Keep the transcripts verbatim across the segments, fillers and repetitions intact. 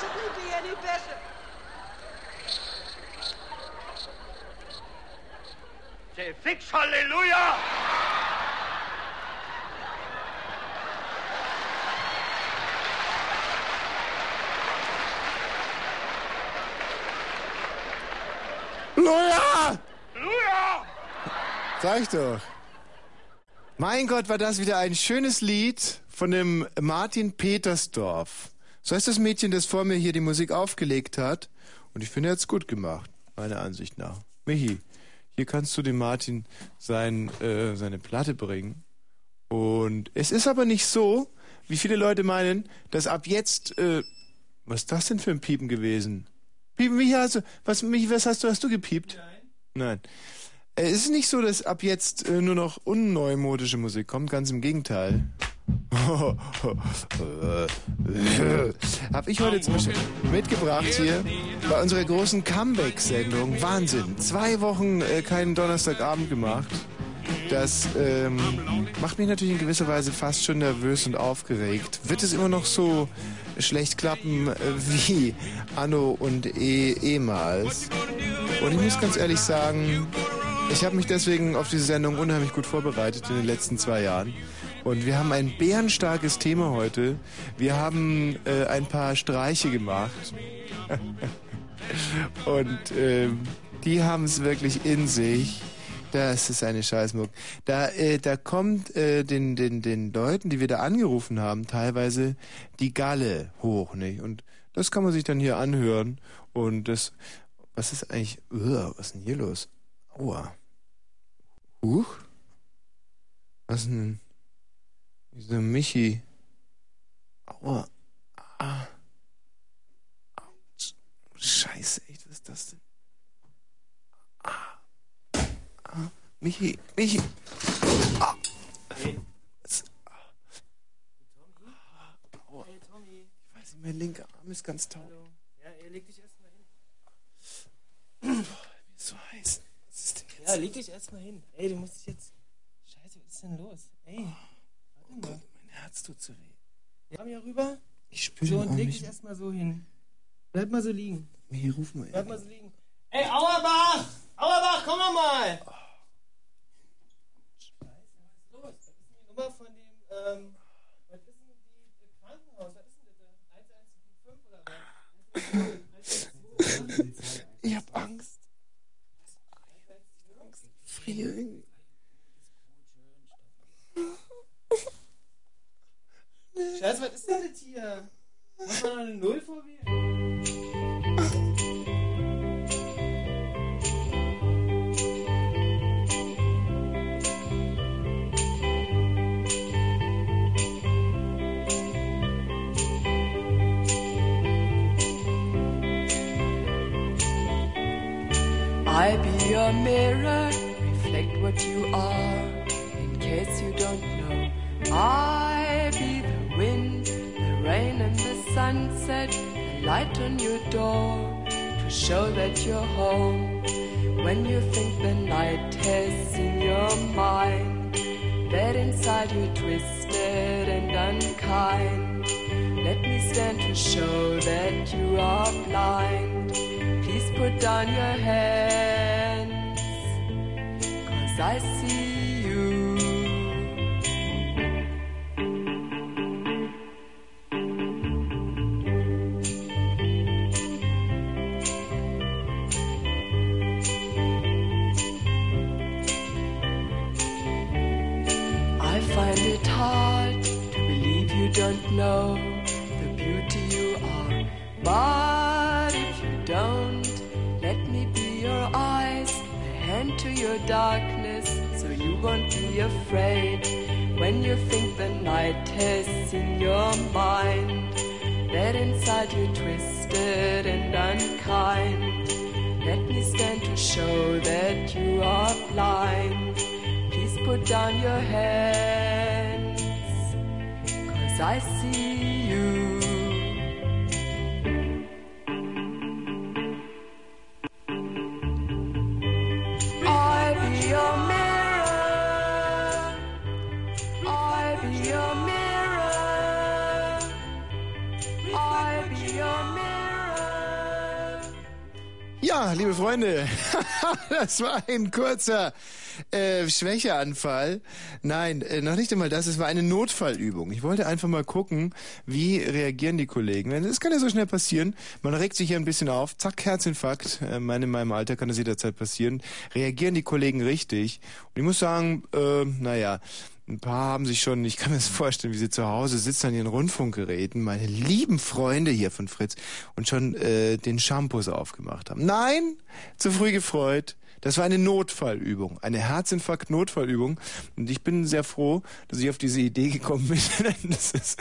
possibly be any better? Say, fix Hallelujah! Luja! Luja! Sag ich doch. Mein Gott, war das wieder ein schönes Lied von dem Martin Petersdorf. So heißt das Mädchen, das vor mir hier die Musik aufgelegt hat. Und ich finde, er hat's gut gemacht, meiner Ansicht nach. Michi, hier kannst du dem Martin sein, äh, seine Platte bringen. Und es ist aber nicht so, wie viele Leute meinen, dass ab jetzt, äh, was ist das denn für ein Piepen gewesen? Piepen, Michi, hast du, was, Michi, was hast du, hast du gepiept? Nein. Nein. Es ist nicht so, dass ab jetzt äh, nur noch unneumodische Musik kommt, ganz im Gegenteil. Hab ich heute zum Beispiel mitgebracht hier bei unserer großen Comeback-Sendung. Wahnsinn. Zwei Wochen äh, keinen Donnerstagabend gemacht. Das ähm, macht mich natürlich in gewisser Weise fast schon nervös und aufgeregt. Wird es immer noch so schlecht klappen äh, wie anno und eh ehemals? Und ich muss ganz ehrlich sagen, ich habe mich deswegen auf diese Sendung unheimlich gut vorbereitet in den letzten zwei Jahren. Und wir haben ein bärenstarkes Thema heute. Wir haben äh, ein paar Streiche gemacht. Und äh, die haben es wirklich in sich. Das ist eine Scheißmuck. Da, äh, da kommt äh, den, den, den Leuten, die wir da angerufen haben, teilweise die Galle hoch, nicht? Und das kann man sich dann hier anhören. Und das, was ist eigentlich, uh, was ist denn hier los? Aua. Huch? Was denn? Wieso Michi? Aua. Ah. Autsch. Scheiße, echt, was ist das denn? Ah. Ah. Michi, Michi. Ah. Hey. Was? Ah. Tommy? Aua. Hey, Tommy. Ich weiß nicht, mein linker Arm ist ganz taub. Hallo. Ja, ey, leg dich erstmal hin. Boah, mir ist so heiß. Was ist denn jetzt? Ja, leg dich erstmal hin. Ey, du musst dich jetzt... Scheiße, was ist denn los? Ey, warte mal. Mein Herz tut so weh. Wir haben ja rüber. Ich spüre So, den und Arm leg nicht. dich erstmal so hin. Bleib mal so liegen. Michi, ruf mal Bleib eben. mal so liegen. Ey, Auerbach! Auerbach, komm doch mal! Scheiße, was ist los? Was ist denn die Nummer von dem, ähm... Was ist denn die Krankenhaus? Was ist denn das? eins eins fünf oder was? Ich hab Angst. Angst. Friere irgendwie. Scheiße, was ist denn das hier? Muss man noch eine Null vorwählen? I be your mirror, reflect what you are, in case you don't know. I be the wind, the rain and the sunset, the light on your door, to show that you're home. When you think the night has seen your mind, that inside you're twisted and unkind, let me stand to show that you are blind. Please put down your hands, 'cause I see you. I find it hard to believe you don't know the beauty you are, but if you don't, let me be your eyes, a hand to your darkness, so you won't be afraid. When you think the night has seen your mind, that inside you're twisted and unkind, let me stand to show that you are blind. Please put down your hands, 'cause I see you. I be your mirror, I be your mirror, I be your mirror. Ja, liebe Freunde, das war ein kurzer äh, Schwächeanfall. Nein, äh, noch nicht einmal das, es war eine Notfallübung. Ich wollte einfach mal gucken, wie reagieren die Kollegen. Das kann ja so schnell passieren. Man regt sich hier ein bisschen auf, zack, Herzinfarkt. Äh, in meinem Alter kann das jederzeit passieren. Reagieren die Kollegen richtig? Und ich muss sagen, äh, naja, ein paar haben sich schon, ich kann mir das vorstellen, wie sie zu Hause sitzen an ihren Rundfunkgeräten, meine lieben Freunde hier von Fritz, und schon äh, den Shampoos aufgemacht haben. Nein, zu früh gefreut. Das war eine Notfallübung, eine Herzinfarkt-Notfallübung. Und ich bin sehr froh, dass ich auf diese Idee gekommen bin. Das ist,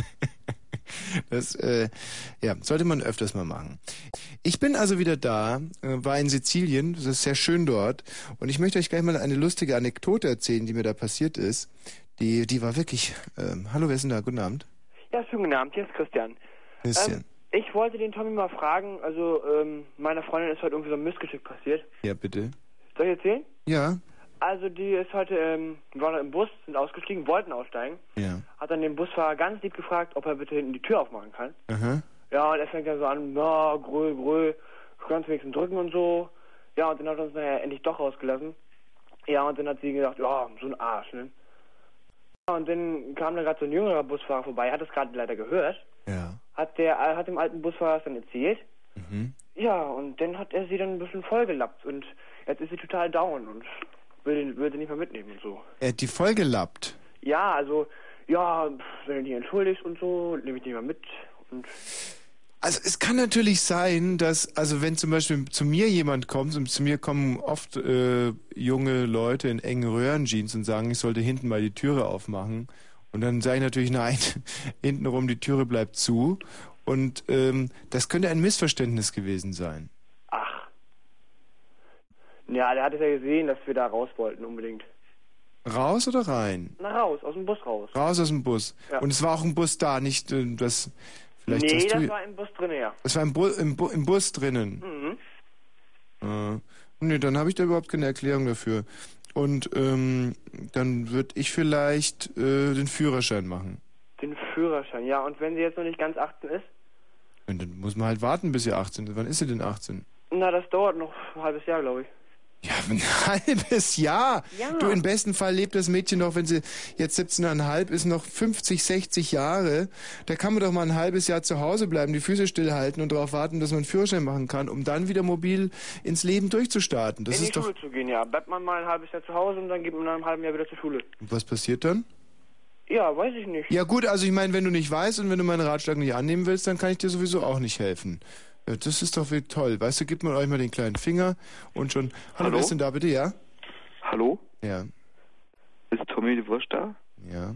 das äh, ja, sollte man öfters mal machen. Ich bin also wieder da, äh, war in Sizilien, das ist sehr schön dort. Und ich möchte euch gleich mal eine lustige Anekdote erzählen, die mir da passiert ist. Die, die war wirklich... Ähm, hallo, wer ist denn da? Guten Abend. Ja, schönen guten Abend, hier ist Christian. Christian. Ähm, ich wollte den Tommy mal fragen, also ähm, meiner Freundin ist heute irgendwie so ein Missgeschick passiert. Ja, bitte. Soll ich erzählen? Ja. Also die ist heute, ähm, war im Bus, sind ausgestiegen, wollten aussteigen. Ja. Hat dann den Busfahrer ganz lieb gefragt, ob er bitte hinten die Tür aufmachen kann. Aha. Ja, und er fängt dann so an, na, grö, grö, ganz wenigstens drücken und so. Ja, und dann hat er uns nachher endlich doch rausgelassen. Ja, und dann hat sie gesagt, ja, so ein Arsch, ne? Ja, und dann kam da gerade so ein jüngerer Busfahrer vorbei, hat das gerade leider gehört. Ja. Hat der, äh, hat dem alten Busfahrer das dann erzählt. Mhm. Ja, und dann hat er sie dann ein bisschen vollgelappt und jetzt ist sie total down und will, will sie nicht mehr mitnehmen und so. Er hat die vollgelappt. Ja, also, ja, pff, wenn du dich entschuldigst und so, nehme ich dich mal mit und... Also es kann natürlich sein, dass, also wenn zum Beispiel zu mir jemand kommt, und zu mir kommen oft äh, junge Leute in engen Röhrenjeans und sagen, ich sollte hinten mal die Türe aufmachen. Und dann sage ich natürlich, nein, hintenrum die Türe bleibt zu. Und ähm, das könnte ein Missverständnis gewesen sein. Ach. Ja, der hat es ja gesehen, dass wir da raus wollten unbedingt. Raus oder rein? Na raus, aus dem Bus raus. Raus aus dem Bus. Ja. Und es war auch ein Bus da, nicht äh, das... Vielleicht nee, hast du, das war im Bus drin, ja. Das war im, Bu im, Bu im Bus drinnen. Mhm. Äh, nee, dann habe ich da überhaupt keine Erklärung dafür. Und ähm, dann würde ich vielleicht äh, den Führerschein machen. Den Führerschein, ja. Und wenn sie jetzt noch nicht ganz achtzehn ist? Und dann muss man halt warten, bis sie achtzehn ist. Wann ist sie denn achtzehn? Na, das dauert noch ein halbes Jahr, glaube ich. Ja, ein halbes Jahr. Ja. Du, im besten Fall lebt das Mädchen noch, wenn sie jetzt siebzehn Komma fünf ist, noch fünfzig, sechzig Jahre. Da kann man doch mal ein halbes Jahr zu Hause bleiben, die Füße stillhalten und darauf warten, dass man einen Führerschein machen kann, um dann wieder mobil ins Leben durchzustarten. Das In die ist doch... Schule zu gehen, ja. Bleibt man mal ein halbes Jahr zu Hause und dann geht man nach einem halben Jahr wieder zur Schule. Und was passiert dann? Ja, weiß ich nicht. Ja gut, also ich meine, wenn du nicht weißt und wenn du meinen Ratschlag nicht annehmen willst, dann kann ich dir sowieso auch nicht helfen. Ja, das ist doch wirklich toll. Weißt du, gibt man euch mal den kleinen Finger und schon... Hallo, Hallo? wer ist denn da bitte, ja? Hallo? Ja. Ist Tommy die Wurst da? Ja.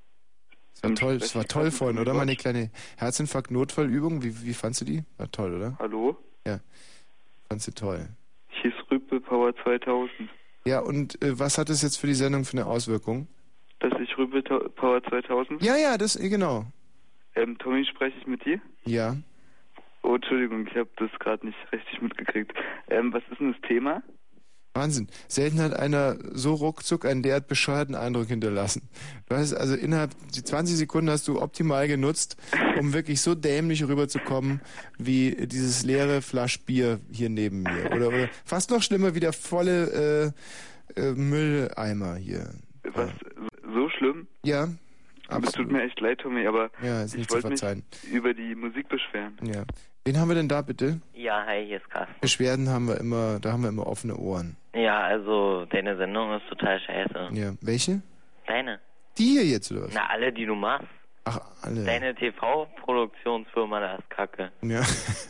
Das war Ähm, toll, spreche das war ich toll gerade mit vorhin, oder? Tommy Meine Wurst? kleine Herzinfarkt-Notfallübung. Wie, wie fandst du die? War toll, oder? Hallo? Ja. Fandst du toll. Hier ist Rüpel Power zweitausend. Ja, und äh, was hat das jetzt für die Sendung für eine Auswirkung? Das ist Rüpel Ta- Power zweitausend? Ja, ja, das, äh, genau. Ähm, Tommy, spreche ich mit dir? Ja. Oh, Entschuldigung, ich habe das gerade nicht richtig mitgekriegt. Ähm, was ist denn das Thema? Wahnsinn. Selten hat einer so ruckzuck einen derart bescheuerten Eindruck hinterlassen. Du hast also innerhalb die zwanzig Sekunden hast du optimal genutzt, um wirklich so dämlich rüberzukommen wie dieses leere Flasch Bier hier neben mir. Oder, oder fast noch schlimmer wie der volle äh, äh, Mülleimer hier. Was? So schlimm? Ja, Es absolut. tut mir echt leid, Tommy, aber Ja, ist ich nicht zu wollte mich verzeihen. über die Musik beschweren. Ja. Wen haben wir denn da bitte? Ja, hi, hier ist Carsten. Beschwerden haben wir immer, da haben wir immer offene Ohren. Ja, also deine Sendung ist total scheiße. Ja. Welche? Deine. Die hier jetzt oder was? Na, alle, die du machst. Ach, alle. Deine T V-Produktionsfirma, das ist kacke. Ja.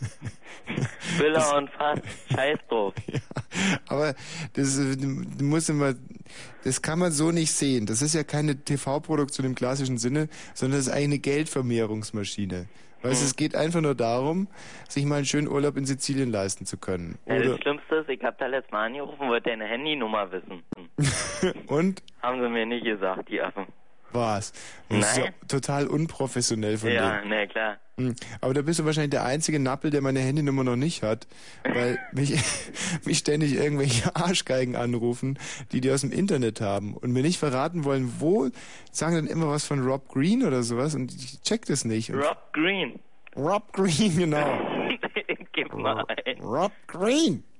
Spiller und Fass, scheiß drauf. Ja, aber das äh, du musst immer, das kann man so nicht sehen. Das ist ja keine T V-Produktion im klassischen Sinne, sondern das ist eigentlich eine Geldvermehrungsmaschine. Weißt du, Hm. es geht einfach nur darum, sich mal einen schönen Urlaub in Sizilien leisten zu können. Ja, Oder, das Schlimmste ist, ich hab da letztes Mal angerufen, wollte deine Handynummer wissen. und? Haben sie mir nicht gesagt, die Affen. Was? Das ist ja Nein. total unprofessionell von Ja, denen. na klar. Hm. Aber da bist du wahrscheinlich der einzige Nappel, der meine Handynummer noch nicht hat, weil mich, mich ständig irgendwelche Arschgeigen anrufen, die die aus dem Internet haben und mir nicht verraten wollen, wo, sagen dann immer was von Rob Green oder sowas und ich check das nicht. Und Rob Green. Rob Green, genau. Gib mal ein. Rob Green.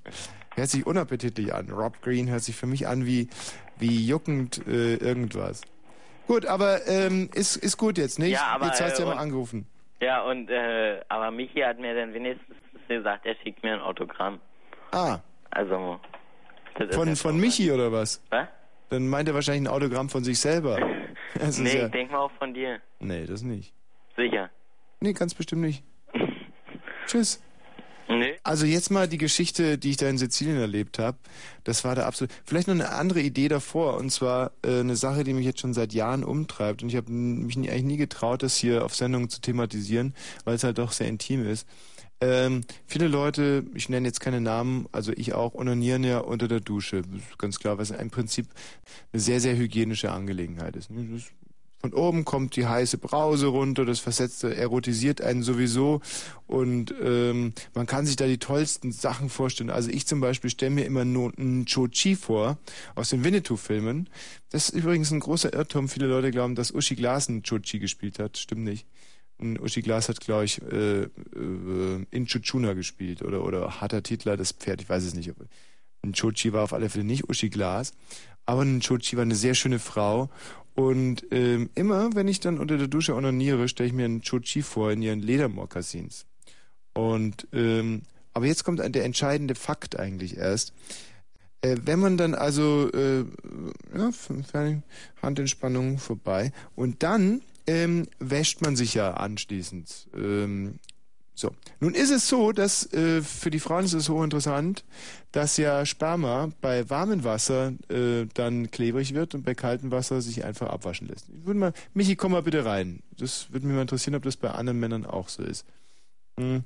Hört sich unappetitlich an. Rob Green hört sich für mich an wie, wie juckend äh, irgendwas. Gut, aber ähm, ist, ist gut jetzt, nicht? Ja, aber, jetzt hast du ja äh, mal angerufen. Ja, und, äh, aber Michi hat mir dann wenigstens gesagt, er schickt mir ein Autogramm. Ah. Also, das Von, ist von Michi oder was? Was? Dann meint er wahrscheinlich ein Autogramm von sich selber. Das nee, ja... ich denk mal auch von dir. Nee, das nicht. Sicher. Nee, ganz bestimmt nicht. Tschüss. Nee. Also jetzt mal die Geschichte, die ich da in Sizilien erlebt habe. Das war da absolut... Vielleicht noch eine andere Idee davor. Und zwar äh, eine Sache, die mich jetzt schon seit Jahren umtreibt. Und ich habe mich nie, eigentlich nie getraut, das hier auf Sendung zu thematisieren, weil es halt doch sehr intim ist. Ähm, viele Leute, ich nenne jetzt keine Namen, also ich auch, onanieren ja unter der Dusche. Das ist ganz klar, was im Prinzip eine sehr, sehr hygienische Angelegenheit ist. Das, von oben kommt die heiße Brause runter, das versetzt, erotisiert einen sowieso und ähm, man kann sich da die tollsten Sachen vorstellen. Also ich zum Beispiel stelle mir immer nur einen Cho-Chi vor aus den Winnetou-Filmen. Das ist übrigens ein großer Irrtum. Viele Leute glauben, dass Uschi Glas einen Cho-Chi gespielt hat. Stimmt nicht. Und Uschi Glas hat, glaube ich, äh, äh, in Chuchuna gespielt oder oder Hatter Titler, das Pferd, ich weiß es nicht. Ein Cho-Chi war auf alle Fälle nicht Uschi Glas, aber ein Cho-Chi war eine sehr schöne Frau. Und ähm, immer, wenn ich dann unter der Dusche onaniere, stelle ich mir einen Cho-Chi vor in ihren Ledermokassins. Und ähm, aber jetzt kommt der entscheidende Fakt eigentlich erst. Äh, wenn man dann also äh, ja, fertig, Handentspannung vorbei und dann Ähm, wäscht man sich ja anschließend. Ähm, so. Nun ist es so, dass äh, für die Frauen ist es hochinteressant, dass ja Sperma bei warmem Wasser äh, dann klebrig wird und bei kaltem Wasser sich einfach abwaschen lässt. Ich würde mal, Michi, komm mal bitte rein. Das würde mich mal interessieren, ob das bei anderen Männern auch so ist. Hm.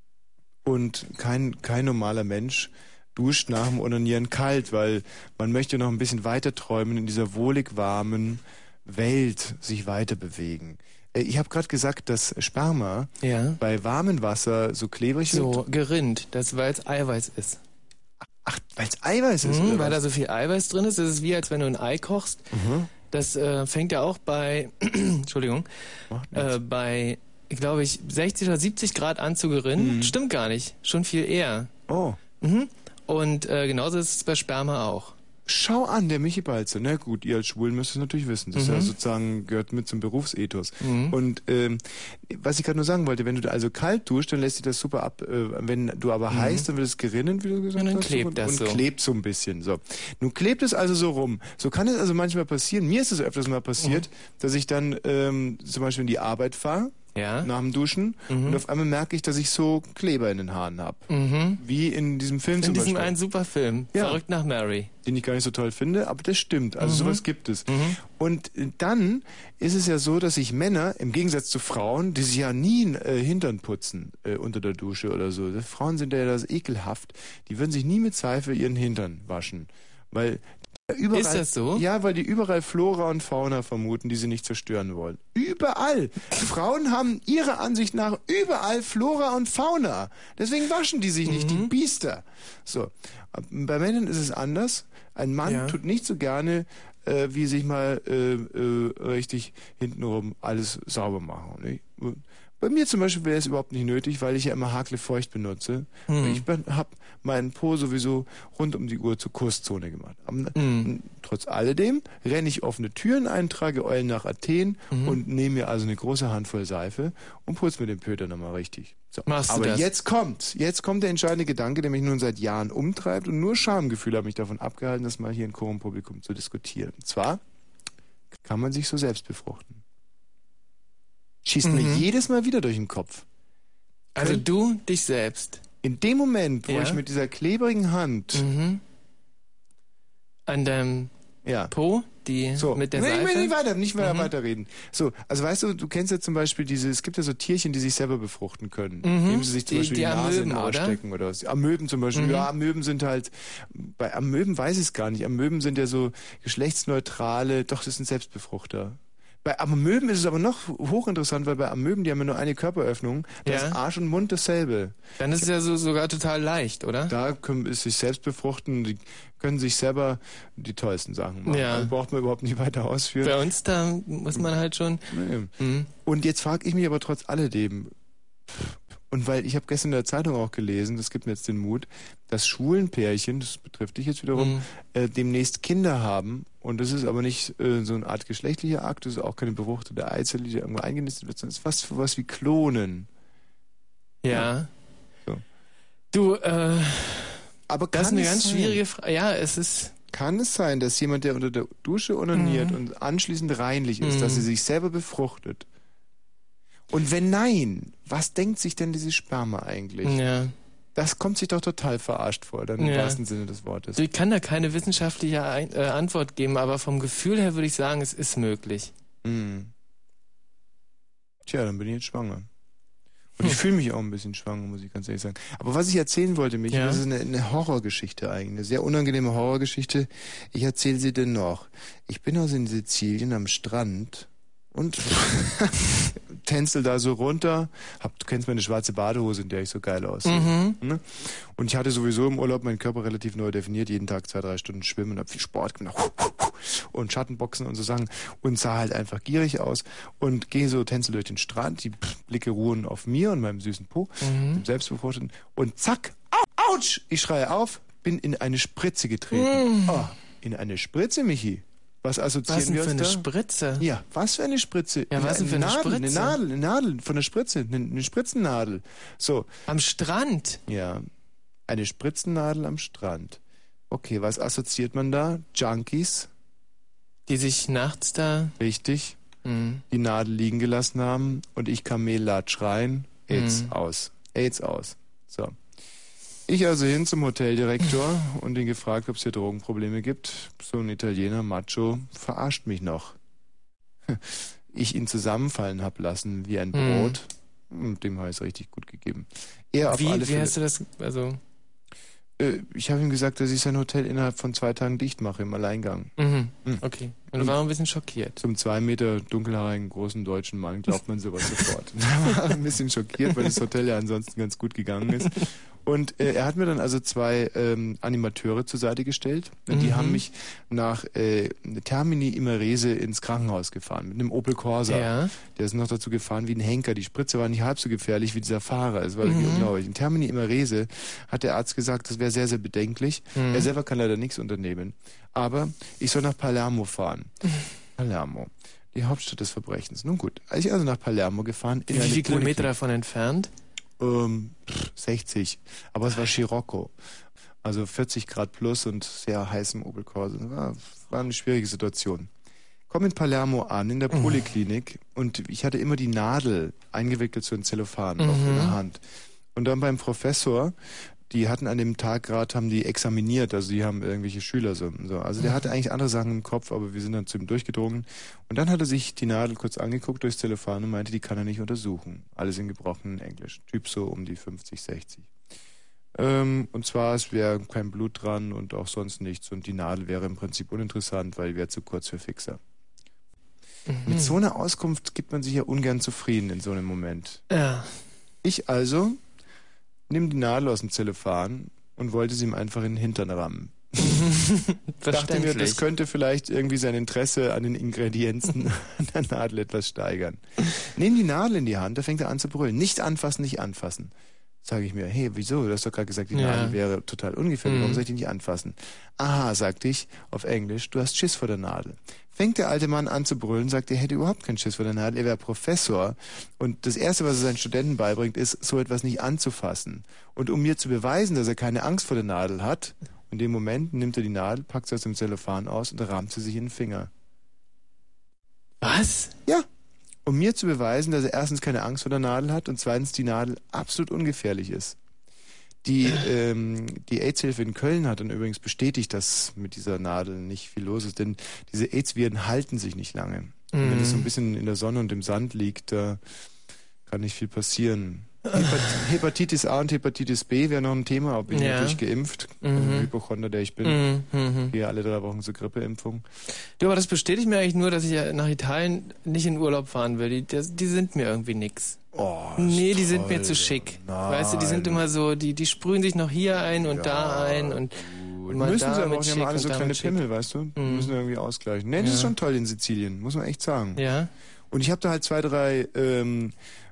Und kein, kein normaler Mensch duscht nach dem Onanieren kalt, weil man möchte noch ein bisschen weiter träumen in dieser wohlig warmen Welt sich weiter bewegen. Ich habe gerade gesagt, dass Sperma ja. bei warmem Wasser so klebrig so wird. So gerinnt, das weil es Eiweiß ist. Ach, weil es Eiweiß ist? Mhm, oder weil was? da so viel Eiweiß drin ist. Das ist wie, als wenn du ein Ei kochst. Mhm. Das äh, fängt ja auch bei, Entschuldigung, äh, bei, glaube ich, sechzig oder siebzig Grad an zu gerinnen. Mhm. Stimmt gar nicht, schon viel eher. Oh. Mhm. Und äh, genauso ist es bei Sperma auch. Schau an, der Michi Balze. Na gut, ihr als Schwulen müsst es natürlich wissen. Das mhm. ist ja sozusagen, gehört mit zum Berufsethos. Mhm. Und ähm, was ich gerade nur sagen wollte, wenn du da also kalt duschst, dann lässt sich das super ab. Äh, wenn du aber mhm. heiß, dann wird es gerinnen, wie du gesagt und dann hast. Klebt und, das und so. klebt so ein bisschen. So. Nun klebt es also so rum. So kann es also manchmal passieren. Mir ist es öfters mal passiert, mhm. dass ich dann ähm, zum Beispiel in die Arbeit fahre. Ja. Nach dem Duschen mhm. und auf einmal merke ich, dass ich so Kleber in den Haaren habe. Mhm. Wie in diesem Film in zum diesem Beispiel. einen super Film, ja. Verrückt nach Mary. Den ich gar nicht so toll finde, aber das stimmt. Also mhm. sowas gibt es. Mhm. Und dann ist es ja so, dass sich Männer, im Gegensatz zu Frauen, die sich ja nie äh, Hintern putzen äh, unter der Dusche oder so. Die Frauen sind ja das ekelhaft. Die würden sich nie mit Seife ihren Hintern waschen. Weil überall, ist das so? Ja, weil die überall Flora und Fauna vermuten, die sie nicht zerstören wollen. Überall. Frauen haben ihrer Ansicht nach überall Flora und Fauna. Deswegen waschen die sich mhm. nicht, die Biester. So. Bei Männern ist es anders. Ein Mann ja. tut nicht so gerne, äh, wie sich mal äh, äh, richtig hintenrum alles sauber machen. Nicht? Bei mir zum Beispiel wäre es überhaupt nicht nötig, weil ich ja immer hakelfeucht benutze. Mhm. Ich habe meinen Po sowieso rund um die Uhr zur Kurszone gemacht. Mhm. Trotz alledem renne ich offene Türen ein, trage Eulen nach Athen mhm. und nehme mir also eine große Handvoll Seife und putze mir den Pöter nochmal richtig. So. Machst du Aber das? jetzt kommt, jetzt kommt der entscheidende Gedanke, der mich nun seit Jahren umtreibt und nur Schamgefühle haben mich davon abgehalten, das mal hier in Chorum Publikum zu diskutieren. Und zwar kann man sich so selbst befruchten. Schießt mhm. mir jedes Mal wieder durch den Kopf. Also Könnt du dich selbst? In dem Moment, wo ja. ich mit dieser klebrigen Hand mhm. an deinem ja. Po, die so. mit der nee, Seife? Ich will nicht weiter, nicht mehr mhm. weiterreden. So, also weißt du, du kennst ja zum Beispiel diese, es gibt ja so Tierchen, die sich selber befruchten können. Mhm. Indem sie sich zum die, Beispiel die, die Nase Amöben, in den Arsch oder? stecken oder was. Amöben zum Beispiel. Mhm. Ja, Amöben sind halt, bei Amöben weiß ich es gar nicht. Amöben sind ja so geschlechtsneutrale, doch, das sind Selbstbefruchter. Bei Amöben ist es aber noch hochinteressant, weil bei Amöben, die haben ja nur eine Körperöffnung, da ja. ist Arsch und Mund dasselbe. Dann ist es ja so, sogar total leicht, oder? Da können, ist sich selbst befruchten, die können sich selber die tollsten Sachen machen. Ja. Also braucht man überhaupt nicht weiter ausführen. Bei uns, da muss man halt schon... Nee. Mhm. Und jetzt frage ich mich aber trotz alledem, Und weil ich habe gestern in der Zeitung auch gelesen, das gibt mir jetzt den Mut, dass schwulen Pärchen, das betrifft dich jetzt wiederum, Mhm. äh, demnächst Kinder haben. Und das ist aber nicht äh, so eine Art geschlechtlicher Akt, das ist auch keine befruchtete Eizelle, die irgendwo eingenistet wird, sondern es ist fast für was wie Klonen. Ja. Ja. So. Du, äh, Aber das ist kann eine es ganz sein? schwierige Frage. Ja, es ist... Kann es sein, dass jemand, der unter der Dusche onaniert Mhm. und anschließend reinlich ist, dass Mhm. sie sich selber befruchtet? Und wenn nein, was denkt sich denn dieses Sperma eigentlich? Ja. Das kommt sich doch total verarscht vor, dann im Ja. wahrsten Sinne des Wortes. Ich kann da keine wissenschaftliche Ein äh, Antwort geben, aber vom Gefühl her würde ich sagen, es ist möglich. Mhm. Tja, dann bin ich jetzt schwanger. Und ich fühle mich auch ein bisschen schwanger, muss ich ganz ehrlich sagen. Aber was ich erzählen wollte, Michi, Ja. das ist eine, eine Horrorgeschichte eigentlich, eine sehr unangenehme Horrorgeschichte. Ich erzähle sie dennoch. Ich bin also in Sizilien am Strand und tänzel da so runter. Hab, du kennst meine schwarze Badehose, in der ich so geil aussehe. Mhm. Ne? Und ich hatte sowieso im Urlaub meinen Körper relativ neu definiert, jeden Tag zwei, drei Stunden schwimmen und hab viel Sport gemacht und Schattenboxen und so Sachen und sah halt einfach gierig aus und gehe so tänzel durch den Strand, die Blicke ruhen auf mir und meinem süßen Po, Mhm. dem Selbstbefruchteten und zack, au, ouch, ich schreie auf, bin in eine Spritze getreten. Mhm. Oh, in eine Spritze, Michi. Was assoziieren Was denn wir für uns eine da? Spritze? Ja, was für eine Spritze? Ja, was denn für eine Nadel, Spritze? Eine Nadel, eine Nadel von der Spritze, eine, eine Spritzennadel. So. Am Strand? Ja, eine Spritzennadel am Strand. Okay, was assoziiert man da? Junkies? Die sich nachts da... Richtig. Mhm. Die Nadel liegen gelassen haben und ich Kamel latsch rein. AIDS Mhm. aus. AIDS aus. So. Ich also hin zum Hoteldirektor und ihn gefragt, ob es hier Drogenprobleme gibt. So ein Italiener, Macho, verarscht mich noch. Ich ihn zusammenfallen hab lassen wie ein Mhm. Brot. Und dem habe ich es richtig gut gegeben. Er auf Wie, alle wie Fälle, hast du das... Also... äh, ich habe ihm gesagt, dass ich sein Hotel innerhalb von zwei Tagen dicht mache im Alleingang. Mhm. Mhm. Okay. Und du warst ein bisschen schockiert. Zum zwei Meter dunkelhaarigen großen deutschen Mann glaubt man sowas sofort. Er war ein bisschen schockiert, weil das Hotel ja ansonsten ganz gut gegangen ist. Und äh, er hat mir dann also zwei ähm, Animateure zur Seite gestellt. Und die Mhm. haben mich nach äh, Termini Imerese ins Krankenhaus gefahren mit einem Opel Corsa. Ja. Der ist noch dazu gefahren wie ein Henker. Die Spritze war nicht halb so gefährlich wie dieser Fahrer. Es war wirklich Mhm. unglaublich. In Termini Imerese hat der Arzt gesagt, das wäre sehr, sehr bedenklich. Mhm. Er selber kann leider nichts unternehmen. Aber ich soll nach Palermo fahren. Palermo, die Hauptstadt des Verbrechens. Nun gut, als ich also nach Palermo gefahren... in Wie eine viele Kilometer Poliklinik- davon entfernt? Ähm, pff, sechzig. Aber es war Scirocco. Also vierzig Grad plus und sehr heiß im Opel Corsa. War, war eine schwierige Situation. Komm in Palermo an, in der Poliklinik, und ich hatte immer die Nadel eingewickelt so in Zellophan auf Mhm. in der Hand. Und dann beim Professor, die hatten an dem Tag gerade, haben die examiniert, also die haben irgendwelche Schüler so. so. Also der hatte eigentlich andere Sachen im Kopf, aber wir sind dann zu ihm durchgedrungen. Und dann hat er sich die Nadel kurz angeguckt durchs Telefon und meinte, die kann er nicht untersuchen. Alles in gebrochenem Englisch. Typ so um die fünfzig, sechzig. Ähm, und zwar, es wäre kein Blut dran und auch sonst nichts. Und die Nadel wäre im Prinzip uninteressant, weil die wäre zu kurz für Fixer. Mhm. Mit so einer Auskunft gibt man sich ja ungern zufrieden in so einem Moment. Ja. Ich also nimm die Nadel aus dem Zellophan und wollte sie ihm einfach in den Hintern rammen. Dachte mir, das könnte vielleicht irgendwie sein Interesse an den Ingredienzen an der Nadel etwas steigern. Nimm die Nadel in die Hand, da fängt er an zu brüllen. Nicht anfassen, nicht anfassen. Sage ich mir, hey, wieso? Du hast doch gerade gesagt, die Ja. Nadel wäre total ungefährlich. Warum Mhm. soll ich die nicht anfassen? Aha, sagte ich auf Englisch, du hast Schiss vor der Nadel. Fängt der alte Mann an zu brüllen, sagt, er hätte überhaupt keinen Schiss vor der Nadel, er wäre Professor. Und das Erste, was er seinen Studenten beibringt, ist, so etwas nicht anzufassen. Und um mir zu beweisen, dass er keine Angst vor der Nadel hat, in dem Moment nimmt er die Nadel, packt sie aus dem Zellophan aus und rammt sie sich in den Finger. Was? Ja. Um mir zu beweisen, dass er erstens keine Angst vor der Nadel hat und zweitens die Nadel absolut ungefährlich ist. Die, ähm, die AIDS-Hilfe in Köln hat dann übrigens bestätigt, dass mit dieser Nadel nicht viel los ist, denn diese AIDS-Viren halten sich nicht lange. Und wenn Mhm. es so ein bisschen in der Sonne und im Sand liegt, da kann nicht viel passieren. Hepat Hepatitis A und Hepatitis B wäre noch ein Thema, aber bin Ja. natürlich geimpft. Mhm. Also Hypochonder, der ich bin. Mhm. Mhm. Gehe alle drei Wochen zur Grippeimpfung. Du, aber das bestätigt mir eigentlich nur, dass ich ja nach Italien nicht in Urlaub fahren will. Die, das, die sind mir irgendwie nix. Oh, nee, die ist sind mir toll. zu schick. Nein. Weißt du, die sind immer so, die, die sprühen sich noch hier ein und da ein und, und mal müssen da sie aber mit auch, die schick haben alle und so da kleine mit schick. Pimmel, weißt du? Die Mhm. müssen irgendwie ausgleichen. Nee, das Ja. ist schon toll in Sizilien, muss man echt sagen. Ja. Und ich habe da halt zwei, drei ähm,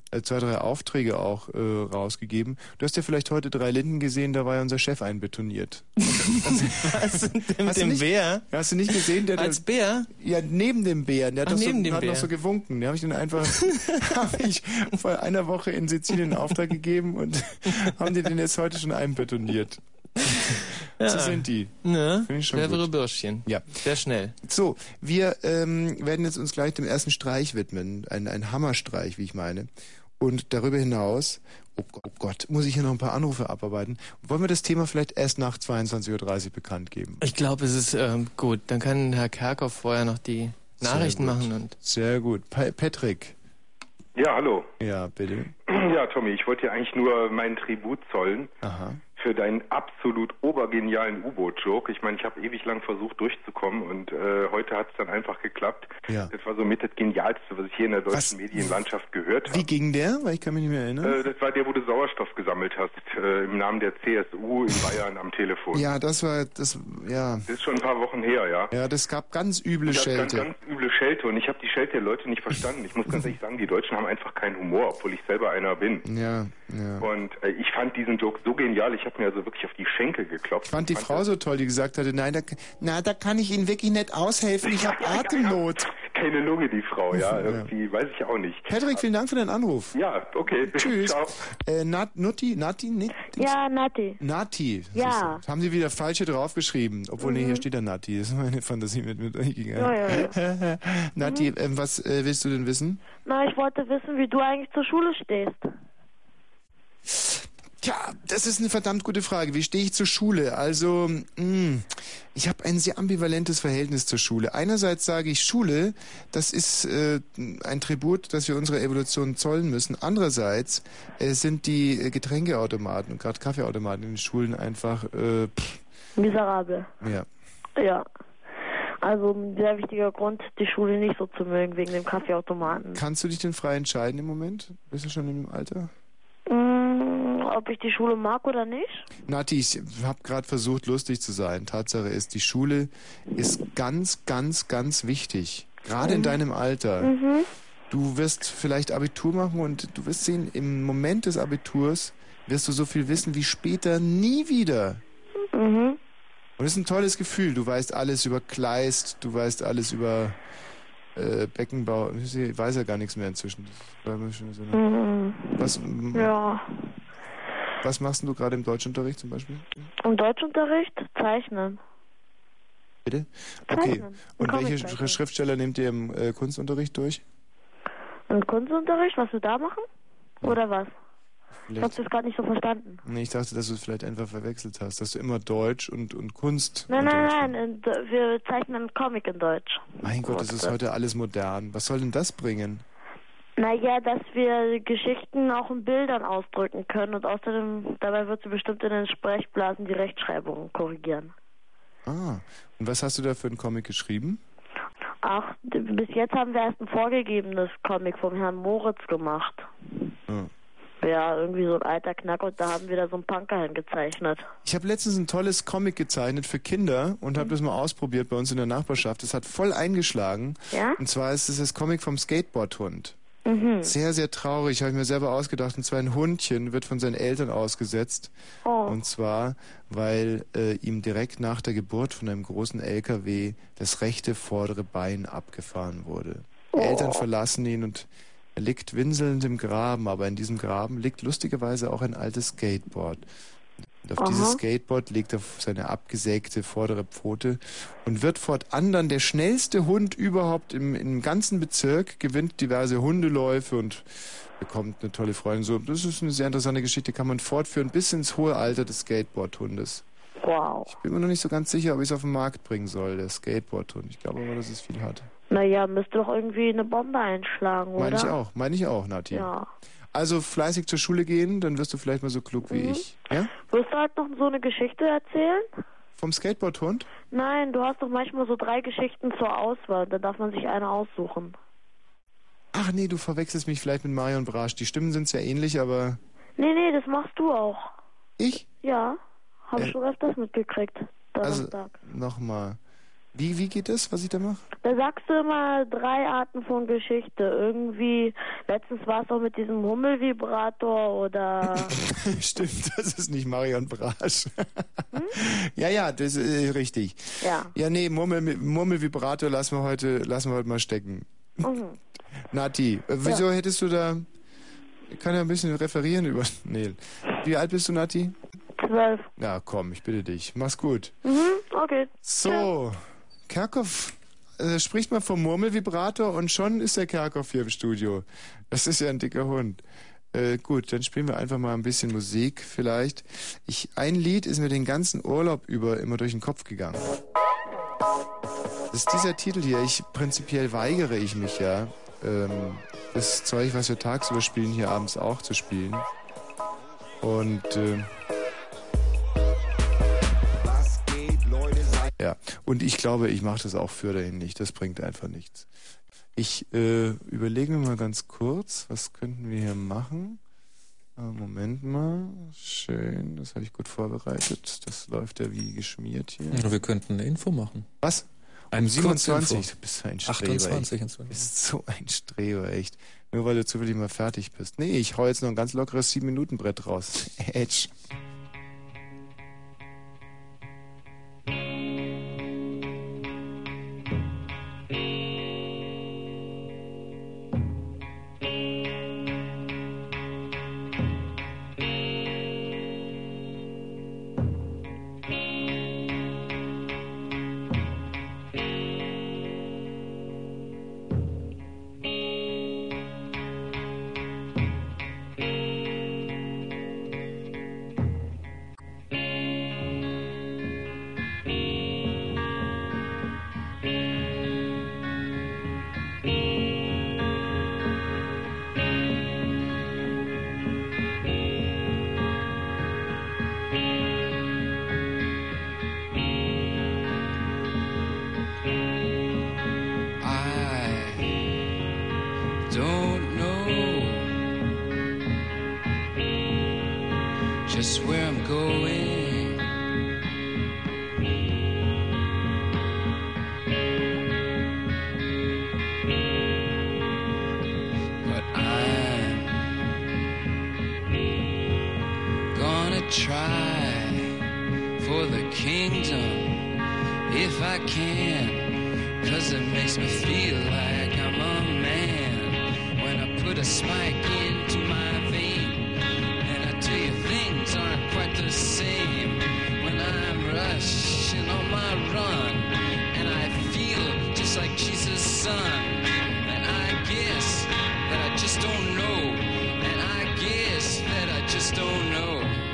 äh, zwei, drei Aufträge auch äh, rausgegeben. Du hast ja vielleicht heute Drei Linden gesehen, da war ja unser Chef einbetoniert. Was denn mit Hast du dem nicht- Bär? Hast du nicht gesehen? Der Als Bär? Ja, neben dem Bären. Der hat, Ach, doch, so, neben dem hat noch Bär. so gewunken. Der habe ich dann einfach hab ich vor einer Woche in Sizilien einen Auftrag gegeben und haben die den jetzt heute schon einbetoniert. Ja. So sind die. Ne? Finde ich schon Clevere gut. Bürschchen. Ja. Sehr schnell. So, wir ähm, werden jetzt uns gleich dem ersten Streich widmen. Ein, ein Hammerstreich, wie ich meine. Und darüber hinaus, oh Gott, oh Gott, muss ich hier noch ein paar Anrufe abarbeiten. Wollen wir das Thema vielleicht erst nach zweiundzwanzig Uhr dreißig bekannt geben? Ich glaube, es ist ähm, gut. Dann kann Herr Kerkhoff vorher noch die Nachrichten Sehr gut. machen. Und Sehr gut. Pa Patrick. Ja, hallo. Ja, bitte. Ja, Tommy, ich wollte dir eigentlich nur meinen Tribut zollen Aha. für deinen absolut obergenialen U-Boot-Joke. Ich meine, ich habe ewig lang versucht durchzukommen und äh, heute hat es dann einfach geklappt. Ja. Das war so mit das Genialste, was ich hier in der deutschen Was? Medienlandschaft gehört habe. Wie ging der? Weil ich kann mich nicht mehr erinnern. Äh, das war der, wo du Sauerstoff gesammelt hast, äh, im Namen der C S U in Bayern am Telefon. Ja, das war, das, ja. Das ist schon ein paar Wochen her, ja. Ja, das gab ganz üble Das gab ganz, Schelte. ganz üble Schelte und ich habe die Schelte der Leute nicht verstanden. Ich muss ganz ehrlich sagen, die Deutschen haben einfach keinen Humor, obwohl ich selber einer bin. Ja, ja. Und äh, ich fand diesen Joke so genial, ich habe mir also wirklich auf die Schenkel geklopft. Ich fand die Frau so toll, die gesagt hatte, nein, da, na, da kann ich Ihnen wirklich nicht aushelfen, ich habe Atemnot. Keine Lunge, die Frau, ja, irgendwie, weiß ich auch nicht. Patrick, vielen Dank für deinen Anruf. Ja, okay. Tschüss. Ciao. Äh, Nat, Nutti, Nati, Nit, Ja, Nati. Nati. Ja. Siehst du, haben Sie wieder falsche draufgeschrieben. Obwohl, nee, Mhm. hier steht ja Nati. Das ist meine Fantasie mit, mit euch gegangen. Ja, ja, Nati, ähm, was äh, willst du denn wissen? Na, ich wollte wissen, wie du eigentlich zur Schule stehst. Tja, das ist eine verdammt gute Frage. Wie stehe ich zur Schule? Also, mh, ich habe ein sehr ambivalentes Verhältnis zur Schule. Einerseits sage ich, Schule, das ist äh, ein Tribut, das wir unserer Evolution zollen müssen. Andererseits äh, sind die äh, Getränkeautomaten und gerade Kaffeeautomaten in den Schulen einfach, äh, pff, Miserabel. ja. Ja. Also ein sehr wichtiger Grund, die Schule nicht so zu mögen, wegen dem Kaffeeautomaten. Kannst du dich denn frei entscheiden im Moment? Bist du schon im Alter? Mm, ob ich die Schule mag oder nicht? Nati, ich habe gerade versucht, lustig zu sein. Tatsache ist, die Schule ist ganz, ganz, ganz wichtig. Gerade in Mhm. deinem Alter. Mhm. Du wirst vielleicht Abitur machen und du wirst sehen, im Moment des Abiturs wirst du so viel wissen wie später nie wieder. Mhm. Und das ist ein tolles Gefühl. Du weißt alles über Kleist, du weißt alles über äh, Beckenbau. Ich weiß ja gar nichts mehr inzwischen. Das war mir schon so eine Mhm. was, Ja. was machst denn du gerade im Deutschunterricht zum Beispiel? Im Deutschunterricht zeichnen. Bitte? Okay. Zeichnen. Und Comic welche zeichnen. Schriftsteller nehmt ihr im äh, Kunstunterricht durch? Im Kunstunterricht, was wir da machen? Oder was? Ich Vielleicht- hab das gerade nicht so verstanden. Nee, ich dachte, dass du es vielleicht einfach verwechselt hast, dass du immer Deutsch und, und Kunst. Nein, unterrichtest. nein, nein, in, Do- wir zeichnen einen Comic in Deutsch. Mein Gott, das ist heute alles modern. Was soll denn das bringen? Naja, dass wir Geschichten auch in Bildern ausdrücken können und außerdem, dabei wird sie bestimmt in den Sprechblasen die Rechtschreibung korrigieren. Ah, und was hast du da für einen Comic geschrieben? Ach, d- bis jetzt haben wir erst ein vorgegebenes Comic vom Herrn Moritz gemacht. Ah. Ja, irgendwie so ein alter Knack und da haben wir da so einen Punker hingezeichnet. Ich habe letztens ein tolles Comic gezeichnet für Kinder und habe das mal ausprobiert bei uns in der Nachbarschaft. Das hat voll eingeschlagen. Ja? Und zwar ist es das Comic vom Skateboardhund. Mhm. Sehr, sehr traurig, habe ich mir selber ausgedacht. Und zwar ein Hundchen wird von seinen Eltern ausgesetzt. Oh. Und zwar, weil äh, ihm direkt nach der Geburt von einem großen L K W das rechte vordere Bein abgefahren wurde. Die Eltern verlassen ihn und er liegt winselnd im Graben, aber in diesem Graben liegt lustigerweise auch ein altes Skateboard. Und auf Aha. dieses Skateboard legt er seine abgesägte vordere Pfote und wird fortan dann der schnellste Hund überhaupt im, im ganzen Bezirk, gewinnt diverse Hundeläufe und bekommt eine tolle Freundin. So, das ist eine sehr interessante Geschichte, kann man fortführen bis ins hohe Alter des Skateboardhundes. Wow. Ich bin mir noch nicht so ganz sicher, ob ich es auf den Markt bringen soll, der Skateboardhund. Ich glaube aber, dass es viel hat. Naja, müsste doch irgendwie eine Bombe einschlagen, oder? Meine ich auch, meine ich auch, Nati. Ja. Also fleißig zur Schule gehen, dann wirst du vielleicht mal so klug wie Mhm. ich. Ja? Wirst du halt noch so eine Geschichte erzählen? Vom Skateboardhund? Nein, du hast doch manchmal so drei Geschichten zur Auswahl. Da darf man sich eine aussuchen. Ach nee, du verwechselst mich vielleicht mit Marion Brasch. Die Stimmen sind sehr ähnlich, aber... Nee, nee, das machst du auch. Ich? Ja, habe Äh, ich schon öfters mitgekriegt. Also, Donnerstag. nochmal. Wie, wie geht das, was ich da mache? Da sagst du immer drei Arten von Geschichte. Irgendwie, letztens war es auch mit diesem Hummelvibrator oder... Stimmt, das ist nicht Marion Brasch. Hm? Ja, ja, das ist richtig. Ja. Ja, nee, Murmel, Murmelvibrator lassen wir heute, lassen wir heute mal stecken. Mhm. Nati, äh, wieso ja. hättest du da... Ich kann ja ein bisschen referieren über... Nee. Wie alt bist du, Nati? Zwölf. Ja, komm, ich bitte dich. Mach's gut. Mhm, okay. So, Kerkhoff, äh, spricht mal vom Murmelvibrator und schon ist der Kerkhoff hier im Studio. Das ist ja ein dicker Hund. Äh, gut, dann spielen wir einfach mal ein bisschen Musik vielleicht. Ich, ein Lied ist mir den ganzen Urlaub über immer durch den Kopf gegangen. Das ist dieser Titel hier. Ich, prinzipiell weigere ich mich ja, ähm, das Zeug, was wir tagsüber spielen, hier abends auch zu spielen. Und, äh, ja, und ich glaube, ich mache das auch für dahin nicht. Das bringt einfach nichts. Ich äh, überlege mir mal ganz kurz, was könnten wir hier machen? Äh, Moment mal. Schön, das habe ich gut vorbereitet. Das läuft ja wie geschmiert hier. Ja, wir könnten eine Info machen. Was? Ein um siebenundzwanzig. Du bist so ein Streber. achtundzwanzig echt. Du bist so ein Streber, echt. Nur weil du zufällig mal fertig bist. Nee, ich hau jetzt noch ein ganz lockeres sieben Minuten Brett raus. Edge. just where I'm going. But I'm gonna try for the kingdom if I can, 'cause it makes me feel like I'm a man when I put a spike into my vein. And I tell you, things aren't quite the same when I'm rushing on my run, and I feel just like Jesus' son. And I guess that I just don't know, and I guess that I just don't know.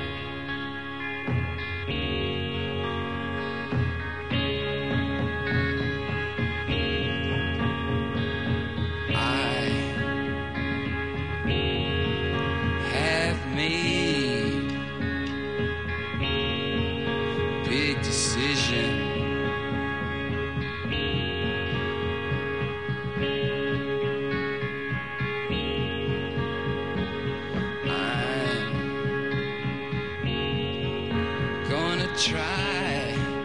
Try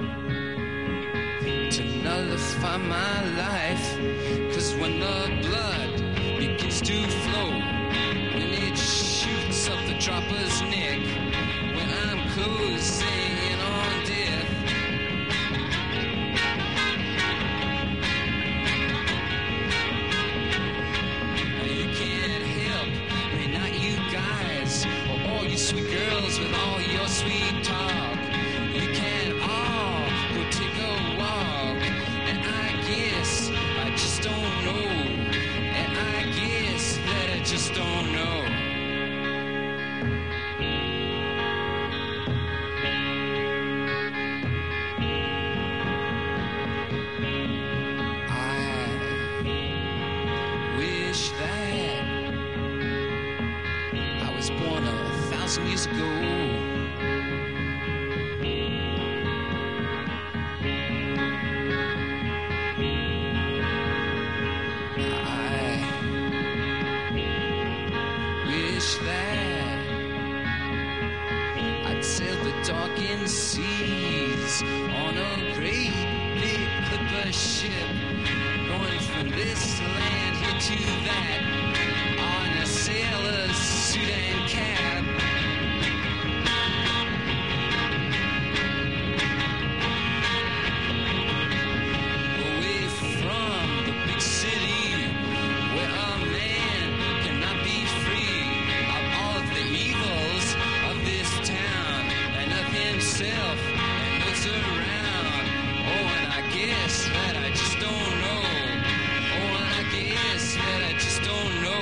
to nullify my life, 'cause when the blood begins to flow, when it shoots up the dropper's neck, when I'm closing in on death, you can't help me, not you guys, or all you sweet girls with all your sweet talk. You can all go take a walk, and I guess I just don't know, and I guess that I just don't know. I wish that I was born a thousand years ago. That I'd sail the darkened seas on a great big clipper ship going from this land here to that on a sailor's suit and cap. Away from the big city where a man cannot be free of all of the evils of this town and of himself and looks around. Oh, and I guess that I just don't know. Oh, and I guess that I just don't know.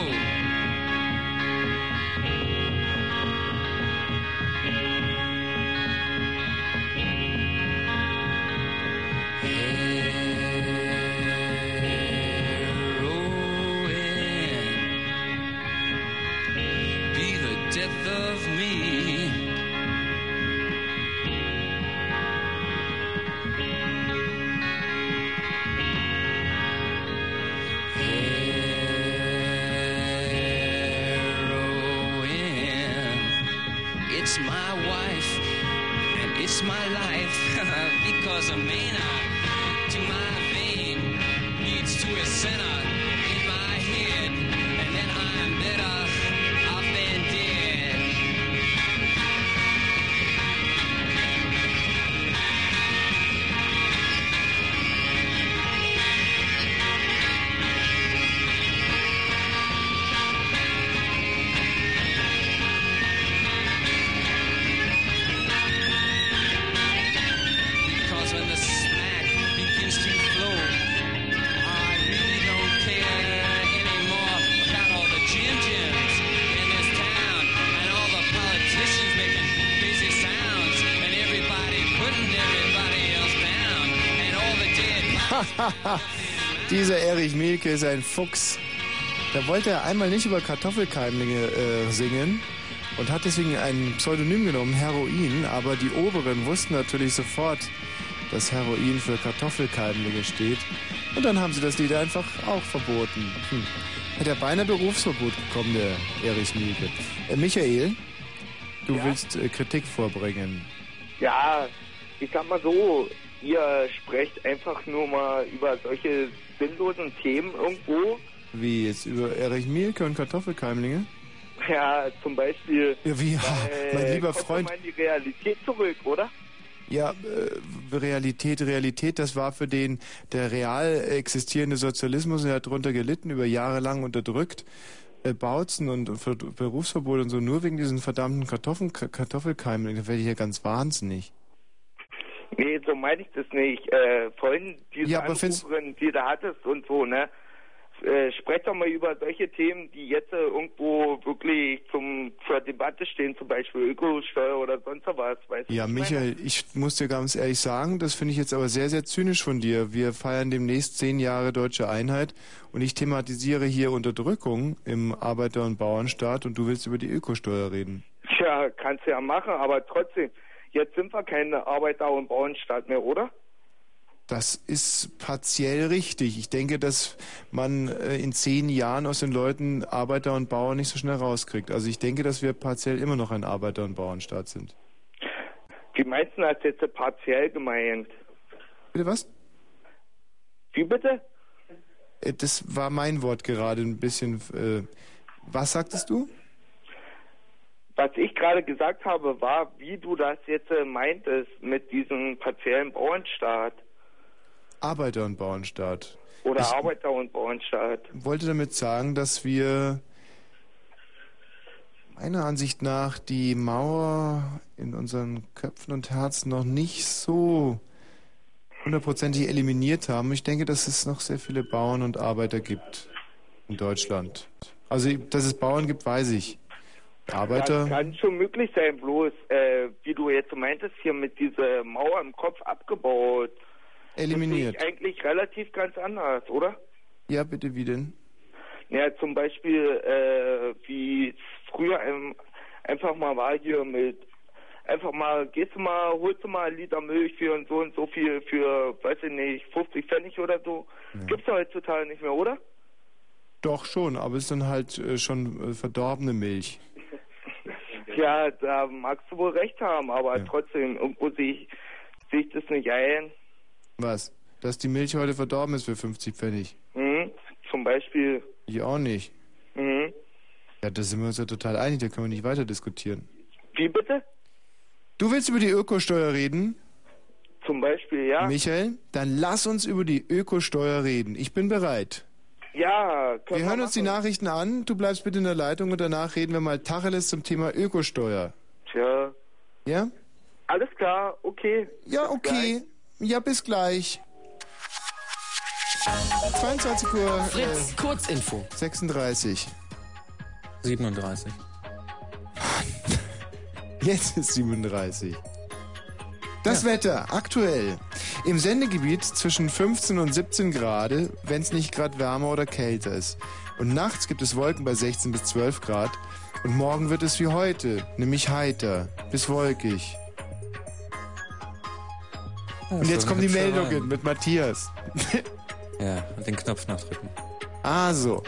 Heroin, be the death of me. Heroin, it's my wife and it's my life because a mana to my vein leads to a center in my head, and then I'm better off than dead. Because when the smack begins to flow, I really don't care anymore about all the Jim Jims in this town and all the politicians making crazy sounds and everybody putting everybody else down and all the dead. Dieser Erich Mielke ist ein Fuchs. Da wollte er einmal nicht über Kartoffelkeimlinge äh, singen und hat deswegen ein Pseudonym genommen, Heroin. Aber die Oberen wussten natürlich sofort, dass Heroin für Kartoffelkeimlinge steht. Und dann haben sie das Lied einfach auch verboten. Hm. Hätte er beinahe Berufsverbot bekommen, der Erich Mielke. Äh, Michael, du Ja? willst äh, Kritik vorbringen. Ja, ich sag mal so, ihr sprecht einfach nur mal über solche sinnlosen Themen irgendwo. Wie jetzt über Erich Mielke und Kartoffelkeimlinge? Ja, zum Beispiel. Ja, wie, mein lieber kommt Freund. mal in die Realität zurück, oder? Ja, äh, Realität, Realität, das war für den der real existierende Sozialismus, er hat darunter gelitten, über Jahre lang unterdrückt, äh, Bautzen und Ver Berufsverbot und so, nur wegen diesen verdammten Kartoffeln, Kartoffelkeimlingen, da werde ich ja ganz wahnsinnig. Nee, so meine ich das nicht. Äh, vorhin diese Ja, aber Anruferin, die du hattest und so, ne? Äh, sprecht doch mal über solche Themen, die jetzt äh, irgendwo wirklich zum zur Debatte stehen, zum Beispiel Ökosteuer oder sonst was, weißt du? Ja, was ich meine? Michael, ich muss dir ganz ehrlich sagen, das finde ich jetzt aber sehr, sehr zynisch von dir. Wir feiern demnächst zehn Jahre deutsche Einheit und ich thematisiere hier Unterdrückung im Arbeiter- und Bauernstaat und du willst über die Ökosteuer reden. Tja, kannst du ja machen, aber trotzdem, jetzt sind wir kein Arbeiter- und Bauernstaat mehr, oder? Das ist partiell richtig. Ich denke, dass man äh, in zehn Jahren aus den Leuten Arbeiter und Bauern nicht so schnell rauskriegt. Also ich denke, dass wir partiell immer noch ein Arbeiter- und Bauernstaat sind. Wie meinst du das jetzt partiell gemeint? Bitte was? Wie bitte? Äh, das war mein Wort gerade ein bisschen. Äh, was sagtest du? Was ich gerade gesagt habe, war, wie du das jetzt äh, meintest mit diesem partiellen Bauernstaat. Arbeiter- und Bauernstaat. Oder ich Arbeiter- und Bauernstaat. wollte damit sagen, dass wir meiner Ansicht nach die Mauer in unseren Köpfen und Herzen noch nicht so hundertprozentig eliminiert haben. Ich denke, dass es noch sehr viele Bauern und Arbeiter gibt in Deutschland. Also, dass es Bauern gibt, weiß ich. Arbeiter. Das kann schon möglich sein, bloß, äh, wie du jetzt meintest, hier mit dieser Mauer im Kopf abgebaut. Eliminiert. Das sehe ich eigentlich relativ ganz anders, oder? Ja, bitte, wie denn? Ja, zum Beispiel, äh, wie es früher ein, einfach mal war hier mit, einfach mal, gehst du mal, holst du mal einen Liter Milch für und so und so viel, für, weiß ich nicht, fünfzig Pfennig oder so. Ja. Gibt's heutzutage nicht mehr, oder? Doch schon, aber es ist dann halt äh, schon äh, verdorbene Milch. Ja, da magst du wohl recht haben, aber Ja. trotzdem, irgendwo sehe ich, sehe ich das nicht ein. Was? dass die Milch heute verdorben ist für fünfzig Pfennig. Mhm. Zum Beispiel. Ich auch nicht. Mhm. Ja, da sind wir uns ja total einig, da können wir nicht weiter diskutieren. Wie bitte? Du willst über die Ökosteuer reden? Zum Beispiel, ja. Michael, dann lass uns über die Ökosteuer reden. Ich bin bereit. Ja, können wir hören wir uns die Nachrichten an, du bleibst bitte in der Leitung und danach reden wir mal Tacheles zum Thema Ökosteuer. Tja. Ja? Alles klar, okay. Ja, okay. Ja, bis gleich. zweiundzwanzig Uhr. Fritz, äh, Kurzinfo. sechsunddreißig. siebenunddreißig. Jetzt ist siebenunddreißig. Das ja. Wetter, aktuell. Im Sendegebiet zwischen fünfzehn und siebzehn Grad, wenn es nicht gerade wärmer oder kälter ist. Und nachts gibt es Wolken bei sechzehn bis zwölf Grad. Und morgen wird es wie heute, nämlich heiter bis wolkig. Ja, und jetzt so kommen die Meldungen rein. mit Matthias. Ja, und den Knopf nachdrücken. Ah, so.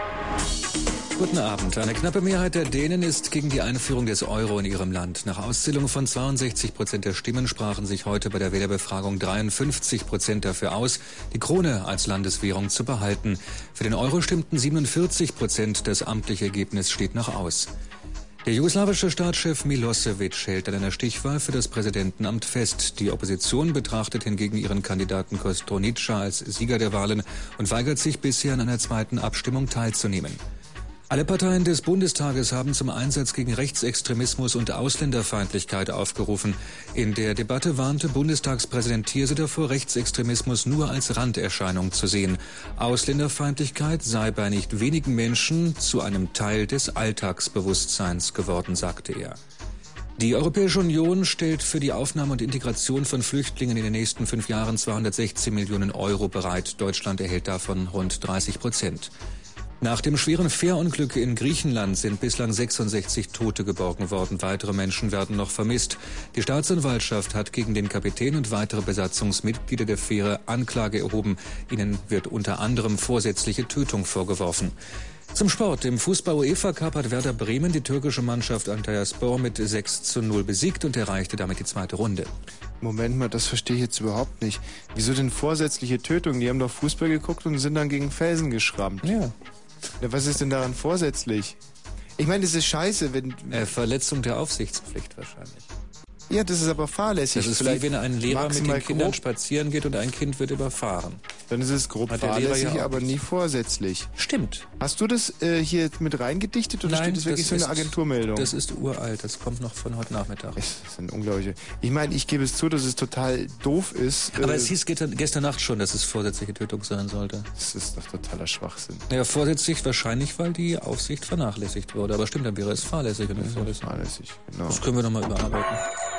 Guten Abend. Eine knappe Mehrheit der Dänen ist gegen die Einführung des Euro in ihrem Land. Nach Auszählung von zweiundsechzig Prozent der Stimmen sprachen sich heute bei der Wählerbefragung dreiundfünfzig Prozent dafür aus, die Krone als Landeswährung zu behalten. Für den Euro stimmten siebenundvierzig Prozent. Das amtliche Ergebnis steht noch aus. Der jugoslawische Staatschef Milosevic hält an einer Stichwahl für das Präsidentenamt fest. Die Opposition betrachtet hingegen ihren Kandidaten Kostunica als Sieger der Wahlen und weigert sich bisher an einer zweiten Abstimmung teilzunehmen. Alle Parteien des Bundestages haben zum Einsatz gegen Rechtsextremismus und Ausländerfeindlichkeit aufgerufen. In der Debatte warnte Bundestagspräsident Thierse davor, Rechtsextremismus nur als Randerscheinung zu sehen. Ausländerfeindlichkeit sei bei nicht wenigen Menschen zu einem Teil des Alltagsbewusstseins geworden, sagte er. Die Europäische Union stellt für die Aufnahme und Integration von Flüchtlingen in den nächsten fünf Jahren zweihundertsechzehn Millionen Euro bereit. Deutschland erhält davon rund dreißig Prozent. Nach dem schweren Fährunglück in Griechenland sind bislang sechsundsechzig Tote geborgen worden. Weitere Menschen werden noch vermisst. Die Staatsanwaltschaft hat gegen den Kapitän und weitere Besatzungsmitglieder der Fähre Anklage erhoben. Ihnen wird unter anderem vorsätzliche Tötung vorgeworfen. Zum Sport. Im Fußball-UEFA Cup hat Werder Bremen die türkische Mannschaft Antalyaspor mit sechs zu null besiegt und erreichte damit die zweite Runde. Moment mal, das verstehe ich jetzt überhaupt nicht. Wieso denn vorsätzliche Tötung? Die haben doch Fußball geguckt und sind dann gegen Felsen geschrammt. Ja. Ja, was ist denn daran vorsätzlich? Ich meine, das ist scheiße, wenn... Äh, Verletzung der Aufsichtspflicht wahrscheinlich. Ja, das ist aber fahrlässig. Das ist vielleicht, wie wenn ein Lehrer mit den Kindern grob spazieren geht und ein Kind wird überfahren. Dann ist es grob Hat der Lehrer fahrlässig, ja auch aber nicht. nie vorsätzlich. Stimmt. Hast du das äh, hier mit reingedichtet oder Nein, steht das wirklich so ist, eine Agenturmeldung? Das ist uralt, das kommt noch von heute Nachmittag. Das ist ein unglaublicher... Ich meine, ich gebe es zu, dass es total doof ist. Aber äh, es hieß gestern, gestern Nacht schon, dass es vorsätzliche Tötung sein sollte. Das ist doch totaler Schwachsinn. Naja, vorsätzlich wahrscheinlich, weil die Aufsicht vernachlässigt wurde. Aber stimmt, dann wäre es fahrlässig und nicht vorsätzlich. Fahrlässig, genau. Das können wir nochmal überarbeiten.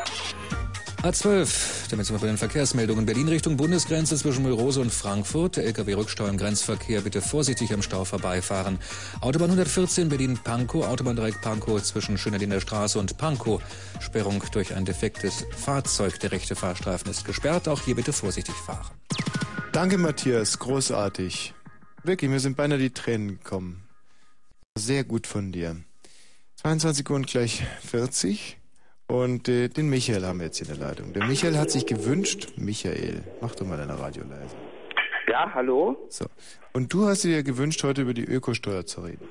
A zwölf, damit sind wir bei den Verkehrsmeldungen. Berlin Richtung Bundesgrenze zwischen Mulrose und Frankfurt. L K W-Rückstau im Grenzverkehr, bitte vorsichtig am Stau vorbeifahren. Autobahn hundertvierzehn Berlin-Pankow, Autobahndreieck Pankow zwischen Schönerdiner Straße und Pankow. Sperrung durch ein defektes Fahrzeug. Der rechte Fahrstreifen ist gesperrt. Auch hier bitte vorsichtig fahren. Danke, Matthias. Großartig. Wirklich, mir sind beinahe die Tränen gekommen. Sehr gut von dir. zweiundzwanzig Uhr und gleich vierzig. Und äh, den Michael haben wir jetzt hier in der Leitung. Der Michael hat sich gewünscht, Michael, mach doch mal deine Radio leise. Ja, hallo? So. Und du hast dir gewünscht, heute über die Ökosteuer zu reden.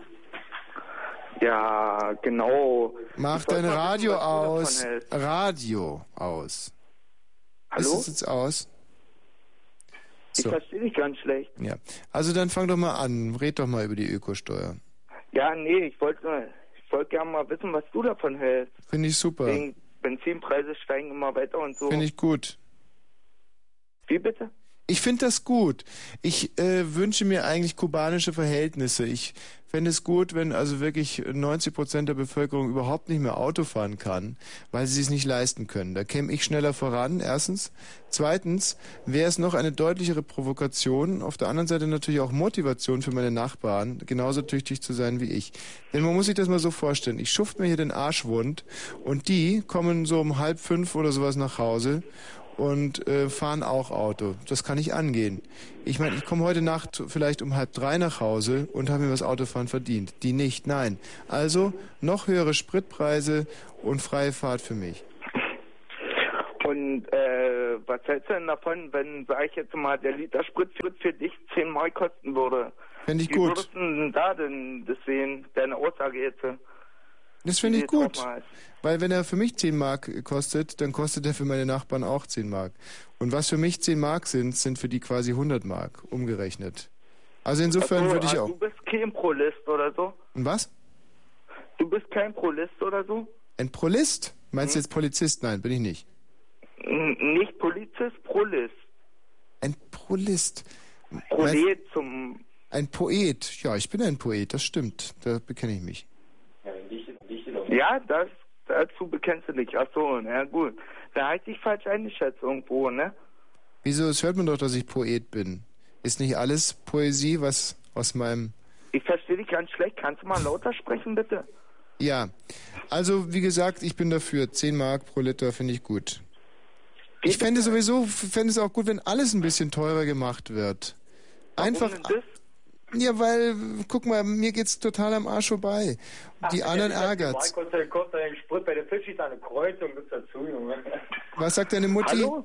Ja, genau. Mach dein Radio aus. Radio aus. Hallo? Ist es jetzt aus? Ich So. verstehe dich ganz schlecht. Ja. Also dann fang doch mal an. Red doch mal über die Ökosteuer. Ja, nee, ich wollte ich wollte gerne mal wissen, was du davon hältst. Finde ich super. Wegen Benzinpreise steigen immer weiter und so. Finde ich gut. Wie bitte? Ich finde das gut. Ich äh, wünsche mir eigentlich kubanische Verhältnisse. Ich fände es gut, wenn also wirklich neunzig Prozent der Bevölkerung überhaupt nicht mehr Auto fahren kann, weil sie es nicht leisten können. Da käme ich schneller voran, erstens. Zweitens wäre es noch eine deutlichere Provokation, auf der anderen Seite natürlich auch Motivation für meine Nachbarn, genauso tüchtig zu sein wie ich. Denn man muss sich das mal so vorstellen. Ich schuft mir hier den Arsch wund und die kommen so um halb fünf oder sowas nach Hause und äh, fahren auch Auto. Das kann ich angehen. Ich meine, ich komme heute Nacht vielleicht um halb drei nach Hause und habe mir das Autofahren verdient. Die nicht, nein. Also noch höhere Spritpreise und freie Fahrt für mich. Und äh, was hältst du denn davon, wenn, sag ich jetzt mal, der Liter Sprit für, für dich zehn Mark kosten würde? Fände ich Wie gut. würdest du denn da denn das sehen, deine Aussage jetzt? Das finde ich Wie gut. jetzt nochmal ist? Weil wenn er für mich zehn Mark kostet, dann kostet er für meine Nachbarn auch zehn Mark. Und was für mich zehn Mark sind, sind für die quasi hundert Mark, umgerechnet. Also insofern Ach so, würde ich ah, auch... Du bist kein Prolist oder so? Und was? Du bist kein Prolist oder so? Ein Prolist? Meinst Hm? du jetzt Polizist? Nein, bin ich nicht. N nicht Polizist, Prolist. Ein Prolist. Prolet zum... Ein Poet. Ja, ich bin ein Poet, das stimmt. Da bekenne ich mich. Ja, das, dazu bekennst du dich. Ach so, na gut. Da hatte ich falsch eingeschätzt irgendwo, ne? Wieso? Es hört man doch, dass ich Poet bin. Ist nicht alles Poesie, was aus meinem... Ich verstehe dich ganz schlecht. Kannst du mal lauter sprechen, bitte? Ja, also wie gesagt, ich bin dafür. zehn Mark pro Liter finde ich gut. Ich fände sowieso, fände es auch gut, wenn alles ein bisschen teurer gemacht wird. Einfach... Warum denn das? Ja, weil, guck mal, mir geht's total am Arsch vorbei. Die anderen ärgert's. Kostet kostet ein Sprit bei der Fisch ist eine Kreuzung, gibt's dazu, Junge. Was sagt deine Mutti? Hallo?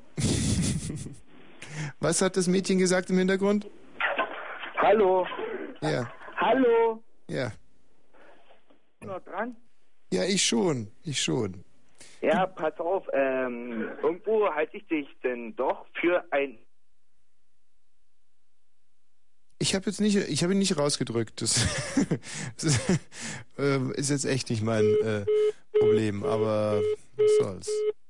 Was hat das Mädchen gesagt im Hintergrund? Hallo? Ja. Hallo? Ja. Noch dran? Ja, ich schon. Ich schon. Ja, pass auf, ähm, irgendwo halte ich dich denn doch für ein... Ich habe jetzt nicht, ich habe ihn nicht rausgedrückt. Das, das ist, äh, ist jetzt echt nicht mein äh, Problem, aber was soll's.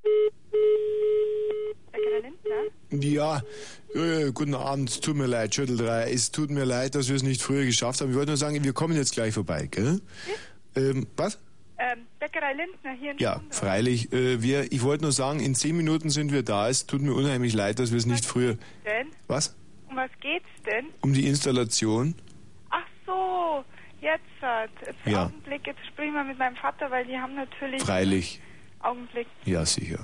Ja, äh, guten Abend, es tut mir leid, Schüttel drei. Es tut mir leid, dass wir es nicht früher geschafft haben. Ich wollte nur sagen, wir kommen jetzt gleich vorbei, gell? Ähm, was? Ähm, Bäckerei Lindner hier in Ja, Stundorf. freilich. Äh, wir, ich wollte nur sagen, in zehn Minuten sind wir da. Es tut mir unheimlich leid, dass wir es nicht früher... Denn? Was? Um was geht's denn? Um die Installation? Ach so, jetzt hat. Jetzt Ja. Augenblick, jetzt sprechen wir mit meinem Vater, weil die haben natürlich... Freilich. Augenblick. Ja, sicher.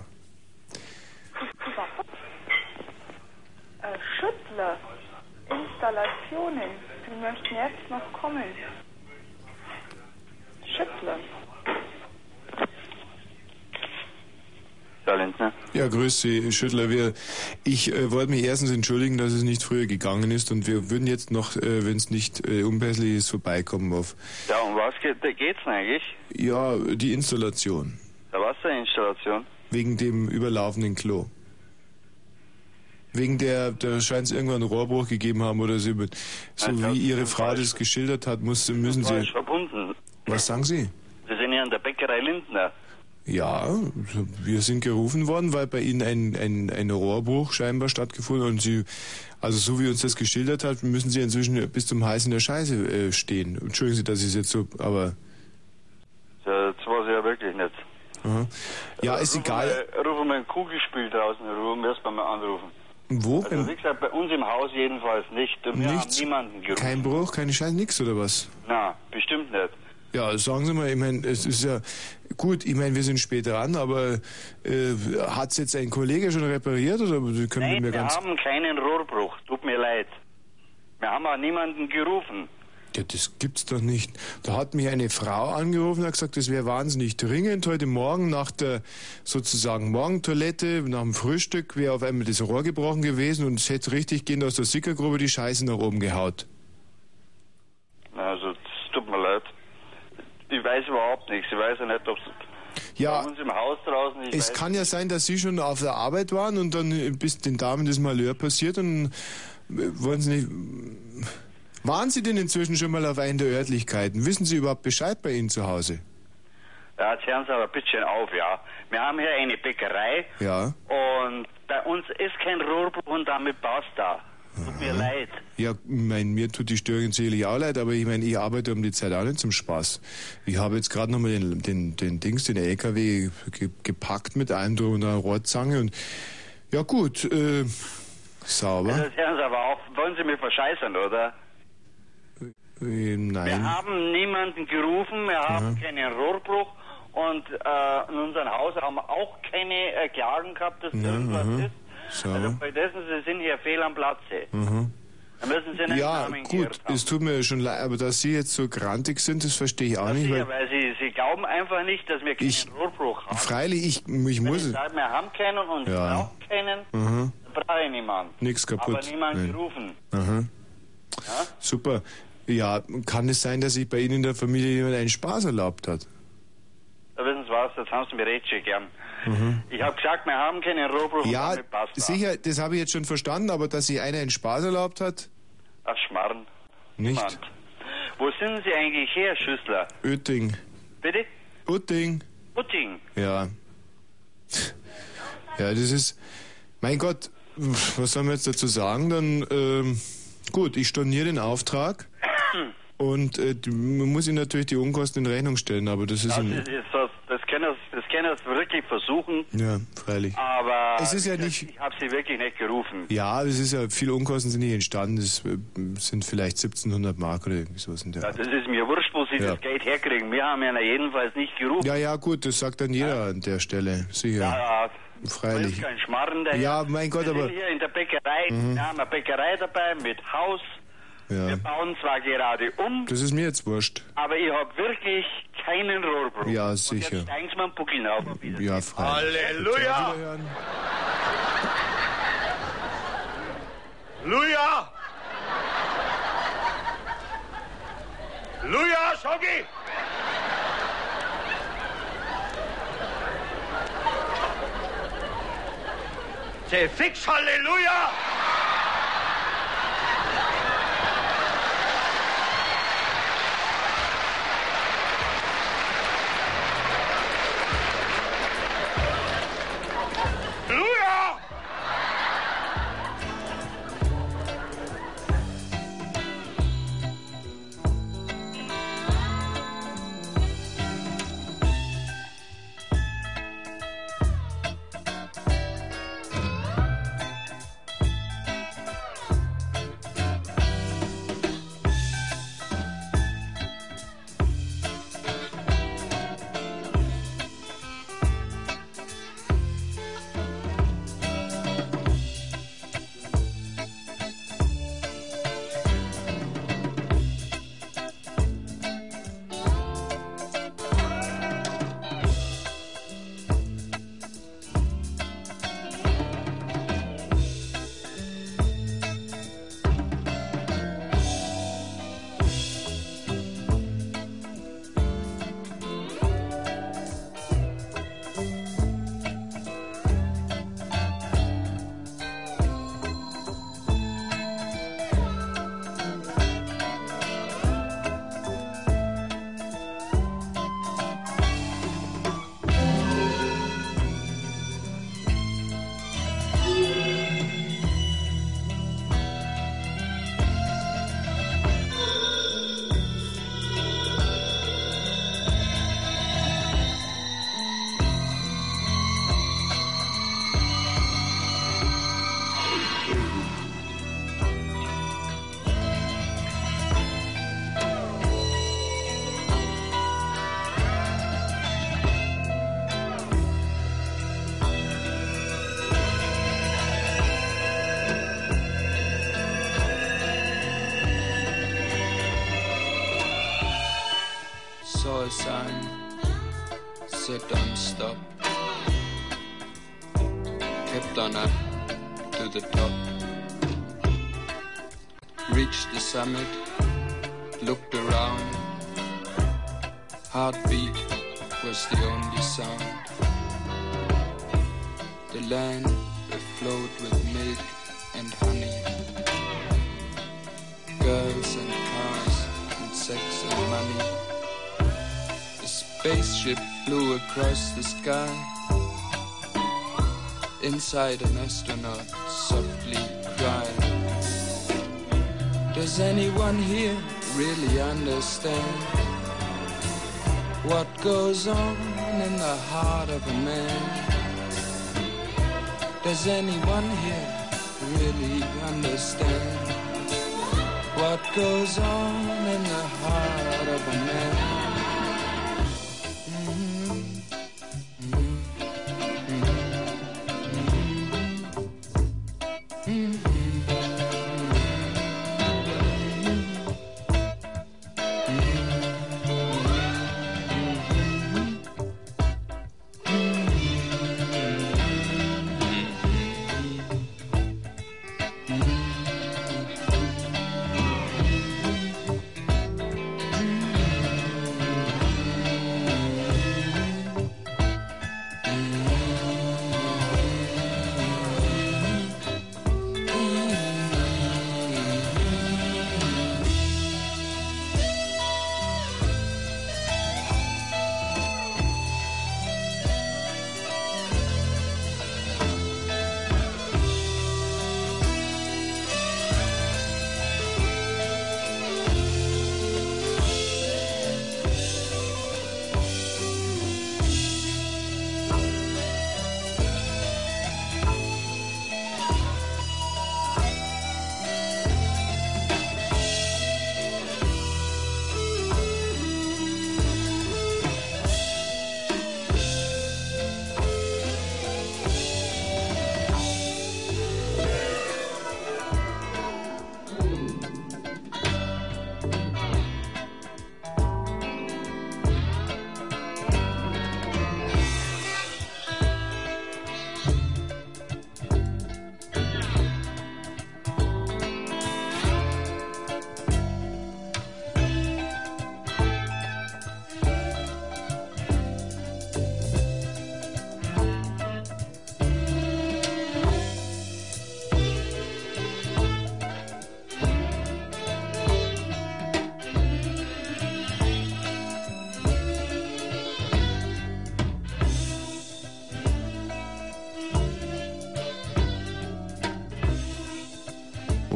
Äh, Schüttler. Installationen. Die möchten jetzt noch kommen. Schüttler. Ja, Lindner. Ja, grüß Sie, Schüttler. Wir, ich äh, wollte mich erstens entschuldigen, dass es nicht früher gegangen ist und wir würden jetzt noch, äh, wenn es nicht äh, unpässlich ist, vorbeikommen auf... Ja, um was geht, geht's denn eigentlich? Ja, die Installation. Ja, was für eine Installation? Wegen dem überlaufenden Klo. Wegen der, da scheint es irgendwann einen Rohrbruch gegeben haben oder so, so Ja, wie das Ihre ist Frau falsch. das geschildert hat, musste, müssen Sie... Falsch verbunden. Was sagen Sie? Wir sind ja an der Bäckerei Lindner. Ja, wir sind gerufen worden, weil bei Ihnen ein, ein, ein Rohrbruch scheinbar stattgefunden hat und Sie, also so wie uns das geschildert hat, müssen Sie inzwischen bis zum Hals in der Scheiße äh, stehen. Entschuldigen Sie, dass ich es jetzt so, aber... Das weiß ich ja wirklich nicht. Aha. Ja, ist rufen egal. Wir, rufen wir ein Kugelspiel draußen, rufen wir erst mal anrufen. Wo? Also wie gesagt, bei uns im Haus jedenfalls nicht. Wir Nichts? haben niemanden gerufen. Kein Bruch, keine Scheiße, nix oder was? Na, bestimmt nicht. Ja, sagen Sie mal, ich meine, es ist ja gut, ich meine, wir sind spät dran, aber äh, hat es jetzt ein Kollege schon repariert oder können Nein, wir mir wir ganz... haben keinen Rohrbruch. Tut mir leid. Wir haben auch niemanden gerufen. Ja, das gibt's doch nicht. Da hat mich eine Frau angerufen und hat gesagt, das wäre wahnsinnig dringend. Heute Morgen nach der sozusagen Morgentoilette, nach dem Frühstück, wäre auf einmal das Rohr gebrochen gewesen und es hätte richtig gehend aus der Sickergrube die Scheiße nach oben gehaut. Also, es tut mir leid. Ich weiß überhaupt nichts. Ich weiß ja nicht, ob es Ja, bei uns im Haus draußen... Ich es weiß kann ja sein, dass Sie schon auf der Arbeit waren und dann äh, bis den Damen das Malheur passiert und äh, wollen Sie nicht... Waren Sie denn inzwischen schon mal auf einen der Örtlichkeiten? Wissen Sie überhaupt Bescheid bei Ihnen zu Hause? Ja, jetzt hören Sie aber ein bisschen auf, ja. Wir haben hier eine Bäckerei Ja. und bei uns ist kein Rohrbruch und damit basta. Tut mir leid. Ja, ich mein, mir tut die Störung sicherlich auch leid, aber ich meine, ich arbeite um die Zeit auch nicht zum Spaß. Ich habe jetzt gerade nochmal den, den, den Dings, den L K W ge gepackt mit einem drum und einer Rohrzange und ja gut, äh, sauber. Also, jetzt hören Sie aber auf. Wollen Sie mich verscheißern, oder? Äh, nein. Wir haben niemanden gerufen, wir haben Aha. keinen Rohrbruch und äh, in unserem Haus haben wir auch keine äh, Klagen gehabt, dass Ja, irgendwas aha. ist. So. Also bei dessen, Sie sind hier fehl am Platze. Mhm. Dann müssen Sie einen Ja, Namen gut, gehört haben. es tut mir schon leid, aber dass Sie jetzt so grantig sind, das verstehe ich auch nicht. Sicher, Weil weil Sie, Sie glauben einfach nicht, dass wir keinen Ich- Rohrbruch haben. freilich, ich, ich Wenn muss ich es. sage, wir haben keinen und Ja. brauchen keinen, Mhm. dann brauche ich niemanden. Nichts kaputt. Aber niemand Nein. gerufen. Aha. Ja? Super. Ja, kann es sein, dass sich bei Ihnen in der Familie jemand einen Spaß erlaubt hat? Da wissen Sie was, das haben Sie mir recht schon gern. Mhm. Ich habe gesagt, wir haben keinen Rohrbruch und Ja, damit passt das. sicher, das habe ich jetzt schon verstanden, aber dass sich einer einen Spaß erlaubt hat? Ach, Schmarrn. Nicht. Niemand. Wo sind Sie eigentlich her, Schüssler? Oetting. Bitte? Utting. Utting. Ja. Ja, das ist. Mein Gott, was soll man jetzt dazu sagen? Dann, ähm, gut, ich storniere den Auftrag und äh, die- man muss Ihnen natürlich die Unkosten in Rechnung stellen, aber das ist. Das, ein, ist, ist das, das können Sie das können Sie wirklich versuchen, ja, freilich. aber Es ist ja wie gesagt, nicht- ich habe Sie wirklich nicht gerufen. Ja, es ist ja, viele Unkosten sind nicht entstanden, es äh, sind vielleicht siebzehnhundert Mark oder irgendwie sowas in der Ja, Art. das ist mir wurscht, wo Sie Ja. das Geld herkriegen. Wir haben ja jedenfalls nicht gerufen. Ja, ja, gut, das sagt dann jeder an der Stelle, sicher. Ja, ja. Freilich. Das ist kein Schmarrn daher. Ja, mein Gott, wir aber- sind hier in der Bäckerei, Mhm. wir haben eine Bäckerei dabei mit Haus. Wir Ja. bauen zwar gerade um, Das ist mir jetzt wurscht. aber ich habe wirklich keinen Rohrbruch. Ja, Und sicher. jetzt steigen Sie mal einen Buckel auf. auf Wiedersehen. Ja, frei. Halleluja! Wiederhören. Luja! Luja, Schoggi! Say fix Halleluja! Luja! Saw a sign, said don't stop. Kept on up to the top. Reached the summit, looked around. Heartbeat was the only sound. The land afloat with milk and honey. Girls and cars and sex and money. A spaceship flew across the sky. Inside an astronaut softly cried. Does anyone here really understand what goes on in the heart of a man? Does anyone here really understand what goes on in the heart of a man?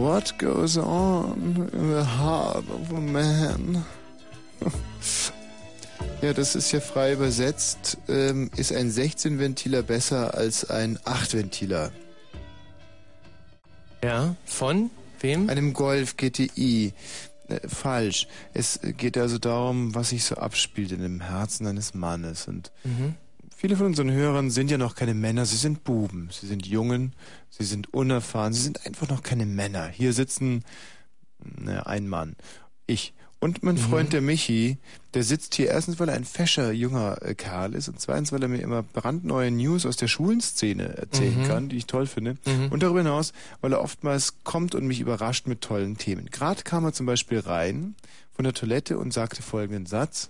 What goes on in the heart of a man? Ja, das ist ja frei übersetzt. Ähm, ist ein sechzehn-Ventiler besser als ein acht-Ventiler? Ja, von wem? Einem Golf G T I. Äh, falsch. Es geht also darum, was sich so abspielt in dem Herzen eines Mannes. Und Mhm. viele von unseren Hörern sind ja noch keine Männer, sie sind Buben, sie sind Jungen, sie sind unerfahren, sie sind einfach noch keine Männer. Hier sitzen ne, ein Mann, ich und mein Freund Mhm. der Michi, der sitzt hier erstens, weil er ein fescher, junger äh, Kerl ist und zweitens, weil er mir immer brandneue News aus der Schulenszene erzählen Mhm. kann, die ich toll finde. Mhm. Und darüber hinaus, weil er oftmals kommt und mich überrascht mit tollen Themen. Gerade kam er zum Beispiel rein von der Toilette und sagte folgenden Satz.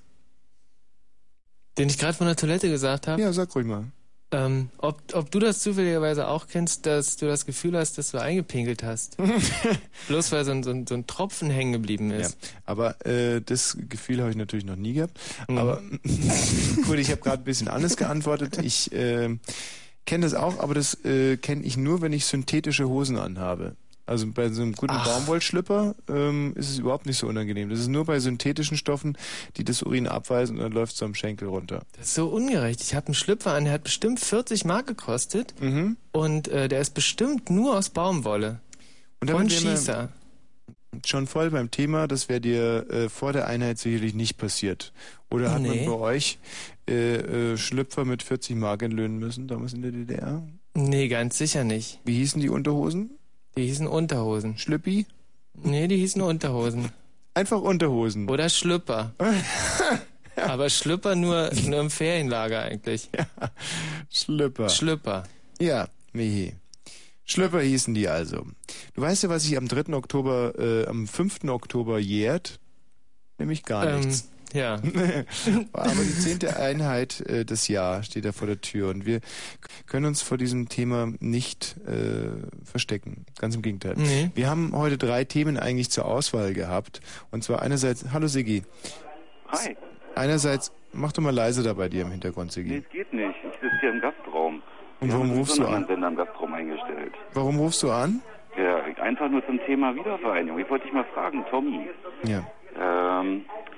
Den ich gerade von der Toilette gesagt habe? Ja, sag ruhig mal. Ähm, ob, ob du das zufälligerweise auch kennst, dass du das Gefühl hast, dass du eingepinkelt hast. Bloß weil so ein, so ein, so ein Tropfen hängen geblieben Ja, ist. aber äh, das Gefühl habe ich natürlich noch nie gehabt. Mhm. Aber gut, ich habe gerade ein bisschen anders geantwortet. Ich äh, kenne das auch, aber das äh, kenne ich nur, wenn ich synthetische Hosen anhabe. Also bei so einem guten Ach. Baumwollschlüpper ähm, ist es überhaupt nicht so unangenehm. Das ist nur bei synthetischen Stoffen, die das Urin abweisen und dann läuft es am Schenkel runter. Das ist so ungerecht. Ich habe einen Schlüpfer an, der hat bestimmt vierzig Mark gekostet Mhm. und äh, der ist bestimmt nur aus Baumwolle. Und Von damit wären wir Schießer. schon voll beim Thema, das wäre dir äh, vor der Einheit sicherlich nicht passiert. Oder hat Nee. man bei euch äh, äh, Schlüpfer mit vierzig Mark entlöhnen müssen, damals in der D D R? Nee, ganz sicher nicht. Wie hießen die Unterhosen? Die hießen Unterhosen. Schlüppi? Nee, die hießen Unterhosen. Einfach Unterhosen. Oder Schlüpper. Aber Schlüpper nur, nur im Ferienlager eigentlich. Schlüpper. Schlüpper. Ja, Michi. Schlüpper hießen die also. Du weißt ja, was sich am dritten Oktober, äh, am fünften Oktober jährt? Nämlich gar Ähm, nichts. Ja. Aber die zehnte Einheit äh, des Jahres steht da vor der Tür und wir können uns vor diesem Thema nicht äh, verstecken. Ganz im Gegenteil. Nee. Wir haben heute drei Themen eigentlich zur Auswahl gehabt. Und zwar einerseits, hallo Sigi. Hi. Einerseits, mach doch mal leise da bei dir im Hintergrund, Sigi. Nee, es geht nicht. Ich sitze hier im Gastraum. Und Wir warum haben rufst so du einen an? anderen Sender im Gastraum eingestellt. Warum rufst du an? Ja, einfach nur zum Thema Wiedervereinigung. Ich wollte dich mal fragen, Tommy. Ja. Ähm,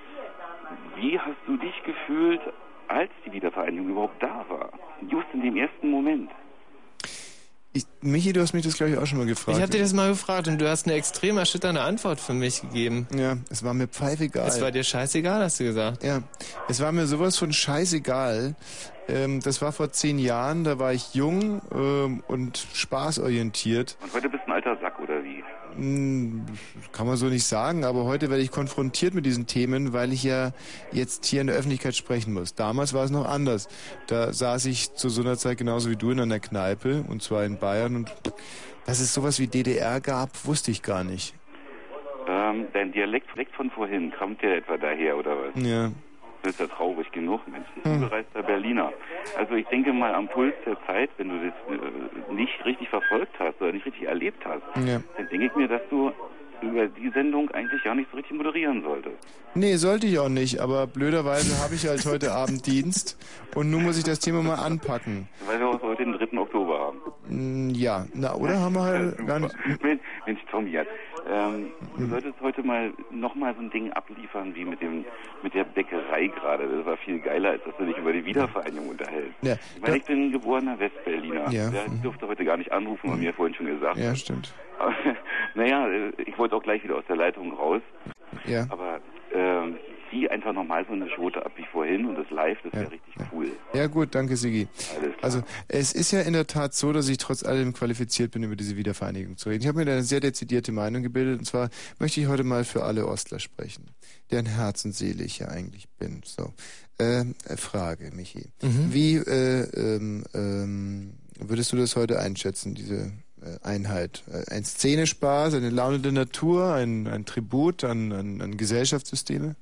wie hast du dich gefühlt, als die Wiedervereinigung überhaupt da war? Just in dem ersten Moment. Ich, Michi, du hast mich das, glaube ich, auch schon mal gefragt. Ich habe dir das mal gefragt und du hast eine extrem erschütternde Antwort für mich gegeben. Ja, es war mir pfeifegal. Es war dir scheißegal, hast du gesagt. Ja, es war mir sowas von scheißegal. Ähm, das war vor zehn Jahren, da war ich jung ähm, und spaßorientiert. Und heute bist du ein alter Sack, oder wie? Hm, kann man so nicht sagen, aber heute werde ich konfrontiert mit diesen Themen, weil ich ja jetzt hier in der Öffentlichkeit sprechen muss. Damals war es noch anders. Da saß ich zu so einer Zeit genauso wie du in einer Kneipe, und zwar in Bayern, und dass es sowas wie D D R gab, wusste ich gar nicht. Ähm, dein Dialekt von vorhin, kommt der etwa daher, oder was? Ja. Das ist ja traurig genug, Mensch. Ein zugereister Berliner. Also ich denke mal am Puls der Zeit, wenn du das äh, nicht richtig verfolgt hast oder nicht richtig erlebt hast, Ja. dann denke ich mir, dass du über die Sendung eigentlich gar nicht so richtig moderieren solltest. Nee, sollte ich auch nicht, aber blöderweise habe ich halt heute Abend Dienst und nun muss ich das Thema mal anpacken. Weil wir auch heute den dritten Oktober haben. Mm, Ja, na, oder haben wir halt gar nicht... Mensch, Mensch Tommy, jetzt, ähm, du solltest heute mal nochmal so ein Ding abliefern wie mit dem mit der Bäckerei gerade. Das war viel geiler, als dass du dich über die Wiedervereinigung unterhältst. Ja, ich meine, ich bin ein geborener Westberliner. Ja. Ja, ich durfte heute gar nicht anrufen, weil mir vorhin schon gesagt. Ja, stimmt. Aber, naja, ich wollte auch gleich wieder aus der Leitung raus. Ja. Aber ähm, zieh einfach nochmal so eine Schote ab wie vorhin und das live, das wäre richtig cool. Ja gut, danke Sigi. Alles klar. Also es ist ja in der Tat so, dass ich trotz allem qualifiziert bin, über diese Wiedervereinigung zu reden. Ich habe mir da eine sehr dezidierte Meinung gebildet, und zwar möchte ich heute mal für alle Ostler sprechen, deren Herz und Seele ich ja eigentlich bin. So, äh, Frage, Michi. Mhm. Wie äh, ähm, ähm, würdest du das heute einschätzen, diese äh, Einheit? Äh, ein Szenespaß, eine Laune der Natur, ein, ein Tribut an, an, an Gesellschaftssysteme?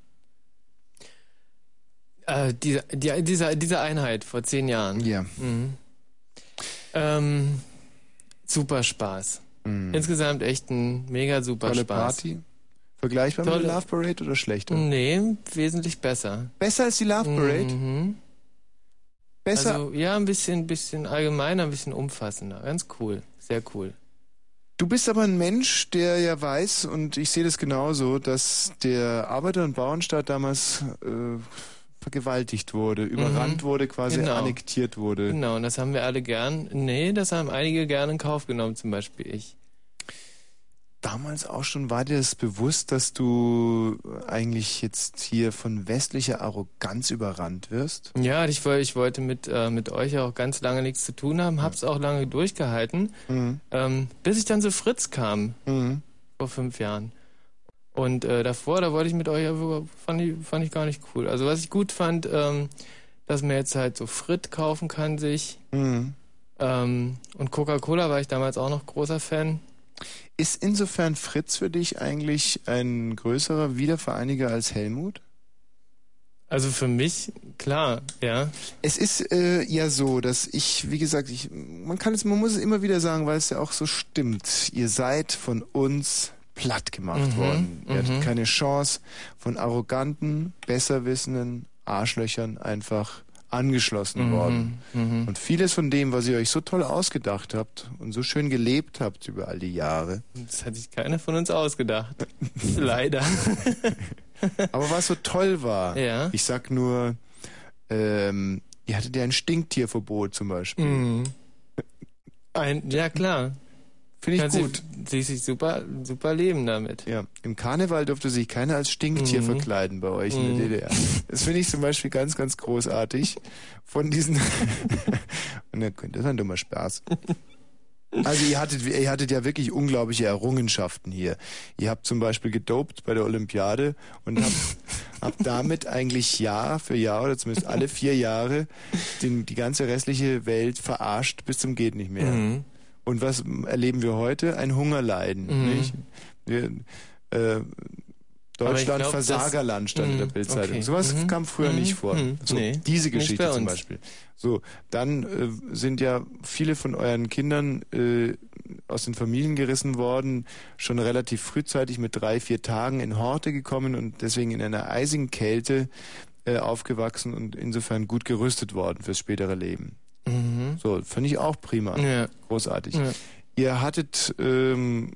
Äh, diese, die, diese, diese Einheit vor zehn Jahren. Ja. Mhm. Ähm, super Spaß. Mhm. Insgesamt echt ein mega super Tolle Spaß. Party? Vergleichbar mit Tolle- der Love Parade oder schlechter? Nee, wesentlich besser. Besser als die Love Parade? Mhm. Besser? Also, ja, ein bisschen, bisschen allgemeiner, ein bisschen umfassender. Ganz cool. Sehr cool. Du bist aber ein Mensch, der ja weiß, und ich sehe das genauso, dass der Arbeiter- und Bauernstaat damals äh, vergewaltigt wurde, überrannt Mhm. wurde, quasi Genau. annektiert wurde. Genau, und das haben wir alle gern. Nee, das haben einige gern in Kauf genommen, zum Beispiel ich. Damals auch schon, war dir das bewusst, dass du eigentlich jetzt hier von westlicher Arroganz überrannt wirst? Ja, ich, woll- ich wollte mit, äh, mit euch auch ganz lange nichts zu tun haben, hab's auch lange durchgehalten, Mhm. ähm, bis ich dann zu Fritz kam, Mhm. vor fünf Jahren. Und äh, davor, da wollte ich mit euch, aber fand ich, fand ich gar nicht cool. Also was ich gut fand, ähm, dass man jetzt halt so Frit kaufen kann sich. Mhm. Ähm, und Coca-Cola war ich damals auch noch großer Fan. Ist insofern Fritz für dich eigentlich ein größerer Wiedervereiniger als Helmut? Also für mich, klar, ja. Es ist äh, ja so, dass ich, wie gesagt, ich, man kann es, man muss es immer wieder sagen, weil es ja auch so stimmt. Ihr seid von uns platt gemacht Mhm, worden. Ihr hattet mhm. keine Chance, von arroganten, besserwissenden Arschlöchern einfach angeschlossen Mhm, worden. mhm. Und vieles von dem, was ihr euch so toll ausgedacht habt und so schön gelebt habt über all die Jahre. Das hat sich keiner von uns ausgedacht. Leider. Aber was so toll war, Ja. ich sag nur, ähm, ihr hattet ja ein Stinktierverbot zum Beispiel. Mhm. Ein, ja, klar. Finde ich Kann sie- gut. Sie sich super, super leben damit. Ja, im Karneval durfte sich keiner als Stinktier Mhm. verkleiden bei euch in Mhm. der D D R. Das finde ich zum Beispiel ganz, ganz großartig. Von diesen. Und das war ein dummer Spaß. Also ihr hattet, ihr hattet ja wirklich unglaubliche Errungenschaften hier. Ihr habt zum Beispiel gedopt bei der Olympiade und habt, habt damit eigentlich Jahr für Jahr oder zumindest alle vier Jahre den, die ganze restliche Welt verarscht bis zum geht nicht mehr. Mhm. Und was erleben wir heute? Ein Hungerleiden. Mhm. Nicht? Wir, äh, Aber ich Deutschland glaub, Versagerland das- stand in der Mhm, Bildzeitung. okay. Sowas Mhm, kam früher mhm, nicht vor. mhm. So, Nee, diese nicht Geschichte bei zum uns. Beispiel. So, dann äh, sind ja viele von euren Kindern äh, aus den Familien gerissen worden, schon relativ frühzeitig mit drei, vier Tagen in Horte gekommen und deswegen in einer eisigen Kälte äh, aufgewachsen und insofern gut gerüstet worden fürs spätere Leben. Mhm. So, finde ich auch prima. Ja. Großartig. Ja. Ihr hattet ähm,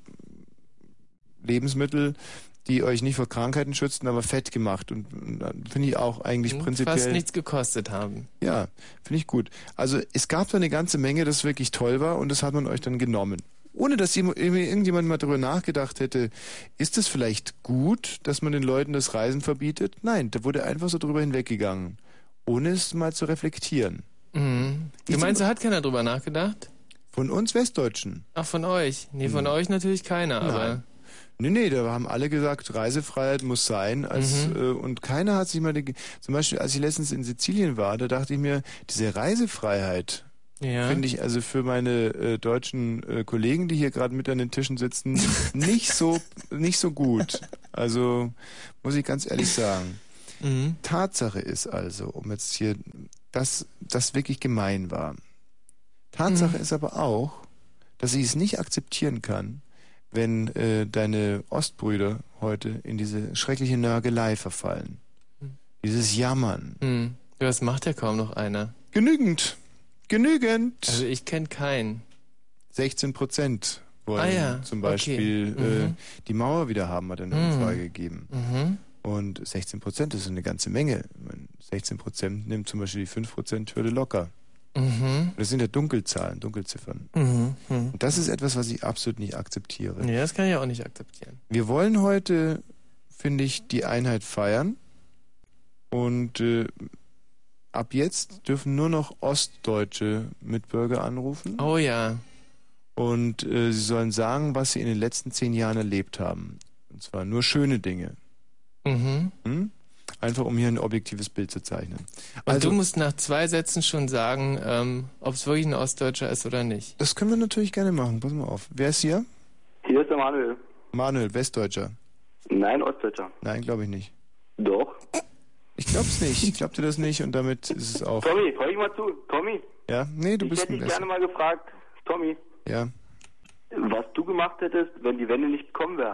Lebensmittel, die euch nicht vor Krankheiten schützten, aber fett gemacht. Und, und finde ich auch eigentlich Mhm, prinzipiell... Fast nichts gekostet haben. Ja, finde ich gut. Also es gab da eine ganze Menge, das wirklich toll war und das hat man euch dann genommen. Ohne dass jem- irgendjemand mal darüber nachgedacht hätte, ist es vielleicht gut, dass man den Leuten das Reisen verbietet? Nein, da wurde einfach so drüber hinweggegangen, ohne es mal zu reflektieren. Mhm. Du Ich meinst, zum- da hat keiner drüber nachgedacht? Von uns Westdeutschen. Ach, von euch? Nee, von Hm. euch natürlich keiner, aber... Nein. Nee, nee, da haben alle gesagt, Reisefreiheit muss sein. Als, Mhm. äh, und keiner hat sich mal... Die, zum Beispiel, als ich letztens in Sizilien war, da dachte ich mir, diese Reisefreiheit... Ja. Finde ich also für meine äh, deutschen äh, Kollegen, die hier gerade mit an den Tischen sitzen, nicht so nicht so gut. Also muss ich ganz ehrlich sagen. Mhm. Tatsache ist also, um jetzt hier, dass das wirklich gemein war. Tatsache Mhm. ist aber auch, dass ich es nicht akzeptieren kann, wenn äh, deine Ostbrüder heute in diese schreckliche Nörgelei verfallen. Mhm. Dieses Jammern. Hm. Ja, das macht ja kaum noch einer. Genügend. Genügend. Also ich kenne keinen. sechzehn Prozent wollen Ah ja, zum okay. Beispiel Mhm. äh, die Mauer wieder haben, hat eine Mhm. Umfrage gegeben. Mhm. Und sechzehn Prozent, das ist eine ganze Menge. Ich meine, sechzehn Prozent nimmt zum Beispiel die fünf Prozent Hürde locker. Mhm. Das sind ja Dunkelzahlen, Dunkelziffern. Mhm. Mhm. Und das ist etwas, was ich absolut nicht akzeptiere. Ja, das kann ich auch nicht akzeptieren. Wir wollen heute, finde ich, die Einheit feiern. Und äh, ab jetzt dürfen nur noch ostdeutsche Mitbürger anrufen. Oh ja. Und äh, sie sollen sagen, was sie in den letzten zehn Jahren erlebt haben. Und zwar nur schöne Dinge. Mhm. Hm? Einfach um hier ein objektives Bild zu zeichnen. Und Also, du musst nach zwei Sätzen schon sagen, ähm, ob es wirklich ein Ostdeutscher ist oder nicht. das können wir natürlich gerne machen. Pass mal auf. Wer ist hier? Hier ist der Manuel. Manuel, Westdeutscher. Nein, Ostdeutscher. Nein, glaube ich nicht. Doch. Ich glaub's nicht. Ich glaub dir das nicht und damit ist es auch. Tommy, hör ich mal zu. Tommy, Ja? Nee, du ich bist hätte ein dich gerne Besser. mal gefragt, Tommy, Ja. was du gemacht hättest, wenn die Wende nicht gekommen wäre.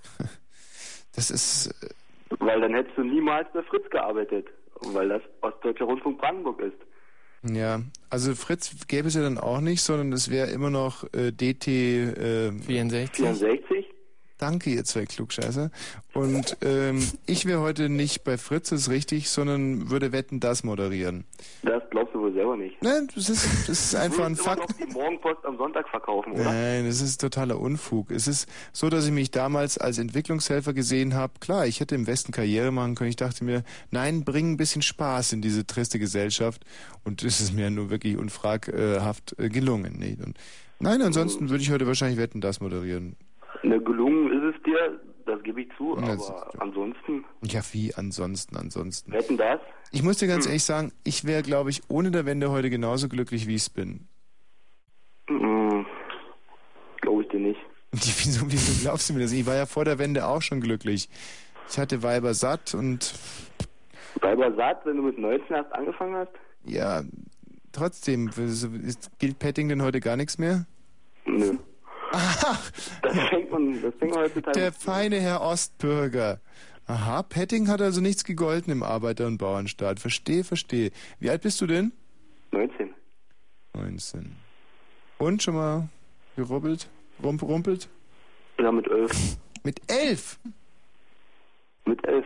Das ist. äh, Weil dann hättest du niemals bei Fritz gearbeitet, weil das Ostdeutscher Rundfunk Brandenburg ist. Ja, also Fritz gäbe es ja dann auch nicht, sondern es wäre immer noch äh, D T äh, vierundsechzig. vierundsechzig? Danke, ihr zwei Klugscheißer. Und ähm, ich wäre heute nicht bei Fritz, das ist richtig, sondern würde Wetten, das moderieren. Das glaubst du wohl selber nicht. Nein, das ist, das ist einfach ein Du willst immer Fakt. noch die Morgenpost am Sonntag verkaufen, oder? Nein, das ist totaler Unfug. Es ist so, dass ich mich damals als Entwicklungshelfer gesehen habe. Klar, ich hätte im Westen Karriere machen können. Ich dachte mir, nein, bring ein bisschen Spaß in diese triste Gesellschaft. Und es ist mir nur wirklich unfraghaft äh, gelungen. Nee. Und nein, ansonsten würde ich heute wahrscheinlich Wetten, das moderieren. Ne, gelungen ist es dir, das gebe ich zu, Ja, aber das- ansonsten, Ja, wie ansonsten, ansonsten. wetten das? Ich muss dir ganz Hm. ehrlich sagen, ich wäre, glaube ich, ohne der Wende heute genauso glücklich, wie ich es bin. Hm, glaube ich dir nicht. Wieso, wieso glaubst du mir das? Ich war ja vor der Wende auch schon glücklich. Ich hatte Weiber satt und Weiber satt, wenn du mit neunzehn hast angefangen hast? ja, trotzdem, ist, ist, gilt Petting denn heute gar nichts mehr? Nö. Das fängt man, das fängt man heutzutage. Der feine Herr Ostbürger. Aha, Petting hat also nichts gegolten im Arbeiter- und Bauernstaat. Verstehe, verstehe. Wie alt bist du denn? neunzehn. neunzehn. Und schon mal gerubbelt? Rump, rumpelt? Ja, mit elf. Mit elf? Mit elf.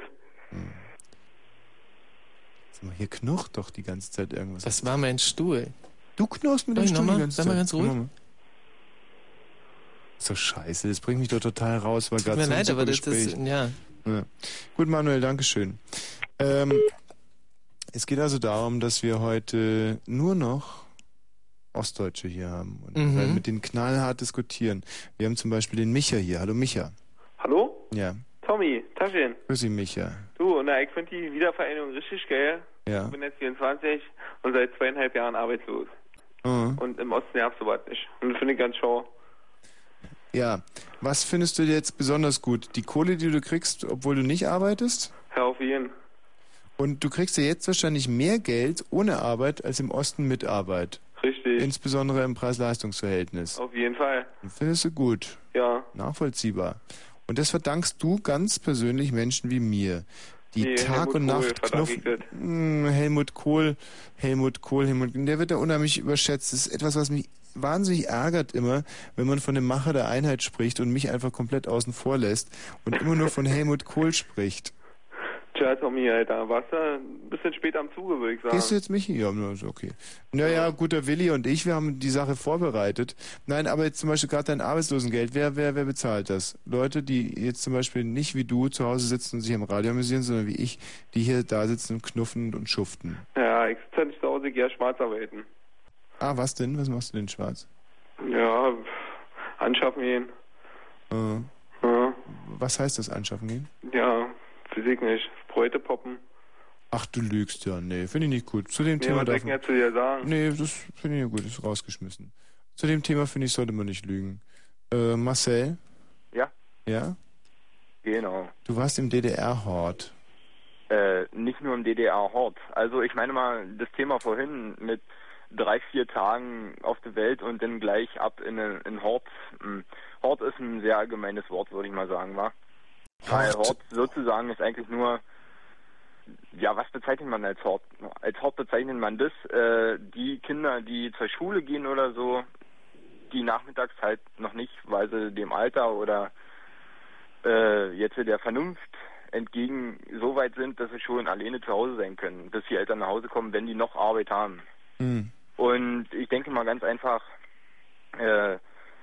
Sag mal, hier knurrt doch die ganze Zeit irgendwas. Das war mein Stuhl. Du knurrst mit dem Soll ich Stuhl noch die mal? ganze Sag Zeit. mal ganz ruhig. Mach mal. So scheiße, das bringt mich doch total raus, weil Tut gerade mir so ein leid, super aber das Gespräch. ist, ja. Ja. Gut, Manuel, Dankeschön. Ähm, es geht also darum, dass wir heute nur noch Ostdeutsche hier haben und Mhm. äh, mit denen knallhart diskutieren. Wir haben zum Beispiel den Micha hier. Hallo Micha. Hallo? Ja, Tommy, Taschen. grüß dich Micha. Du, na, ich finde die Wiedervereinigung richtig geil. Ja. Ich bin jetzt vierundzwanzig und seit zweieinhalb Jahren arbeitslos. Mhm. Und im Osten nervt sowas nicht. Und das finde ich ganz schau. Ja, was findest du jetzt besonders gut? Die Kohle, die du kriegst, obwohl du nicht arbeitest? Hör auf jeden. Und du kriegst ja jetzt wahrscheinlich mehr Geld ohne Arbeit als im Osten mit Arbeit. Richtig. Insbesondere im Preis-Leistungs-Verhältnis. Auf jeden Fall. Findest du gut? Ja. Nachvollziehbar. Und das verdankst du ganz persönlich Menschen wie mir, die Nee, Tag Helmut und Kohl Nacht verdanke ich knuffen. das. Hm, Helmut Kohl, Helmut Kohl, Helmut, der wird da unheimlich überschätzt. Das ist etwas, was mich wahnsinnig ärgert immer, wenn man von dem Macher der Einheit spricht und mich einfach komplett außen vor lässt und immer nur von Helmut Kohl spricht. Tja, Tommy, Alter, warst du ein bisschen spät am Zuge, würde ich sagen. Gehst du jetzt Michi? Ja, na, ist okay. Naja, gut, der Willi und ich, wir haben die Sache vorbereitet. Nein, aber jetzt zum Beispiel gerade dein Arbeitslosengeld, wer, wer, wer bezahlt das? Leute, die jetzt zum Beispiel nicht wie du zu Hause sitzen und sich am Radio amüsieren, sondern wie ich, die hier da sitzen und knuffen und schuften. Ja, ich sitze nicht zu Hause, ich gehe schwarz arbeiten. Ah, was denn? Was machst du denn schwarz? Ja, anschaffen gehen. Äh, Ja, was heißt das, anschaffen gehen? ja, Physik nicht. Bräute poppen. Ach, du lügst ja. Nee, finde ich nicht gut. Zu dem Nee, Thema was soll ich darf denn jetzt zu dir sagen? Nee, das finde ich ja gut, ist rausgeschmissen. Zu dem Thema, finde ich, sollte man nicht lügen. Äh, Marcel? Ja, Ja? genau. Du warst im D D R-Hort. Äh, nicht nur im D D R-Hort. Also ich meine mal, das Thema vorhin mit drei, vier Tagen auf der Welt und dann gleich ab in ein Hort. Hm. Hort ist ein sehr allgemeines Wort, würde ich mal sagen, wa? Weil Hort sozusagen ist eigentlich nur, ja, was bezeichnet man als Hort? Als Hort bezeichnet man das, äh, die Kinder, die zur Schule gehen oder so, die nachmittags halt noch nicht, weil sie dem Alter oder äh, jetzt der Vernunft entgegen so weit sind, dass sie schon alleine zu Hause sein können, bis die Eltern nach Hause kommen, wenn die noch Arbeit haben. Hm. Und ich denke mal ganz einfach, äh,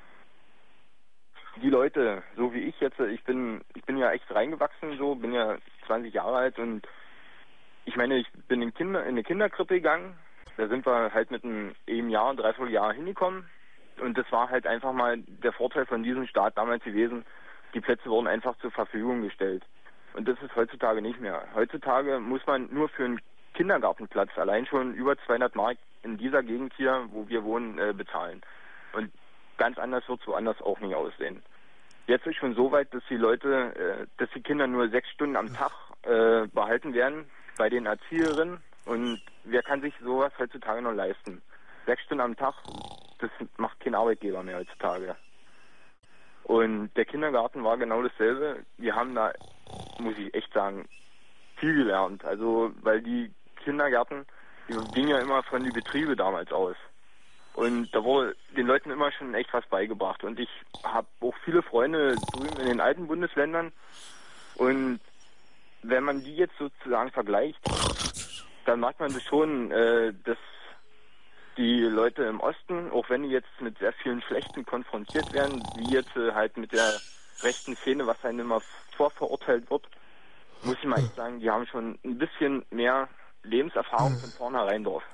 die Leute, so wie ich jetzt, ich bin, ich bin ja echt reingewachsen, so, bin ja zwanzig Jahre alt und ich meine, ich bin in, Kinder, in eine Kinderkrippe gegangen, da sind wir halt mit einem, einem Jahr, ein Dreivierteljahr hingekommen und das war halt einfach mal der Vorteil von diesem Staat damals gewesen, die Plätze wurden einfach zur Verfügung gestellt. Und das ist heutzutage nicht mehr. Heutzutage muss man nur für einen Kindergartenplatz allein schon über zweihundert Mark in dieser Gegend hier, wo wir wohnen, äh, bezahlen. Und ganz anders wird es woanders auch nicht aussehen. Jetzt ist schon so weit, dass die Leute, äh, dass die Kinder nur sechs Stunden am Tag äh, behalten werden bei den Erzieherinnen. Und wer kann sich sowas heutzutage noch leisten? Sechs Stunden am Tag, das macht kein Arbeitgeber mehr heutzutage. Und der Kindergarten war genau dasselbe. Wir haben da, muss ich echt sagen, viel gelernt. Also, weil die Kindergärten ging ja immer von den Betrieben damals aus. Und da wurde den Leuten immer schon echt was beigebracht. Und ich habe auch viele Freunde drüben in den alten Bundesländern. Und wenn man die jetzt sozusagen vergleicht, dann merkt man das schon, äh, dass die Leute im Osten, auch wenn die jetzt mit sehr vielen Schlechten konfrontiert werden, wie jetzt äh, halt mit der rechten Szene, was einem immer vorverurteilt wird, muss ich mal echt sagen, die haben schon ein bisschen mehr Lebenserfahrung von vornherein drauf.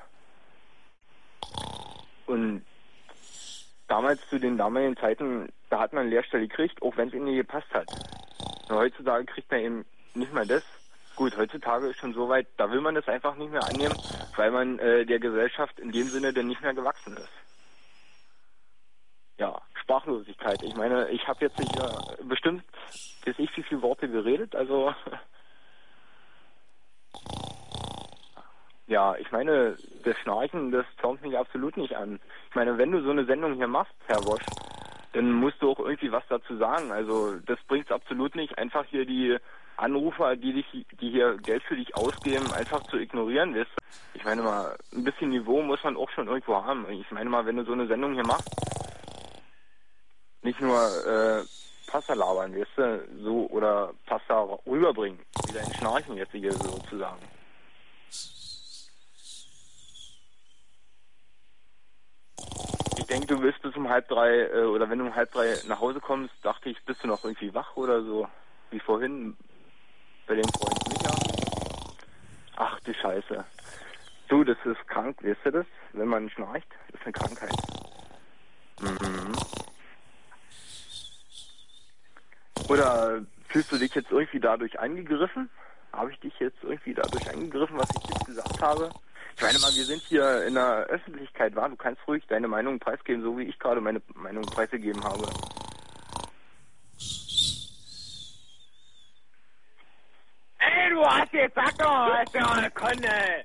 Und damals, zu den damaligen Zeiten, da hat man eine Lehrstelle gekriegt, auch wenn es ihnen nicht gepasst hat. Und heutzutage kriegt man eben nicht mehr das. Gut, heutzutage ist schon so weit, da will man das einfach nicht mehr annehmen, weil man äh, der Gesellschaft in dem Sinne dann nicht mehr gewachsen ist. Ja, Sprachlosigkeit. Ich meine, ich habe jetzt hier bestimmt, weiß ich, wie viele Worte geredet, also... Ja, ich meine, das Schnarchen, das turnt mich absolut nicht an. Ich meine, wenn du so eine Sendung hier machst, Herr Wosch, dann musst du auch irgendwie was dazu sagen. Also das bringt's absolut nicht, einfach hier die Anrufer, die dich, die hier Geld für dich ausgeben, einfach zu ignorieren, weißt du? Ich meine mal, ein bisschen Niveau muss man auch schon irgendwo haben. Ich meine mal, wenn du so eine Sendung hier machst, nicht nur äh, Pasta labern, weißt du, so, oder Pasta rüberbringen, wie dein Schnarchen jetzt hier sozusagen. Ich denke, du bist bis um halb drei, äh, oder wenn du um halb drei nach Hause kommst, dachte ich, bist du noch irgendwie wach oder so, wie vorhin bei dem Freund Micha. Ach du Scheiße. Du, das ist krank, weißt du das? Wenn man schnarcht, das ist eine Krankheit. Mhm. Oder fühlst du dich jetzt irgendwie dadurch angegriffen? Habe ich dich jetzt irgendwie dadurch angegriffen, was ich jetzt gesagt habe? Ich meine mal, wir sind hier in der Öffentlichkeit, wahr? Du kannst ruhig deine Meinung preisgeben, so wie ich gerade meine Meinung preisgegeben habe. Ey, du hast jetzt Sack, hast ja eine Konne!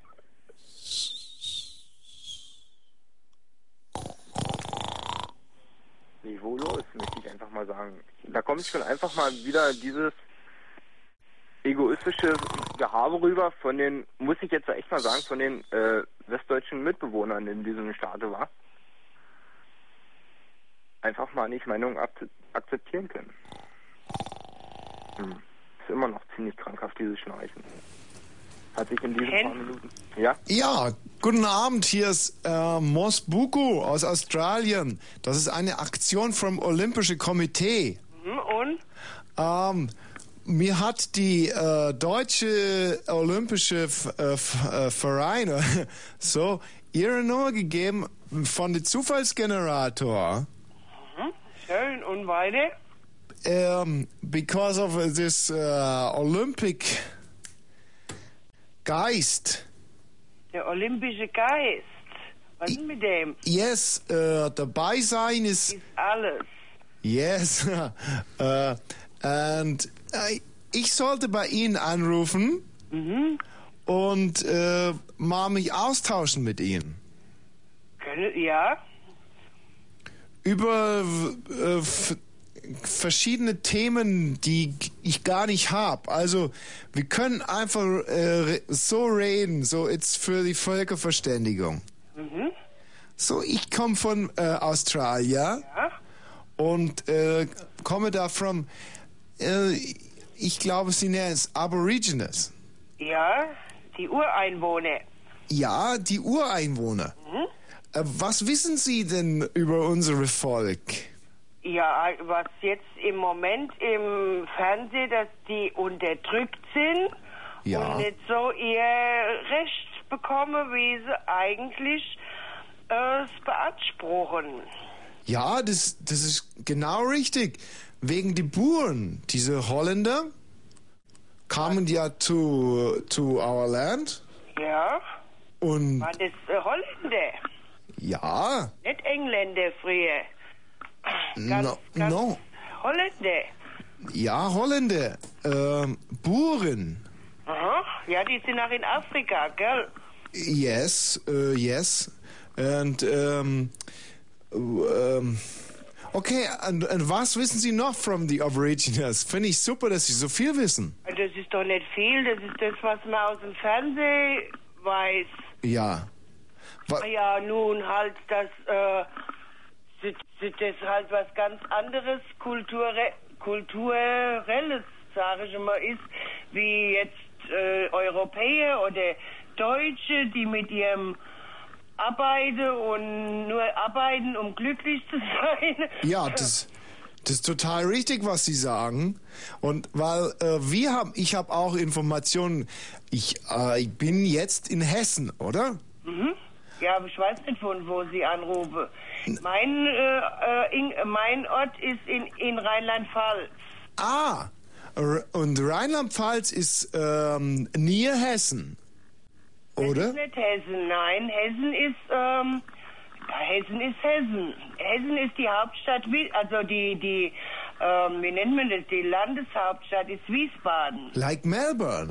Niveaulos, möchte ich einfach mal sagen. Da kommt schon einfach mal wieder dieses egoistische Gehabe rüber von den, muss ich jetzt echt mal sagen, von den äh, westdeutschen Mitbewohnern in diesem Staate, war. Einfach mal nicht Meinung akzeptieren können. Hm. Ist immer noch ziemlich krankhaft, dieses Schnarchen. Hat sich in diesen Ken? paar Minuten... Ja? Ja, guten Abend, hier ist äh, Mos Buku aus Australien. Das ist eine Aktion vom Olympischen Komitee. Mhm, und? Ähm... Mir hat die äh, deutsche olympische F äh, F äh, Verein so ihre Nummer gegeben von dem Zufallsgenerator. Mhm. Schön, und weiter? Um, because of this uh, Olympic Geist. Der olympische Geist. Was ist mit dem? Yes, uh, dabei sein ist... Ist alles. Yes. uh, and uh, ich sollte bei Ihnen anrufen mhm. und uh, mal mich austauschen mit Ihnen. Können, ja? Über uh, verschiedene Themen, die ich gar nicht habe. Also wir können einfach äh, so reden, so ist für die Völkerverständigung. Mhm. So, ich komme von äh, Australien ja? und äh, komme da von, äh, ich glaube, sie nennen es Aborigines. Ja, die Ureinwohner. Ja, die Ureinwohner. Mhm. Äh, was wissen Sie denn über unser Volk? Ja, was jetzt im Moment im Fernsehen, dass die unterdrückt sind ja. und nicht so ihr Recht bekommen, wie sie eigentlich äh, es beanspruchen. Ja, das, das ist genau richtig. Wegen die Buren, diese Holländer, kamen ja zu, zu our land. Ja. Und... Waren das äh, Holländer? Ja. Nicht Engländer früher. Ganz, no, ganz no. Holländer. Ja, Holländer. Ähm, Buren. Aha. Ja, die sind auch in Afrika, gell? Yes, uh, yes. Und, ähm, ähm, okay, und, und was wissen Sie noch from the Aborigines? Finde ich super, dass Sie so viel wissen. Das ist doch nicht viel, das ist das, was man aus dem Fernsehen weiß. Ja. Wa- Ja, nun halt das, äh, das das halt was ganz anderes, Kulture, kulturelles, sage ich mal, ist, wie jetzt äh, Europäer oder Deutsche, die mit ihrem Arbeiten und nur arbeiten, um glücklich zu sein. Ja, das, das ist total richtig, was Sie sagen. Und weil äh, wir haben, ich habe auch Informationen. Ich, äh, ich bin jetzt in Hessen, oder? Mhm. Ja, aber ich weiß nicht, von wo Sie anrufen. Mein, äh, äh, in, mein Ort ist in, in Rheinland-Pfalz. Ah, R- und Rheinland-Pfalz ist ähm, näher Hessen, oder? Das ist nicht Hessen, nein. Hessen ist, ähm, Hessen ist Hessen. Hessen ist die Hauptstadt, Wi- also die, die, ähm, wie nennt man das, die Landeshauptstadt ist Wiesbaden. Like Melbourne.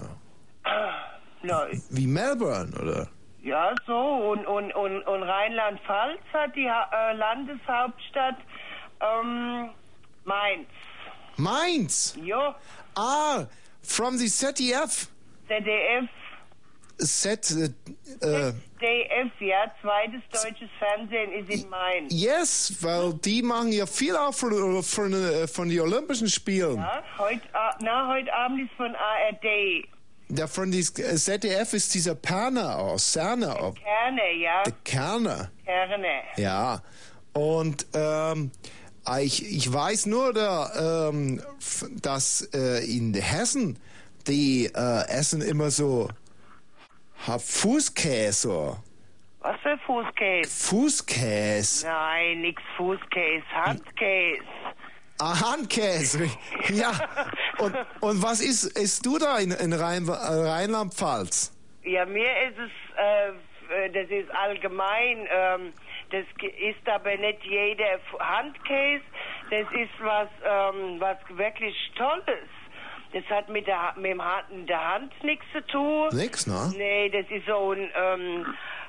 Nein. Wie Melbourne, oder? Ja, so. Und, und, und, und Rheinland-Pfalz hat die ha äh, Landeshauptstadt ähm, Mainz. Mainz? Jo. Ah, from the Z D F. Z D F. Z, äh, äh, Z D F, ja. Zweites deutsches Fernsehen ist in Mainz. yes, weil die machen ja viel auch von, von, äh, von den Olympischen Spielen. Ja, heute, äh, na, heute Abend ist von A R D. Der von die Z D F ist dieser Perner aus, Cerner. auf- Kerne, ja. Der Kerner. Kerne. Ja. Und ähm, ich, ich weiß nur, da, ähm, f- dass äh, in Hessen die äh, essen immer so ha- Fußkäse. Was für Fußkäse? Fußkäse. Nein, nix Fußkäse, Handkäse. Ah, Handkäse. Ja. Und, und was isst, isst du da in, in Rhein, Rheinland-Pfalz? Ja, mir ist es, äh, das ist allgemein, ähm, das ge- ist aber nicht jeder F- Handkäse, das ist was, ähm, was wirklich Tolles. Das hat mit der, Ha- mit dem Ha- mit der Hand nichts zu tun. Nix, ne? Nee, das ist so ein, ähm,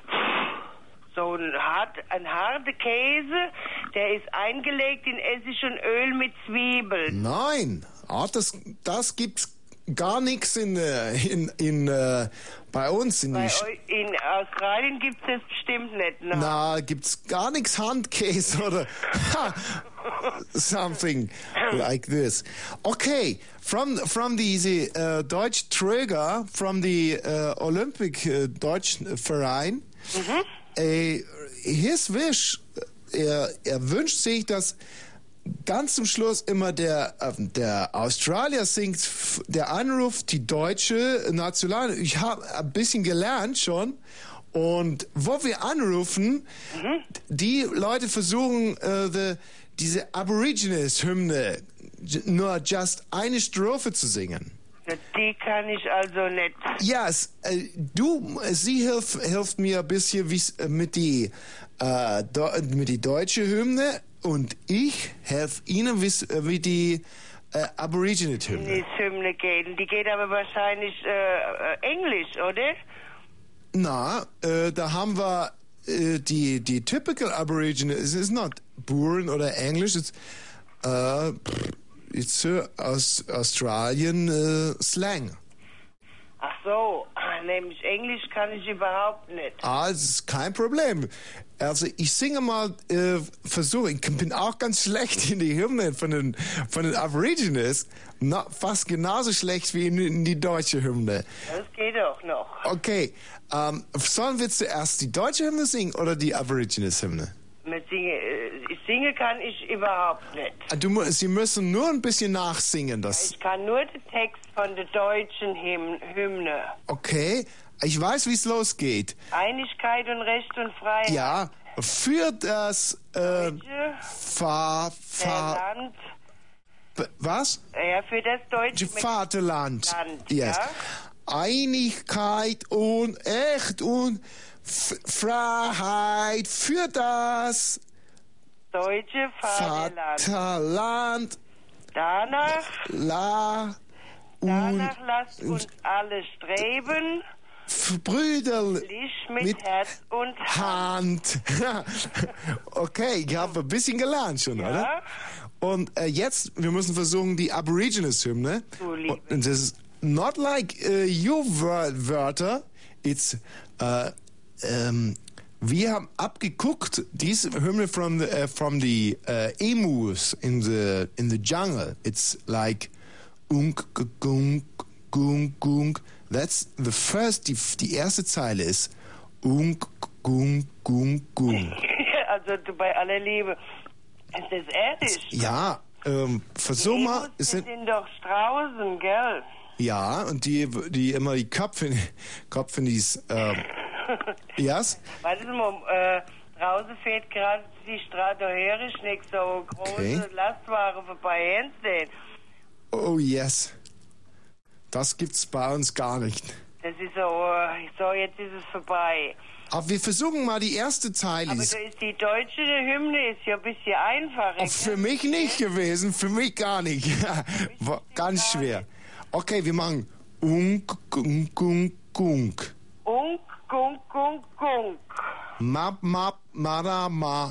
so ein, hart, ein harter Käse, der ist eingelegt in Essig und Öl mit Zwiebeln. Nein, ah, das, das gibt's gar nichts in, äh, in, in, äh, bei uns. In Bei die Sch- eu- in Australien gibt's das bestimmt nicht. Ne? Na, gibt's gar nichts Handkäse oder ha, something like this. Okay, from from the uh, Deutsch Träger, from the uh, Olympic uh, Deutsch Verein, äh, his wish, er, er wünscht sich, dass ganz zum Schluss immer der, äh, der Australier singt, f- der anruft die deutsche National. Ich habe ein bisschen gelernt schon. Und wo wir anrufen, die Leute versuchen, äh, the, diese Aborigines-Hymne j- nur just eine Strophe zu singen. Die kann ich also nicht. Ja, es, äh, du, sie hilft, hilft mir ein bisschen wie's, äh, mit die, äh, do, mit die deutsche Hymne und ich helfe ihnen wie's, äh, wie die äh, Aborigine-Hymne. Die Hymne geht. Die geht aber wahrscheinlich äh, äh, Englisch, oder? Na, äh, da haben wir äh, die, die typical Aborigine, es ist not Buren oder Englisch, it's, äh, it's uh, aus Australien äh, Slang. Ach so, nämlich Englisch kann ich überhaupt nicht. Ah, das ist kein Problem. Also ich singe mal, äh, versuche, ich bin auch ganz schlecht in die Hymne von den, von den Aborigines, na, fast genauso schlecht wie in, in die deutsche Hymne. Das geht doch noch. Okay, ähm, sollen wir zuerst die deutsche Hymne singen oder die Aborigines-Hymne? Mit singe, äh, singen kann ich überhaupt nicht. Ah, Du, mu- Sie müssen nur ein bisschen nachsingen, das. Ich kann nur den Text von der deutschen Hymn Hymne. Okay, ich weiß, wie es losgeht. Einigkeit und Recht und Freiheit. Ja, für das äh, Fa, Der Fa, Land, B- was? ja, für das deutsche Vaterland. Land, Yes. ja. Einigkeit und Echt und F Freiheit für das deutsche Vaterland. Vaterland. Danach, La danach lasst uns alle streben, Brüderlich mit, mit Herz und Hand. Okay, ich habe ein bisschen gelernt schon, Ja. oder? Und äh, jetzt, wir müssen versuchen, die Aborigines-Hymne. Du Liebe. Und das ist not like uh, your wor- Wörter, it's uh, ähm, wir haben abgeguckt, diese Hymne from the, uh, from the uh, emus in the, in the jungle. It's like unk, gunk, gunk, gunk. That's the first, die, die erste Zeile ist unk, gunk, gunk, gunk. Also du, bei aller Liebe, ist das erdisch? Ja, ähm, versuch mal. Die sind, sind doch Straußen, gell? Ja, und die, die immer die Köpfe, Köpfe, die's, ähm, yes? Weißt du mal, äh, draußen fährt gerade die Straße her, ist nicht so große Okay. Lastwagen vorbei, hinstehen. Oh yes. Das gibt's bei uns gar nicht. Das ist so, äh, so, jetzt ist es vorbei. Aber wir versuchen mal die erste Zeile. Aber Die ist da ist die deutsche Hymne ist ja ein bisschen einfacher. auch für mich nicht gewesen, für mich gar nicht. War ganz schwer. Okay, wir machen unk, gunk, gunk, gunk. Unk, gunk, gunk, gunk. Map, map, mara, ma.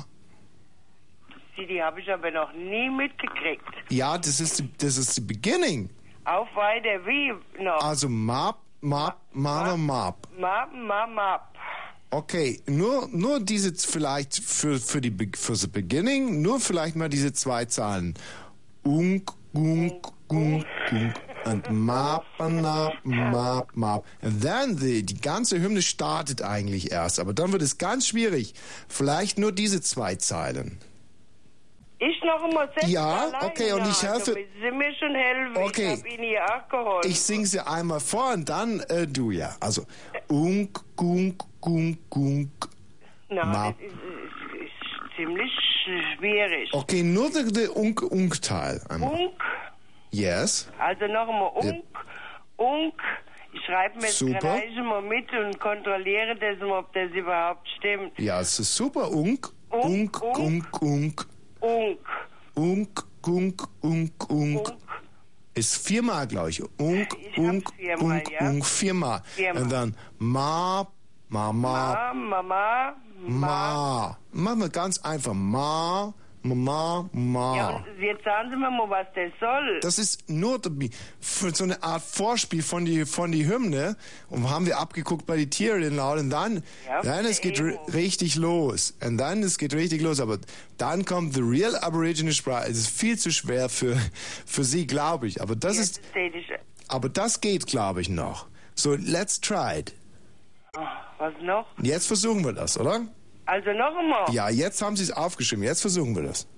Die, die habe ich aber noch nie mitgekriegt. Ja, das ist, die- das ist the beginning. Auf weiter wie noch. Also map, map, mara, map. Map, map, map. Okay, nur, nur diese z- vielleicht für, für die, Be- für the beginning, nur vielleicht mal diese zwei Zahlen. Unk, gunk, gunk, gunk. Und map, map, map, map. And then the, die ganze Hymne startet eigentlich erst, aber dann wird es ganz schwierig. Vielleicht nur diese zwei Zeilen. Ich noch einmal selbst Ja, alleine okay, und ich noch. helfe- Also, Sie mir schon helfen. Okay. Ich habe Ihnen ja auch geholfen. Ich sing sie einmal vor und dann äh, du ja. Also unk, gunk, gunk, gunk. Nein, map. das ist, ist, ist ziemlich schwierig. Okay, nur der, der unk, unk Teil. Einmal. Unk, Yes. also noch einmal Unk, Unk. Ich schreibe mir jetzt Super. gleich mal mit und kontrolliere das mal, ob das überhaupt stimmt. Ja, es ist super. Unk, unk, unk, unk. Unk. Unk, gunk, unk, unk. Ist viermal, glaube ich. Unk, unk, viermal, unk, ja. unk, viermal. Viermal. Und dann ma, ma, ma, Ma, Mama, ma. Machen wir ganz einfach. Ma, ma, ma. Ja, und jetzt sagen Sie mir mal, was das soll. Das ist nur die- für so eine Art Vorspiel von die von die Hymne und haben wir abgeguckt bei die Tiere den Laut und dann Ja, dann es geht Emo. ri- richtig los und dann es geht richtig los, aber dann kommt the real Aboriginal Sprache. Es ist viel zu schwer für für Sie, glaube ich, aber das ist aber das geht, glaube ich, noch. So let's try it. Was noch? Jetzt versuchen wir das, oder? Also noch einmal. Ja, jetzt haben Sie es aufgeschrieben. Jetzt versuchen wir das.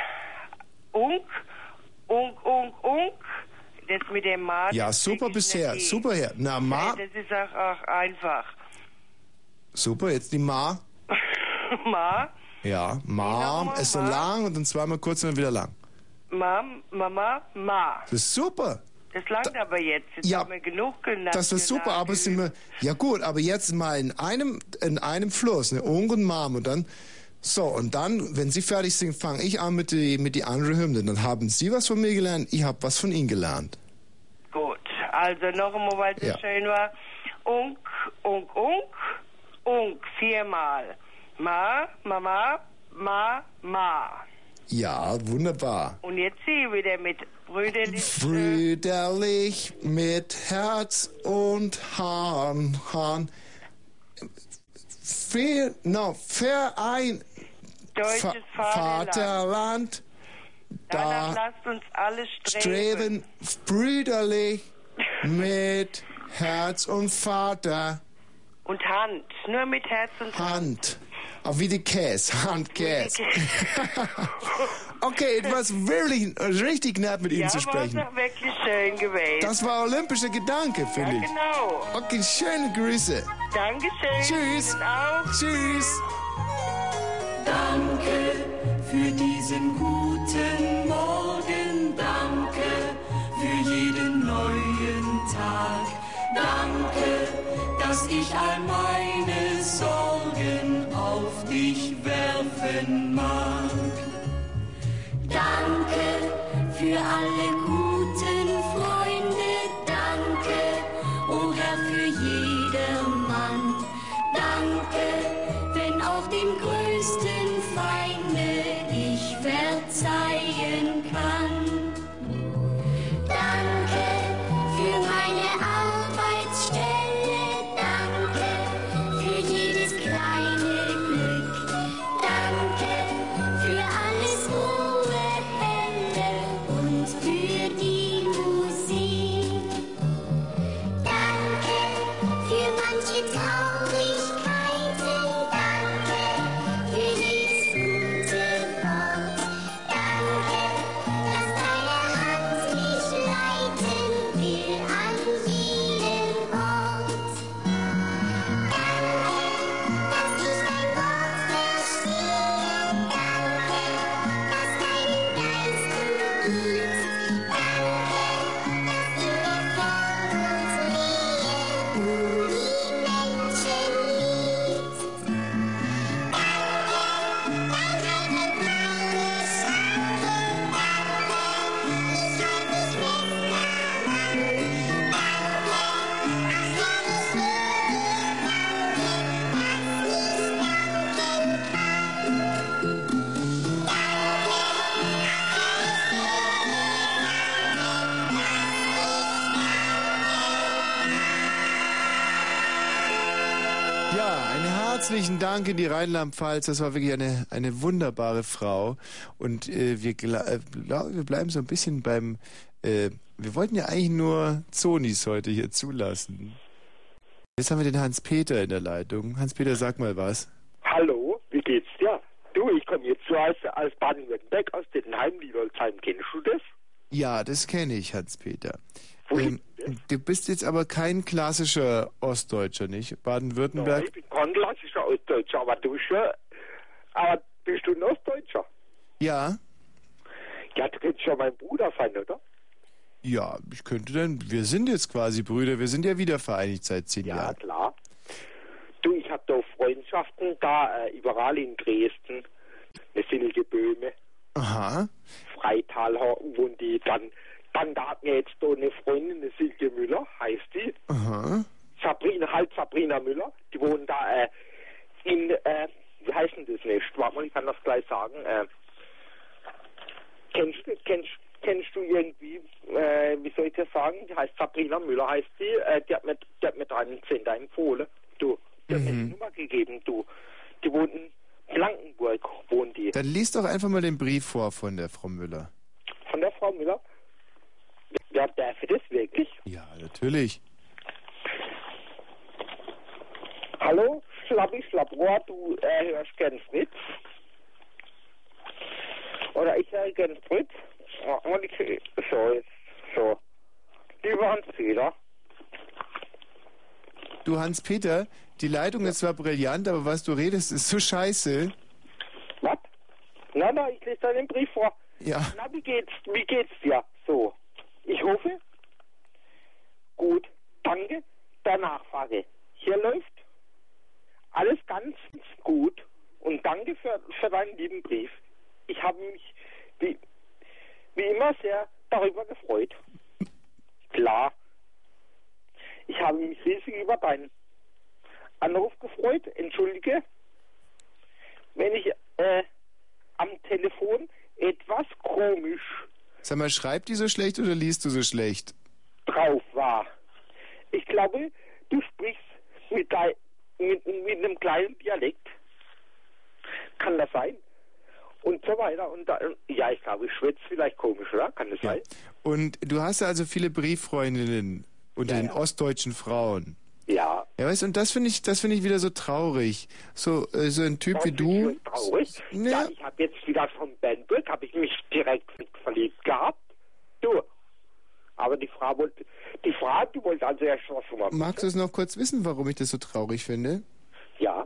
Unk, Unk, Unk, Unk. Das mit dem Ma. Ja, das super krieg ich bisher, nicht hin. super her. Na, Ma, Nee, das ist auch, auch einfach. super, jetzt die Ma. Ma, Ja, Ma nochmal, ist so Ma. lang und dann zweimal kurz und dann wieder lang. Ma, Mama, Ma. Das ist super. Das langt aber jetzt. Jetzt Ja, haben wir genug genannt. Das war super, aber sind wir, ja gut, aber jetzt mal in einem, in einem Fluss, ne, Ung und Mam und dann, so, und dann, wenn Sie fertig sind, fange ich an mit die, mit die andere Hymne. Dann haben Sie was von mir gelernt, ich habe was von Ihnen gelernt. Gut, also noch einmal, weil es Ja. so schön war. Unk, Unk, Unk, Unk, viermal. Ma, Mama, Ma, Ma. Ja, wunderbar. Und jetzt Sie wieder mit brüderlich. Brüderlich mit Herz und Hahn, Hahn. Für, no, Verein. Deutsches Fa- Vaterland. Vaterland. Danach Da lasst uns alle streben. streben brüderlich mit Herz und Vater. Und Hand, nur mit Herz und Hand. Hand. Auch wie die Käse. Hand, Käse. Okay, it was really richtig nett mit Ihnen Ja, zu war sprechen. doch wirklich schön gewesen. Das war olympischer Gedanke, finde ja, ich. genau. Okay, schöne Grüße. Dankeschön. Tschüss. Ihnen auch. Tschüss. Danke für diesen guten Morgen, danke für jeden neuen Tag. Danke, dass ich all meine Sorgen auf dich werfen mag. Danke für alle guten Freunde, danke, o Herr, für jedermann. Danke, wenn auch dem größten Feinde ich verzeihen kann. Danke für meine Arbeitsstelle, danke für jedes herzlichen Dank in die Rheinland-Pfalz. Das war wirklich eine, eine wunderbare Frau. Und äh, wir, äh, wir bleiben so ein bisschen beim... Äh, wir wollten ja eigentlich nur Zonis heute hier zulassen. Jetzt haben wir den Hans-Peter in der Leitung. Hans-Peter, sag mal was. Hallo, wie geht's dir? Du, ich komme jetzt so aus, aus Baden-Württemberg, aus Dettenheim, Liedolsheim. Kennst du das? Ja, das kenne ich, Hans-Peter. Ähm, du bist jetzt aber kein klassischer Ostdeutscher, nicht? Baden-Württemberg. Ja, ich bin kein klassischer Ostdeutscher, aber du schon. Aber bist du ein Ostdeutscher? Ja. Ja, du könntest ja mein Bruder sein, oder? Ja, ich könnte dann. Wir sind jetzt quasi Brüder, wir sind ja wieder vereinigt seit zehn Ja, Jahren. klar. Du, ich habe da Freundschaften da, äh, überall in Dresden. Eine Silke Böhme. Aha. Freital wohnt die. Dann, dann da hat mir jetzt da eine Freundin, eine Silke Müller, heißt die. Aha. Sabrina, halt Sabrina Müller. Die wohnen da äh, in, äh, wie heißt denn das nicht? Warte mal, ich kann das gleich sagen. Äh, kennst du, kennst, kennst du irgendwie, äh, wie soll ich das sagen? Die heißt Sabrina Müller, heißt die. Äh, die hat mir, die hat mir deinen Zehner empfohlen. Du, die hat mir die Nummer gegeben, du. Die wohnt in Blankenburg, wohnt die. Dann lies doch einfach mal den Brief vor von der Frau Müller. Von der Frau Müller? Ja, darf ich das wirklich? Ja, natürlich. Hallo, Schlappi Schlapprohr, du äh, hörst gern Fritz? Oder ich höre gern Fritz? Und ich, so, jetzt, so. Lieber Hans-Peter. Du Hans-Peter, die Leitung ist zwar brillant, aber was du redest, ist so scheiße. Was? Na, na, ich lese deinen Brief vor. Ja. Na, wie geht's, wie geht's dir? So. Ich hoffe. Gut. Danke der Nachfrage. Hier läuft alles ganz gut. Und danke für, für deinen lieben Brief. Ich habe mich wie, wie immer sehr darüber gefreut. Klar. Ich habe mich riesig über deinen Anruf gefreut. Entschuldige, wenn ich äh, am Telefon etwas komisch Sag mal, schreibt die so schlecht oder liest du so schlecht? drauf war. Ich glaube, du sprichst mit, dein, mit, mit einem kleinen Dialekt. Kann das sein? Und so weiter. Und da, ja, ich glaube, ich schwätze vielleicht komisch, oder? Kann das Ja. sein? Und du hast ja also viele Brieffreundinnen unter Ja, den ja. ostdeutschen Frauen. Ja. Ja, weißt du, und das finde ich, das finde ich wieder so traurig. So, äh, so ein Typ wie du. Traurig. Ja, ich habe jetzt wieder von Bernburg, habe ich mich direkt verliebt gehabt. Du. Aber die Frau wollte, die Frau, die wollte also ja schon mal. Magst du es noch kurz wissen, warum ich das so traurig finde? Ja.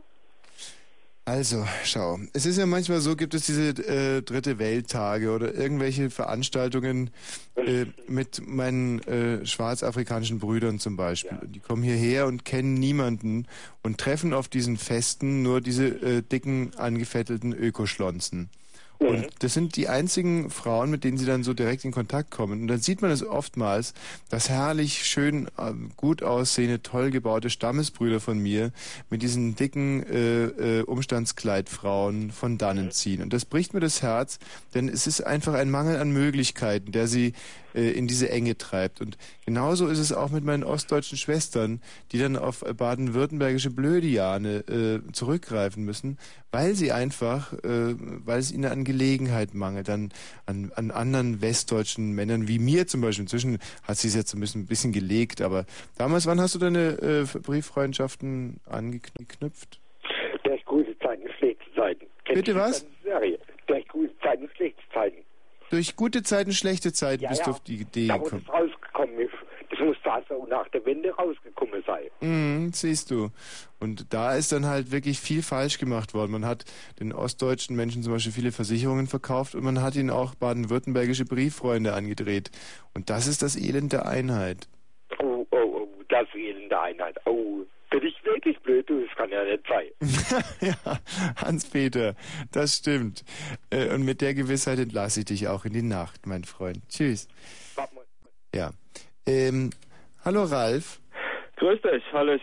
Also, schau, es ist ja manchmal so, gibt es diese äh, dritte Welttage oder irgendwelche Veranstaltungen äh, mit meinen äh, schwarzafrikanischen Brüdern zum Beispiel. Die kommen hierher und kennen niemanden und treffen auf diesen Festen nur diese äh, dicken, angefettelten Ökoschlonzen. Und das sind die einzigen Frauen, mit denen sie dann so direkt in Kontakt kommen. Und dann sieht man es oftmals, dass herrlich, schön, äh, gut aussehende, toll gebaute Stammesbrüder von mir mit diesen dicken äh, äh, Umstandskleidfrauen von dannen ziehen. Und das bricht mir das Herz, denn es ist einfach ein Mangel an Möglichkeiten, der sie äh, in diese Enge treibt. Und genauso ist es auch mit meinen ostdeutschen Schwestern, die dann auf äh, baden-württembergische Blödiane äh, zurückgreifen müssen, weil sie einfach, äh, weil es ihnen an Gelegenheit mangelt, an, an, an anderen westdeutschen Männern, wie mir zum Beispiel. Inzwischen hat sie es jetzt ein bisschen, ein bisschen gelegt, aber damals, wann hast du deine äh, Brieffreundschaften angeknüpft? Durch gute Zeiten, schlechte Zeiten. Kennst Bitte du was? die Serie? Durch gute Zeiten, schlechte Zeiten. Durch gute Zeiten, schlechte Zeiten Ja, bist ja. du auf die Idee Da, wo gekommen. das rausgekommen ist, das muss da so nach der Wende rausgekommen sein. Mhm, siehst du. Und da ist dann halt wirklich viel falsch gemacht worden. Man hat den ostdeutschen Menschen zum Beispiel viele Versicherungen verkauft und man hat ihnen auch baden-württembergische Brieffreunde angedreht. Und das ist das Elend der Einheit. Oh, oh, oh, das Elend der Einheit. Oh, bin ich wirklich blöd? Du, das kann ja nicht sein. Ja, Hans-Peter, das stimmt. Äh, Und mit der Gewissheit entlasse ich dich auch in die Nacht, mein Freund. Tschüss. Ja. Ähm, hallo Ralf. Grüß dich, Hallöchen.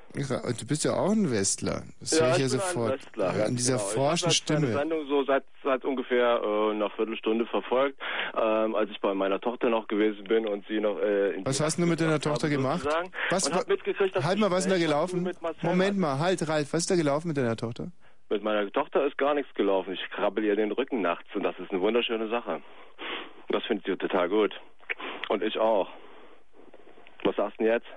Du bist ja auch ein Westler. Das ja, höre ich ja ich bin sofort. ein Westler, An ganz dieser genau. forschen ich habe Stimme. Ich habe Sendung so seit, seit ungefähr äh, einer Viertelstunde verfolgt, ähm, als ich bei meiner Tochter noch gewesen bin und sie noch äh, in Was hast du mit deiner Tochter habe, gemacht? sozusagen. Was, und hab mitgekriegt, dass halt mal, was ist da gelaufen? mit Marcel Moment hat. mal, halt, Ralf, was ist da gelaufen mit deiner Tochter? Mit meiner Tochter ist gar nichts gelaufen. Ich krabbel ihr den Rücken nachts und das ist eine wunderschöne Sache. Das findet sie total gut. Und ich auch. Was sagst du denn jetzt?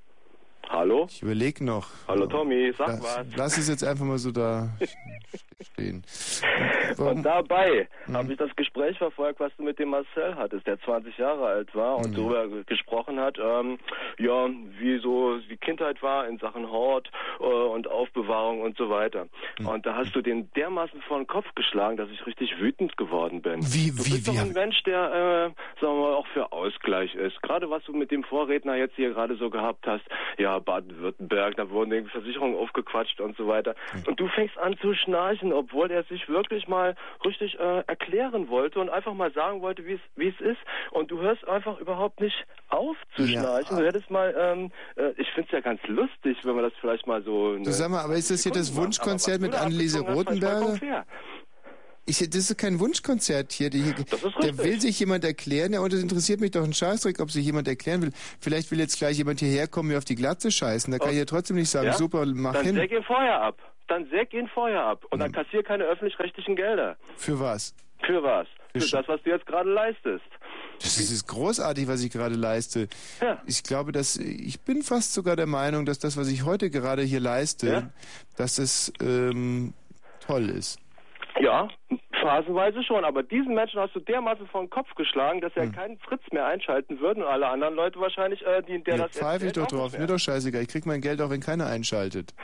Hallo? Ich überlege noch. Hallo Tommy, sag lass, was. Lass es jetzt einfach mal so da stehen. Warum? Und dabei Mhm. habe ich das Gespräch verfolgt, was du mit dem Marcel hattest, der zwanzig Jahre alt war und Mhm. darüber ge- gesprochen hat, ähm, ja, wie so die Kindheit war in Sachen Hort äh, und Aufbewahrung und so weiter. Mhm. Und da hast du den dermaßen vor den Kopf geschlagen, dass ich richtig wütend geworden bin. Wie, du wie, bist doch wie? ein Mensch, der, äh, sagen wir mal, auch für Ausgleich ist. Gerade was du mit dem Vorredner jetzt hier gerade so gehabt hast, ja, Baden-Württemberg, da wurden die Versicherungen aufgequatscht und so weiter. Und du fängst an zu schnarchen, obwohl er sich wirklich mal richtig äh, erklären wollte und einfach mal sagen wollte, wie es wie es ist. Und du hörst einfach überhaupt nicht auf zu Ja. schnarchen. Du hättest mal, ähm, äh, ich finde es ja ganz lustig, wenn man das vielleicht mal so... Du sag mal, aber ist das hier das Wunschkonzert mit Anneliese Rothenberger? Ich, das ist kein Wunschkonzert hier. Die, der will sich jemand erklären, ja, und das interessiert mich doch ein Scheißdreck, ob sich jemand erklären will. Vielleicht will jetzt gleich jemand hierher kommen, mir auf die Glatze scheißen. Da kann ich ja trotzdem nicht sagen, Ja? super, mach Dann hin. säg ihn vorher ab. Dann säg ihn vorher ab. Und dann kassier keine öffentlich-rechtlichen Gelder. Für was? Für was? Für Für das, was du jetzt gerade leistest. Das ist großartig, was ich gerade leiste. Ja. Ich glaube, dass ich bin fast sogar der Meinung, dass das, was ich heute gerade hier leiste, Ja. dass es ähm, toll ist. Ja, phasenweise schon. Aber diesen Menschen hast du dermaßen vor den Kopf geschlagen, dass Hm. er keinen Fritz mehr einschalten würden und alle anderen Leute wahrscheinlich, äh, die, der Ja, das pfeife ich erzählt, doch auch drauf, nicht mir mehr. doch scheißegal. Ich krieg mein Geld auch, wenn keiner einschaltet.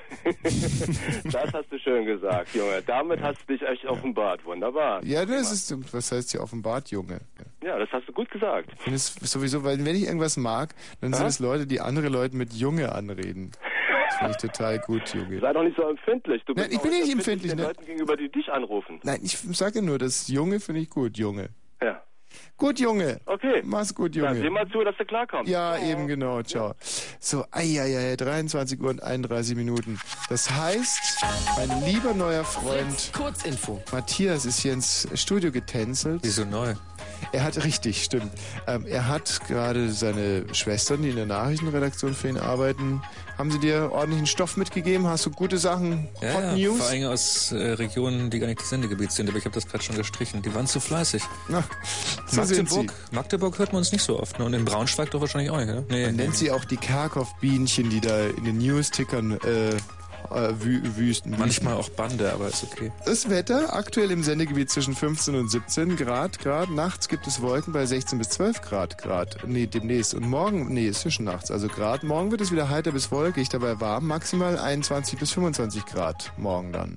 Das hast du schön gesagt, Junge. Damit hast du dich echt offenbart. Wunderbar. Ja, das ist, was heißt hier offenbart, Junge? Ja, das hast du gut gesagt. Ich finde es sowieso, weil wenn ich irgendwas mag, dann sind Aha. es Leute, die andere Leute mit Junge anreden. Das finde ich total gut, Junge. Sei doch nicht so empfindlich. Du Nein, bist ich auch bin nicht empfindlich, den ne? Leuten gegenüber, die dich anrufen. Nein, ich sage nur, das Junge finde ich gut, Junge. Ja. Gut, Junge. Okay. Mach's gut, Dann Junge. sieh mal zu, dass du klarkommst. Ja, eben genau, ciao. So, eieiei, dreiundzwanzig Uhr und einunddreißig Minuten. Das heißt, mein lieber neuer Freund Kurzinfo. Matthias ist hier ins Studio getänzelt. Wieso neu? Er hat, richtig, stimmt. Ähm, er hat gerade seine Schwestern, die in der Nachrichtenredaktion für ihn arbeiten, haben sie dir ordentlichen Stoff mitgegeben? Hast du gute Sachen, Ja, Hot ja, News? vor allem aus äh, Regionen, die gar nicht das Sendegebiet sind, aber ich habe das gerade schon gestrichen. Die waren zu fleißig. Na, so sind Magdeburg, Magdeburg hört man uns nicht so oft. Ne? Und in Braunschweig doch wahrscheinlich auch nicht, ne? Nee, Man nee. nennt sie auch die Kerkhoff-Bienchen, die da in den News-Tickern äh, äh, wü wüsten. Manchmal auch Bande, aber ist okay. Das Wetter aktuell im Sendegebiet zwischen fünfzehn und siebzehn Grad. Grad. Nachts gibt es Wolken bei sechzehn bis zwölf Grad. Grad. Nee, demnächst. Und morgen, nee, ist zwischen nachts. Also Grad. Morgen wird es wieder heiter bis wolkig, dabei warm. Maximal einundzwanzig bis fünfundzwanzig Grad. Morgen dann.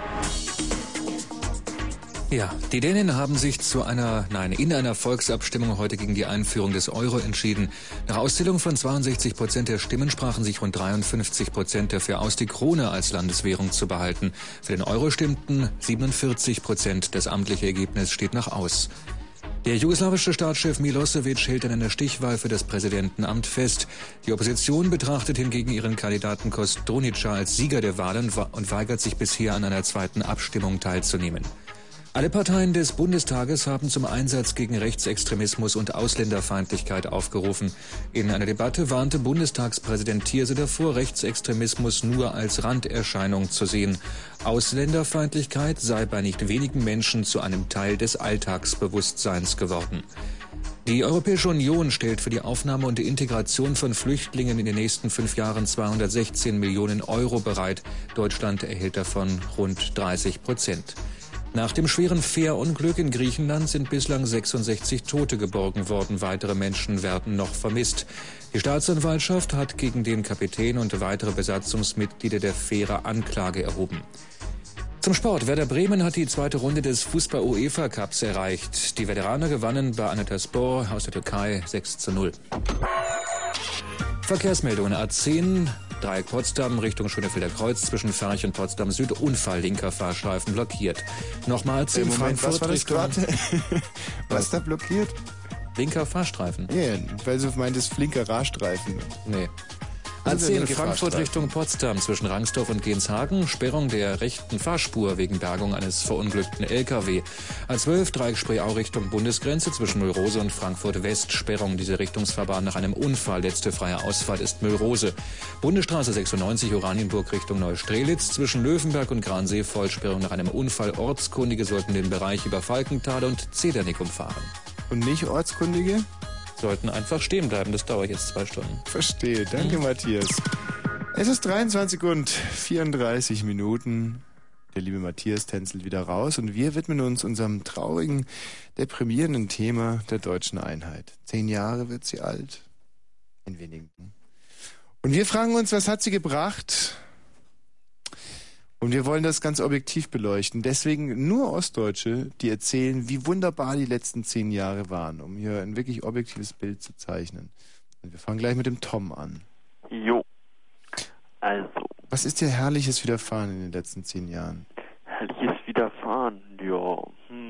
Ja, die Dänen haben sich zu einer, nein, in einer Volksabstimmung heute gegen die Einführung des Euro entschieden. Nach Auszählung von zweiundsechzig Prozent der Stimmen sprachen sich rund dreiundfünfzig Prozent dafür aus, die Krone als Landeswährung zu behalten. Für den Euro stimmten siebenundvierzig Prozent. Das amtliche Ergebnis steht noch aus. Der jugoslawische Staatschef Milosevic hält an einer Stichwahl für das Präsidentenamt fest. Die Opposition betrachtet hingegen ihren Kandidaten Kostunica als Sieger der Wahlen und weigert sich bisher an einer zweiten Abstimmung teilzunehmen. Alle Parteien des Bundestages haben zum Einsatz gegen Rechtsextremismus und Ausländerfeindlichkeit aufgerufen. In einer Debatte warnte Bundestagspräsident Thierse davor, Rechtsextremismus nur als Randerscheinung zu sehen. Ausländerfeindlichkeit sei bei nicht wenigen Menschen zu einem Teil des Alltagsbewusstseins geworden. Die Europäische Union stellt für die Aufnahme und die Integration von Flüchtlingen in den nächsten fünf Jahren zweihundertsechzehn Millionen Euro bereit. Deutschland erhält davon rund dreißig Prozent. Nach dem schweren Fährunglück in Griechenland sind bislang sechsundsechzig Tote geborgen worden. Weitere Menschen werden noch vermisst. Die Staatsanwaltschaft hat gegen den Kapitän und weitere Besatzungsmitglieder der Fähre Anklage erhoben. Zum Sport. Werder Bremen hat die zweite Runde des Fußball-UEFA-Cups erreicht. Die Veteraner gewannen bei Antalyaspor aus der Türkei sechs zu null. Verkehrsmeldungen A zehn, Dreieck Potsdam, Richtung Schönefelder Kreuz, zwischen Ferch und Potsdam Süd, Unfall, linker Fahrstreifen blockiert. Nochmal A zehn, Äh, Moment, Frankfurt, was war das Richtung... gerade? Was da blockiert? Linker Fahrstreifen. Ja, yeah, weil du meintest flinker Radstreifen. Nee. A zehn linke Frankfurt Fahrstreifen. Richtung Potsdam zwischen Rangsdorf und Genshagen. Sperrung der rechten Fahrspur wegen Bergung eines verunglückten L K W. A zwölf Dreieck Spreeau Richtung Bundesgrenze zwischen Müllrose und Frankfurt West. Sperrung dieser Richtungsfahrbahn nach einem Unfall. Letzte freie Ausfahrt ist Müllrose. Bundesstraße sechsundneunzig Oranienburg Richtung Neustrelitz zwischen Löwenberg und Gransee. Vollsperrung nach einem Unfall. Ortskundige sollten den Bereich über Falkenthal und Zedernick umfahren. Und nicht Ortskundige? Sollten einfach stehen bleiben. Das dauert jetzt zwei Stunden. Verstehe. Danke, hm. Matthias. Es ist dreiundzwanzig und vierunddreißig Minuten. Der liebe Matthias tänzelt wieder raus und wir widmen uns unserem traurigen, deprimierenden Thema der deutschen Einheit. Zehn Jahre wird sie alt. In wenigen. Und wir fragen uns, was hat sie gebracht? Und wir wollen das ganz objektiv beleuchten. Deswegen nur Ostdeutsche, die erzählen, wie wunderbar die letzten zehn Jahre waren, um hier ein wirklich objektives Bild zu zeichnen. Und wir fangen gleich mit dem Tom an. Jo. Also. Was ist dir Herrliches widerfahren in den letzten zehn Jahren? Herrliches widerfahren? Ja.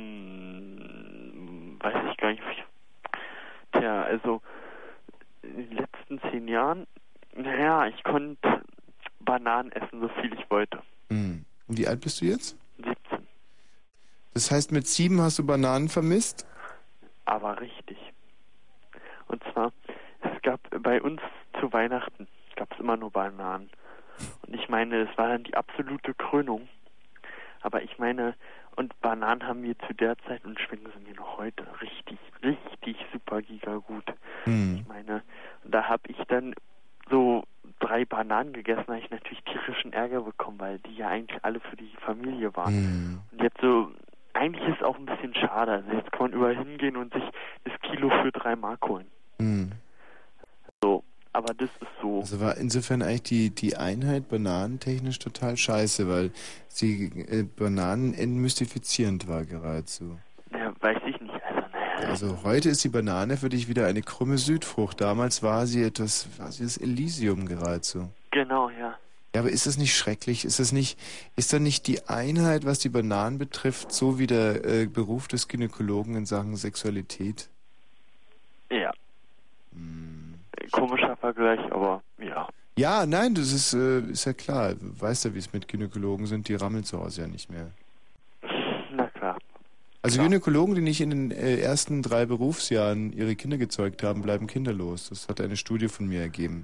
Hm, weiß ich gar nicht. Tja, also in den letzten zehn Jahren, naja, ich konnte Bananen essen, so viel ich wollte. Hm. Und wie alt bist du jetzt? siebzehn. Das heißt, mit sieben hast du Bananen vermisst? Aber richtig. Und zwar, es gab bei uns zu Weihnachten, gab es immer nur Bananen. Und ich meine, es war dann die absolute Krönung. Aber ich meine, und Bananen haben wir zu der Zeit und schmecken sie mir noch heute richtig, richtig super giga gut. Hm. Ich meine, und da habe ich dann so drei Bananen gegessen, habe ich natürlich tierischen Ärger bekommen, weil die ja eigentlich alle für die Familie waren. Mm. Und jetzt so, eigentlich ist es auch ein bisschen schade. Also jetzt kann man überall hingehen und sich das Kilo für drei Mark holen. Mm. So, aber das ist so. Also war insofern eigentlich die, die Einheit bananentechnisch total scheiße, weil sie äh, Bananen entmystifizierend war geradezu. Ja, weiß ich nicht. Also, naja. Also heute ist die Banane für dich wieder eine krumme Südfrucht. Damals war sie etwas, war sie das Elysium geradezu. Genau, ja. Ja, aber ist das nicht schrecklich? Ist das nicht, ist da nicht die Einheit, was die Bananen betrifft, so wie der äh, Beruf des Gynäkologen in Sachen Sexualität? Ja. Hm. Komischer Vergleich, aber ja. Ja, nein, das ist, äh, ist ja klar. Du weißt ja, wie es mit Gynäkologen sind, die rammeln zu Hause ja nicht mehr. Na klar. Also klar. Gynäkologen, die nicht in den äh, ersten drei Berufsjahren ihre Kinder gezeugt haben, bleiben kinderlos. Das hat eine Studie von mir ergeben.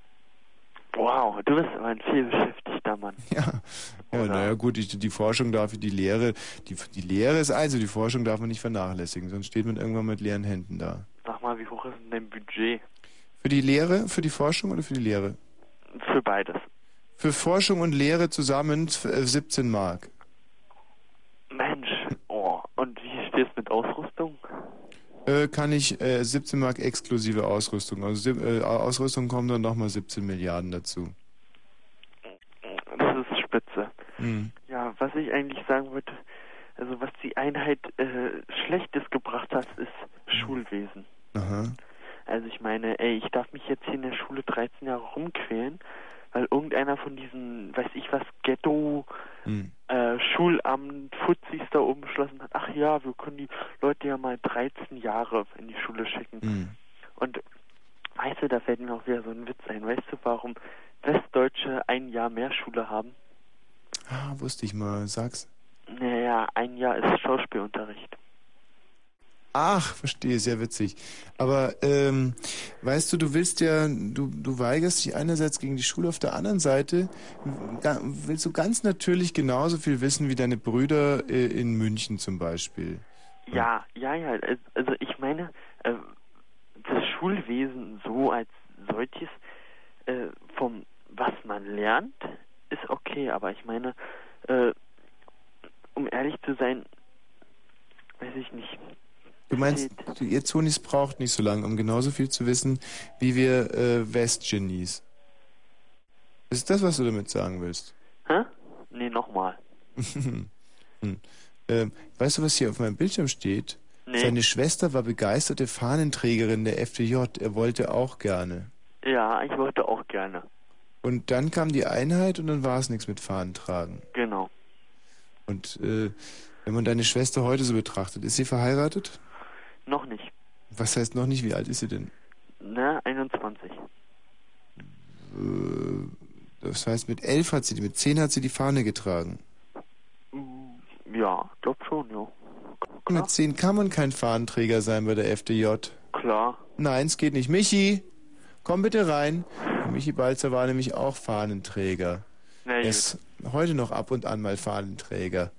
Wow, du bist aber ein vielbeschäftigter Mann. Ja, ja naja gut, die, die Forschung darf, die Lehre, die, die Lehre ist eins, die Forschung darf man nicht vernachlässigen, sonst steht man irgendwann mit leeren Händen da. Sag mal, wie hoch ist denn dein Budget? Für die Lehre, für die Forschung oder für die Lehre? Für beides. Für Forschung und Lehre zusammen äh, siebzehn Mark. Mensch, oh, und wie steht's mit Ausrüstung? Äh, kann ich äh, siebzehn Mark exklusive Ausrüstung. Also äh, Ausrüstung kommen dann nochmal siebzehn Milliarden dazu. Das ist spitze. Mhm. Ja, was ich eigentlich sagen wollte, also was die Einheit äh, Schlechtes gebracht hat, ist Schulwesen. Aha. Also ich meine, ey, ich darf mich jetzt hier in der Schule dreizehn Jahre rumquälen, weil irgendeiner von diesen, weiß ich was, Ghetto, mhm. äh, Schulamt, Fuzis da oben beschlossen hat, ach ja, wir können die Leute ja mal dreizehn Jahre in die Schule schicken. Mhm. Und weißt du, da fällt mir auch wieder so ein Witz ein. Weißt du, warum Westdeutsche ein Jahr mehr Schule haben? Ah, wusste ich mal, sag's. Naja, ein Jahr ist Schauspielunterricht. Ach, verstehe, sehr witzig. Aber ähm, weißt du, du willst ja, du, du weigerst dich einerseits gegen die Schule, auf der anderen Seite willst du ganz natürlich genauso viel wissen wie deine Brüder äh, in München zum Beispiel. Ja, ja, ja. Also ich meine, äh, das Schulwesen so als solches, äh, vom was man lernt, ist okay. Aber ich meine, äh, um ehrlich zu sein, weiß ich nicht. Du meinst, ihr Zonis braucht nicht so lange, um genauso viel zu wissen, wie wir äh, Westgenies. Ist das, was du damit sagen willst? Hä? Nee, nochmal. hm. ähm, weißt du, was hier auf meinem Bildschirm steht? Nee. Seine Schwester war begeisterte Fahnenträgerin der F D J. Er wollte auch gerne. Ja, ich wollte auch gerne. Und dann kam die Einheit und dann war es nichts mit Fahnentragen. Genau. Und äh, wenn man deine Schwester heute so betrachtet, ist sie verheiratet? Noch nicht. Was heißt noch nicht? Wie alt ist sie denn? Na, einundzwanzig. das heißt, mit elf hat sie, mit zehn hat sie die Fahne getragen. Ja, glaub schon, ja. Mit zehn kann man kein Fahnenträger sein bei der F D J. Klar. Nein, es geht nicht. Michi, komm bitte rein. Michi Balzer war nämlich auch Fahnenträger. Na, er ist heute noch ab und an mal Fahnenträger.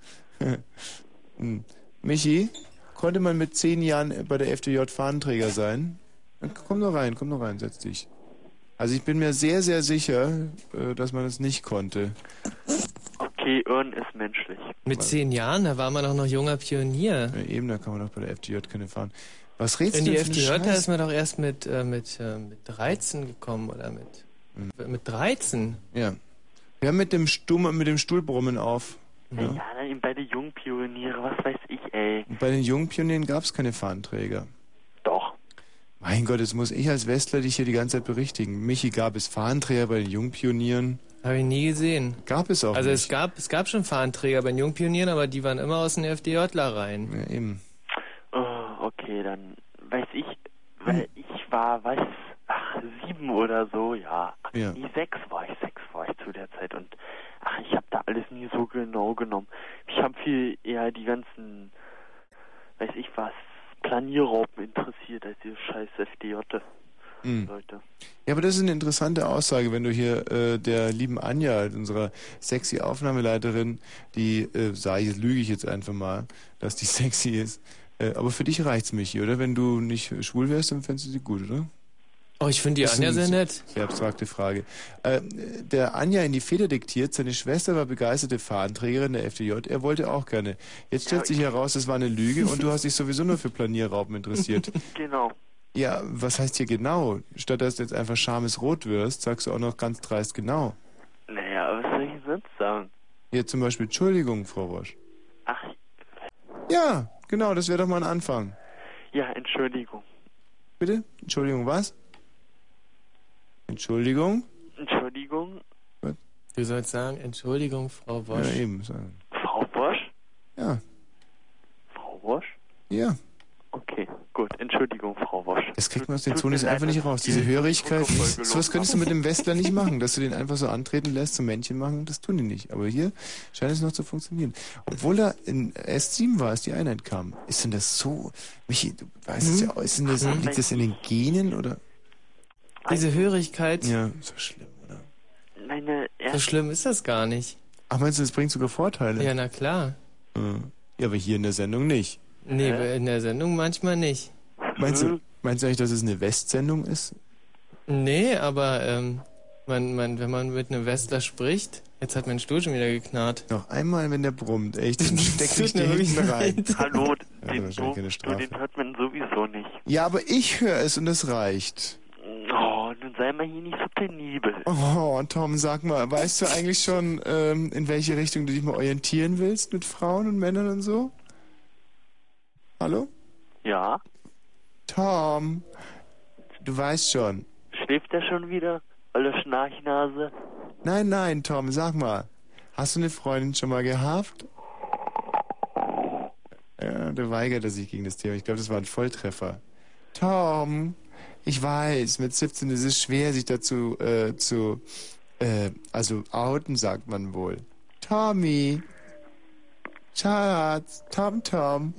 Hm. Michi, konnte man mit zehn Jahren bei der F D J Fahnenträger sein? Dann komm doch rein, komm doch rein, setz dich. Also ich bin mir sehr, sehr sicher, äh, dass man es nicht konnte. Okay, Irren ist menschlich. Mit zehn Jahren, da war man doch noch junger Pionier. Ja, eben, da kann man doch bei der F D J keine fahren. Was redest In du die denn F für D J, einen da Scheiß? ist man doch erst mit, äh, mit, äh, mit dreizehn gekommen, oder mit, Hm. mit dreizehn? Ja. Wir haben mit dem Stumm, mit dem Stuhlbrummen auf. Ja, ja dann eben bei den jungen Pioniere, was weiß ich, ey. Und bei den jungen Pionieren gab es keine Fahnenträger. Doch. Mein Gott, jetzt muss ich als Westler dich hier die ganze Zeit berichtigen. Michi, gab es Fahnenträger bei den Jungpionieren? Habe ich nie gesehen. Gab es auch Also nicht. es gab, es gab schon Fahnenträger bei den Jungpionieren, aber die waren immer aus den FDJler-Reihen. Ja, eben. Oh, okay, dann weiß ich, weil ich war, weiß, ach, sieben oder so, ja. Ach, Ja. nee, sechs war ich, sechs war ich zu der Zeit und ach, ich habe da alles nie so genau genommen. Ich habe viel eher die ganzen, weiß ich was, Planierraupen interessiert als die scheiß F D J. Hm. Leute. Ja, aber das ist eine interessante Aussage, wenn du hier äh, der lieben Anja, unserer sexy Aufnahmeleiterin, die, äh, sag ich, jetzt lüge ich jetzt einfach mal, dass die sexy ist. Äh, aber für dich reicht's, Michi, oder? Wenn du nicht schwul wärst, dann fändest du sie gut, oder? Oh, ich finde die Das ist Anja eine sehr nett. Sehr abstrakte Frage. Äh, der Anja in die Feder diktiert, seine Schwester war begeisterte Fahnenträgerin der F D J, er wollte auch gerne. Jetzt stellt sich heraus, das war eine Lüge und du hast dich sowieso nur für Planierraupen interessiert. Genau. Ja, was heißt hier genau? Statt dass du jetzt einfach scharmes Rot wirst, sagst du auch noch ganz dreist genau. Naja, was soll ich sonst sagen? Hier zum Beispiel, Entschuldigung, Frau Wosch. Ach, Ja, genau, das wäre doch mal ein Anfang. ja, Entschuldigung. Bitte? Entschuldigung, was? Entschuldigung? Entschuldigung, Du sollst sagen, Entschuldigung, Frau Wosch. Ja, eben sagen. Frau Wosch? Ja. Frau Wosch? Ja. Okay, gut, Entschuldigung, Frau Wosch. Das kriegt man aus den Tut Zonis mir einfach leid, nicht raus. dass Diese ich Hörigkeit, die Folge sowas könntest du mit dem Westler nicht machen, dass du den einfach so antreten lässt, zum Männchen machen, das tun die nicht. Aber hier scheint es noch zu funktionieren. Obwohl er in S sieben war, als die Einheit kam. Ist denn das so, Michi, du weißt es ja auch, ist denn das, Mhm. liegt das in den Genen oder? Diese Hörigkeit. Ja, so schlimm, oder? Meine So erste schlimm ist das gar nicht. Ach, meinst du, das bringt sogar Vorteile? Ja, na klar. Ja, aber hier in der Sendung nicht. Nee, in der Sendung manchmal nicht. Meinst du, meinst du eigentlich, dass es eine Westsendung ist? Nee, aber ähm, man, man, wenn man mit einem Westler spricht, jetzt hat mein Stuhl schon wieder geknarrt. Noch einmal, wenn der brummt, echt, dann steck dich Tut mir dir wirklich hinten rein. leid. Hallo, Ja, den, wahrscheinlich so, keine du, Strafe. den hört man sowieso nicht. Ja, aber ich höre es und es reicht. Oh, nun sei mal hier nicht so penibel. Oh, Tom, sag mal, weißt du eigentlich schon, ähm, in welche Richtung du dich mal orientieren willst mit Frauen und Männern und so? Hallo? Ja? Tom, du weißt schon. Schläft er schon wieder? Olle Schnarchnase? Nein, nein, Tom, sag mal. Hast du eine Freundin schon mal gehabt? Ja, der weigerte sich gegen das Thema. Ich glaube, das war ein Volltreffer. Tom, ich weiß, mit siebzehn ist es schwer, sich dazu äh, zu, äh, also outen, sagt man wohl. Tommy, Schatz, Tom, Tom.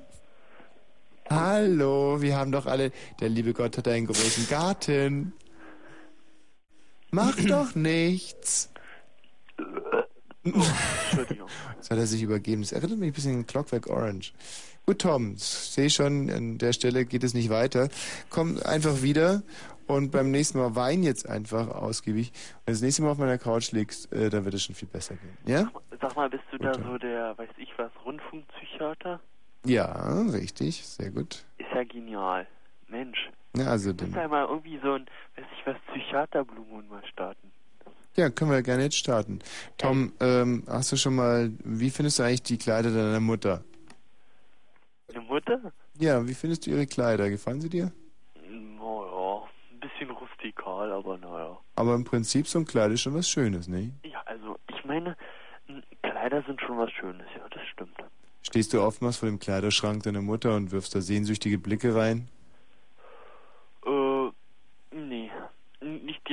Hallo, wir haben doch alle, der liebe Gott hat einen großen Garten. Mach doch nichts. Entschuldigung. Jetzt hat er sich übergeben. Das erinnert mich ein bisschen an Clockwork Orange. Gut, Tom, ich sehe schon, an der Stelle geht es nicht weiter. Komm einfach wieder und beim nächsten Mal wein jetzt einfach ausgiebig. Wenn du das nächste Mal auf meiner Couch liegst, äh, dann wird es schon viel besser gehen. Ja? Sag mal, bist du Gut, da Tom. so der, weiß ich was, Rundfunkpsychiater? Ja, richtig, sehr gut. Ist ja genial. Mensch. Ja, also Du musst dann, ja mal irgendwie so ein, weiß ich was, Psychiaterblumen mal starten. ja, können wir gerne jetzt starten. Tom, ähm, hast du schon mal, wie findest du eigentlich die Kleider deiner Mutter? Eine Mutter? Ja, wie findest du ihre Kleider? Gefallen sie dir? Naja, ein bisschen rustikal, aber naja. Aber im Prinzip so ein Kleid ist schon was Schönes, ne? Ja, also, ich meine, m, Kleider sind schon was Schönes, ja, das stimmt. Stehst du oftmals vor dem Kleiderschrank deiner Mutter und wirfst da sehnsüchtige Blicke rein? Äh, nee, N- nicht direkt.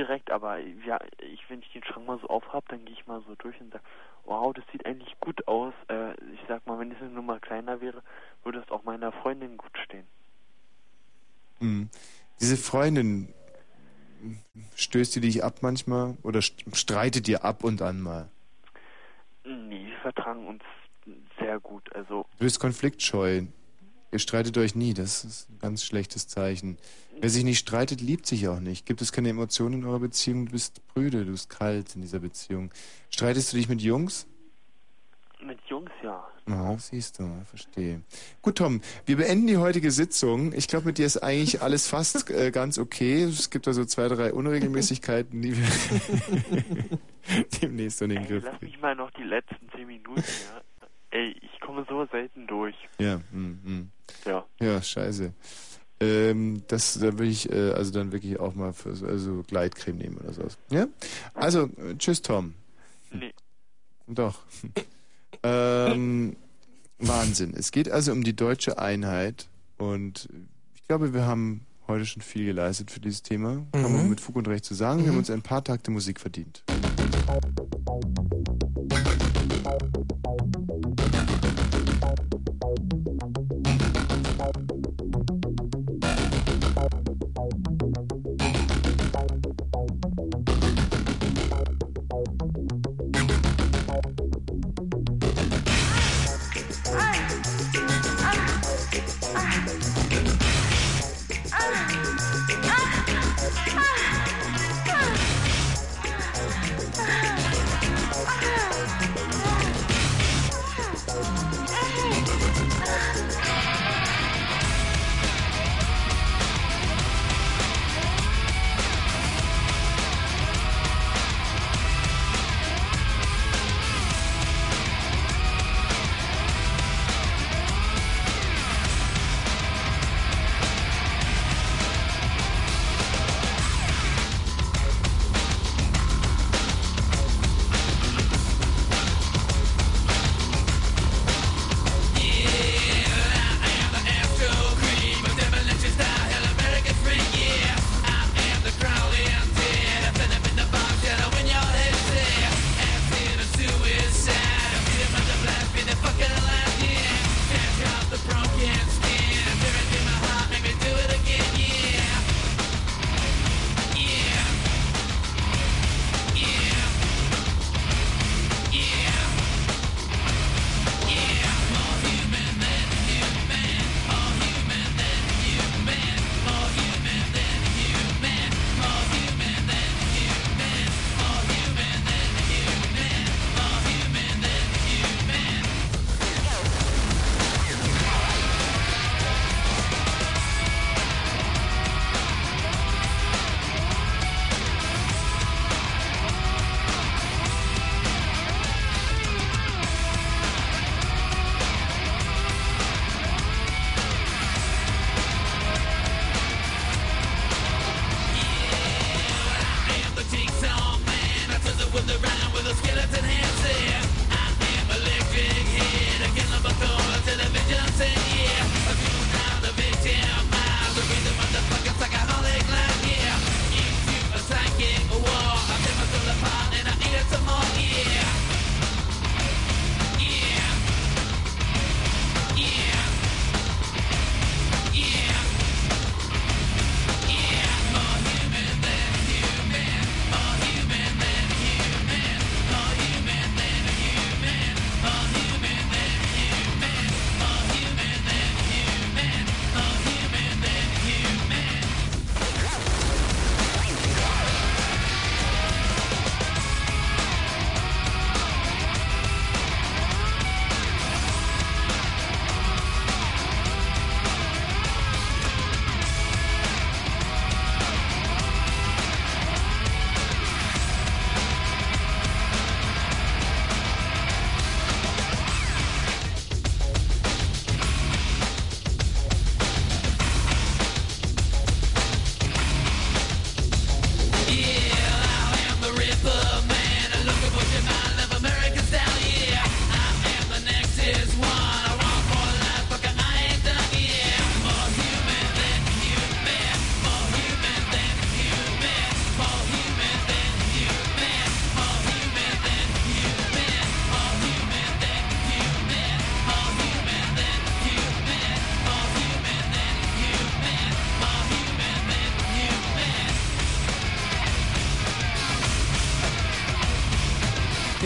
direkt, aber ja, ich, wenn ich den Schrank mal so aufhab, dann gehe ich mal so durch und sage, wow, das sieht eigentlich gut aus. Äh, ich sag mal, wenn es eine Nummer kleiner wäre, würde es auch meiner Freundin gut stehen. Mhm. Diese Freundin, stößt die dich ab manchmal oder streitet dir ab und an mal? Nee, wir vertragen uns sehr gut. Also Du bist konfliktscheu. Ihr streitet euch nie, das ist ein ganz schlechtes Zeichen. Wer sich nicht streitet, liebt sich auch nicht. Gibt es keine Emotionen in eurer Beziehung? Du bist prüde, du bist kalt in dieser Beziehung. Streitest du dich mit Jungs? mit Jungs, ja. Ja, siehst du, verstehe. Gut, Tom, wir beenden die heutige Sitzung. Ich glaube, mit dir ist eigentlich alles fast äh, ganz okay. Es gibt also zwei, drei Unregelmäßigkeiten, die wir demnächst in den Ey, Griff lass kriegen. mich mal noch die letzten zehn Minuten, ja. Ey, ich komme so selten durch. Ja, hm, hm. Ja. Ja, scheiße. Ähm, das, da will ich, äh, also dann wirklich auch mal für so also Gleitcreme nehmen oder sowas. Ja? Also, äh, tschüss, Tom. Nee. Doch. ähm, Wahnsinn. Es geht also um die deutsche Einheit und ich glaube, wir haben heute schon viel geleistet für dieses Thema. Kann man Mhm. mit Fug und Recht zu sagen. Wir haben uns ein paar Takte Musik verdient.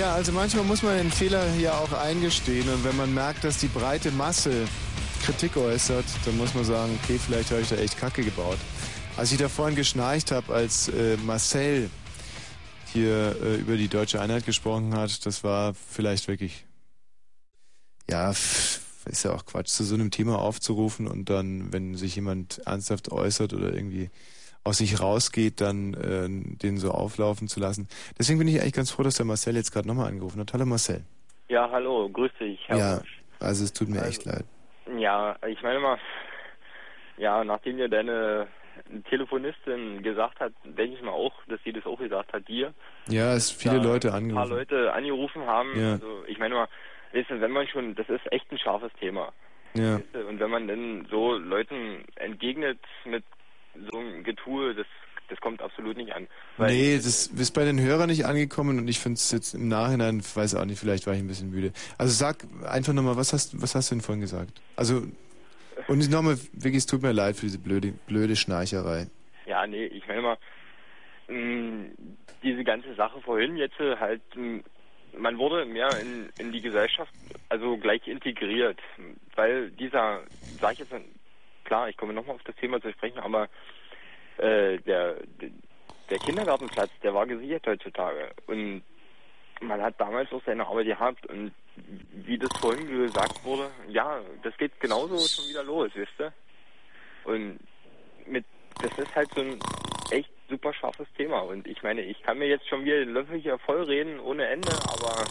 Ja, also manchmal muss man den Fehler hier auch eingestehen und wenn man merkt, dass die breite Masse Kritik äußert, dann muss man sagen, okay, vielleicht habe ich da echt Kacke gebaut. Als ich da vorhin geschnarcht habe, als äh, Marcel hier äh, über die deutsche Einheit gesprochen hat, das war vielleicht wirklich, ja, pff, ist ja auch Quatsch, zu so einem Thema aufzurufen und dann, wenn sich jemand ernsthaft äußert oder irgendwie aus sich rausgeht, dann äh, den so auflaufen zu lassen. Deswegen bin ich eigentlich ganz froh, dass der Marcel jetzt gerade nochmal angerufen hat. Hallo Marcel. Ja, hallo, grüß dich. Herr Ja, Busch. also es tut mir Also, echt leid. Ja, ich meine mal, ja, nachdem dir deine Telefonistin gesagt hat, denke ich mal auch, dass sie das auch gesagt hat, dir. Ja, es viele da Leute Ein paar angerufen. Leute angerufen haben. Ja. Also ich meine mal, weißt du, wenn man schon, das ist echt ein scharfes Thema. Ja. Weißt du, und wenn man dann so Leuten entgegnet mit so einem Getue, das, das kommt absolut nicht an. Weil Nee, das ist bei den Hörern nicht angekommen und ich finde es jetzt im Nachhinein, weiß auch nicht, vielleicht war ich ein bisschen müde. Also sag einfach nochmal, was hast, was hast du denn vorhin gesagt? Also, und nochmal, wirklich, es tut mir leid für diese blöde, blöde Schnarcherei. Ja, nee, ich meine mal, mh, diese ganze Sache vorhin jetzt äh, halt, mh, man wurde mehr in, in die Gesellschaft, also gleich integriert, weil dieser, sag ich jetzt, klar, ich komme nochmal auf das Thema zu sprechen, aber äh, der, der Kindergartenplatz, der war gesichert heutzutage und man hat damals auch seine Arbeit gehabt und wie das vorhin gesagt wurde, ja, das geht genauso schon wieder los, wisst ihr? Und mit, das ist halt so ein echt super scharfes Thema und ich meine, ich kann mir jetzt schon wieder den Löffel hier voll reden ohne Ende, aber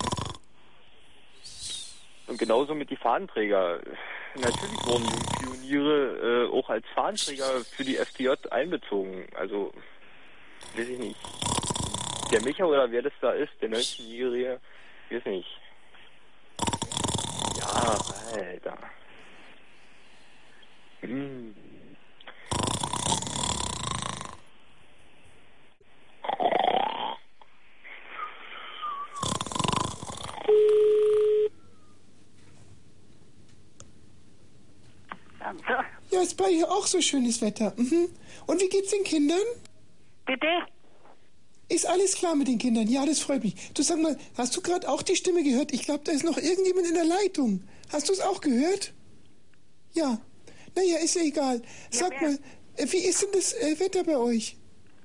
und genauso mit die Fahnenträger. Natürlich wurden die Pioniere äh, auch als Fahnenträger für die F D J einbezogen. Also, weiß ich nicht. Der Micha oder wer das da ist, der neunzehnjährige, weiß nicht. Ja, Alter. Hm. Ja, ist bei hier auch so schönes Wetter. Mhm. Und wie geht's den Kindern? Bitte? Ist alles klar mit den Kindern? Ja, das freut mich. Du, sag mal, hast du gerade auch die Stimme gehört? Ich glaube, da ist noch irgendjemand in der Leitung. Hast du es auch gehört? Ja. Naja, ist ja egal. Sag Ja, mal, äh, wie ist denn das äh, Wetter bei euch?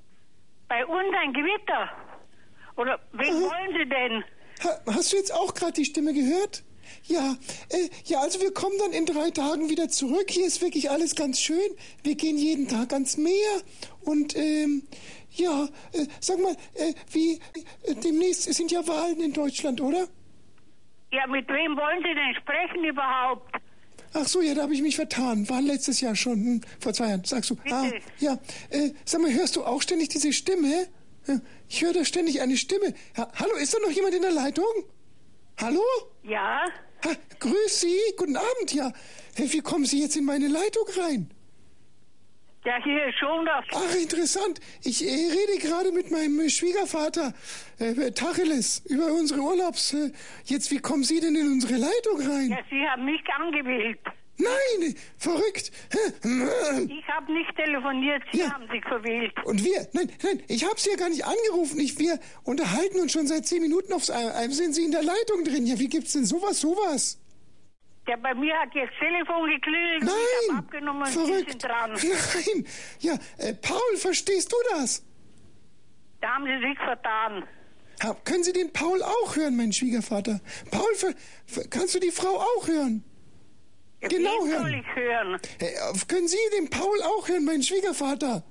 Bei uns ein Gewitter. Oder wen Aha. wollen Sie denn? Ha, hast du jetzt auch gerade die Stimme gehört? Ja, äh, ja, also wir kommen dann in drei Tagen wieder zurück. Hier ist wirklich alles ganz schön. Wir gehen jeden Tag ans Meer und ähm, ja, äh, sag mal, äh, wie äh, demnächst sind ja Wahlen in Deutschland, oder? Ja, mit wem wollen Sie denn sprechen überhaupt? Ach so, ja, da habe ich mich vertan. War letztes Jahr schon, hm, vor zwei Jahren. Sagst du? Bitte. Ah, ja. Äh, sag mal, hörst du auch ständig diese Stimme? Ja, ich höre da ständig eine Stimme. Ha, hallo, ist da noch jemand in der Leitung? Hallo? Ja? Ha, grüß Sie, guten Abend, ja. Hey, wie kommen Sie jetzt in meine Leitung rein? Ja, hier ist schon das. Ach, interessant. Ich äh, rede gerade mit meinem äh, Schwiegervater, äh, Tacheles, über unsere Urlaubs... Äh, jetzt, wie kommen Sie denn in unsere Leitung rein? Ja, Sie haben mich angewählt. Nein, verrückt. Ich habe nicht telefoniert, Sie Ja. haben sich verwählt. Und wir, nein, nein, ich habe Sie ja gar nicht angerufen. Ich, wir unterhalten uns schon seit zehn Minuten aufs Ei. Sind Sie in der Leitung drin? Ja, wie gibt's denn sowas, sowas? Ja, bei mir hat jetzt Telefon geklingelt und ich habe abgenommen und Sie verrückt. sind dran. Nein, ja, äh, Paul, verstehst du das? Da haben Sie sich vertan. Ha, können Sie den Paul auch hören, mein Schwiegervater? Paul, ver, ver, kannst du die Frau auch hören? Ja, Genau wen hören. soll ich hören? Äh, können Sie den Paul auch hören, mein Schwiegervater?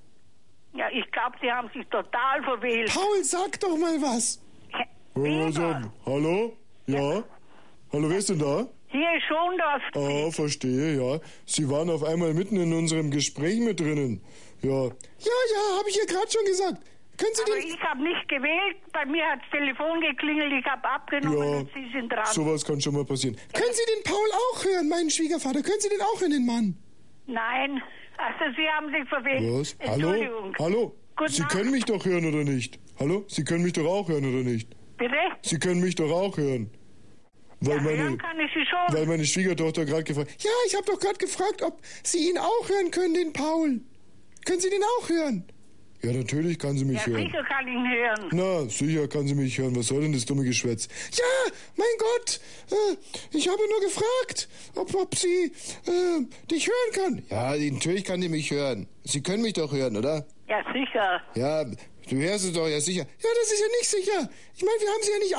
Ja, ich glaube, Sie haben sich total verwählt. Paul, sag doch mal was. Weber. Hallo? Ja? Hallo, wer ist denn da? Hier ist schon das. Ah, verstehe, ja. Sie waren auf einmal mitten in unserem Gespräch mit drinnen. Ja. Ja, ja, habe ich ja gerade schon gesagt. Können Sie Aber den... ich habe nicht gewählt. Bei mir hat das Telefon geklingelt, ich habe abgenommen Ja, und Sie sind dran. sowas kann schon mal passieren. Können Sie den Paul auch hören, meinen Schwiegervater? Können Sie den auch hören, den Mann? Nein, also Sie haben sich verwählt. Was? Hallo? Entschuldigung. Hallo? Guten Sie Abend. können mich doch hören, oder nicht? Hallo? Sie können mich doch auch hören, oder nicht? Bitte? Sie können mich doch auch hören. Weil Ja, meine, hören kann ich Sie schon. weil meine Schwiegertochter gerade gefragt... Ja, ich habe doch gerade gefragt, ob Sie ihn auch hören können, den Paul. Können Sie den auch hören? Ja, natürlich kann sie mich Ja, hören. sicher kann ich ihn hören. Na, sicher kann sie mich hören. Was soll denn das dumme Geschwätz? Ja, mein Gott, äh, ich habe nur gefragt, ob, ob sie äh, dich hören kann. Ja, natürlich kann die mich hören. Sie können mich doch hören, oder? Ja, sicher. Ja, du hörst es doch, ja sicher. Ja, das ist ja nicht sicher. Ich meine, wir haben sie ja nicht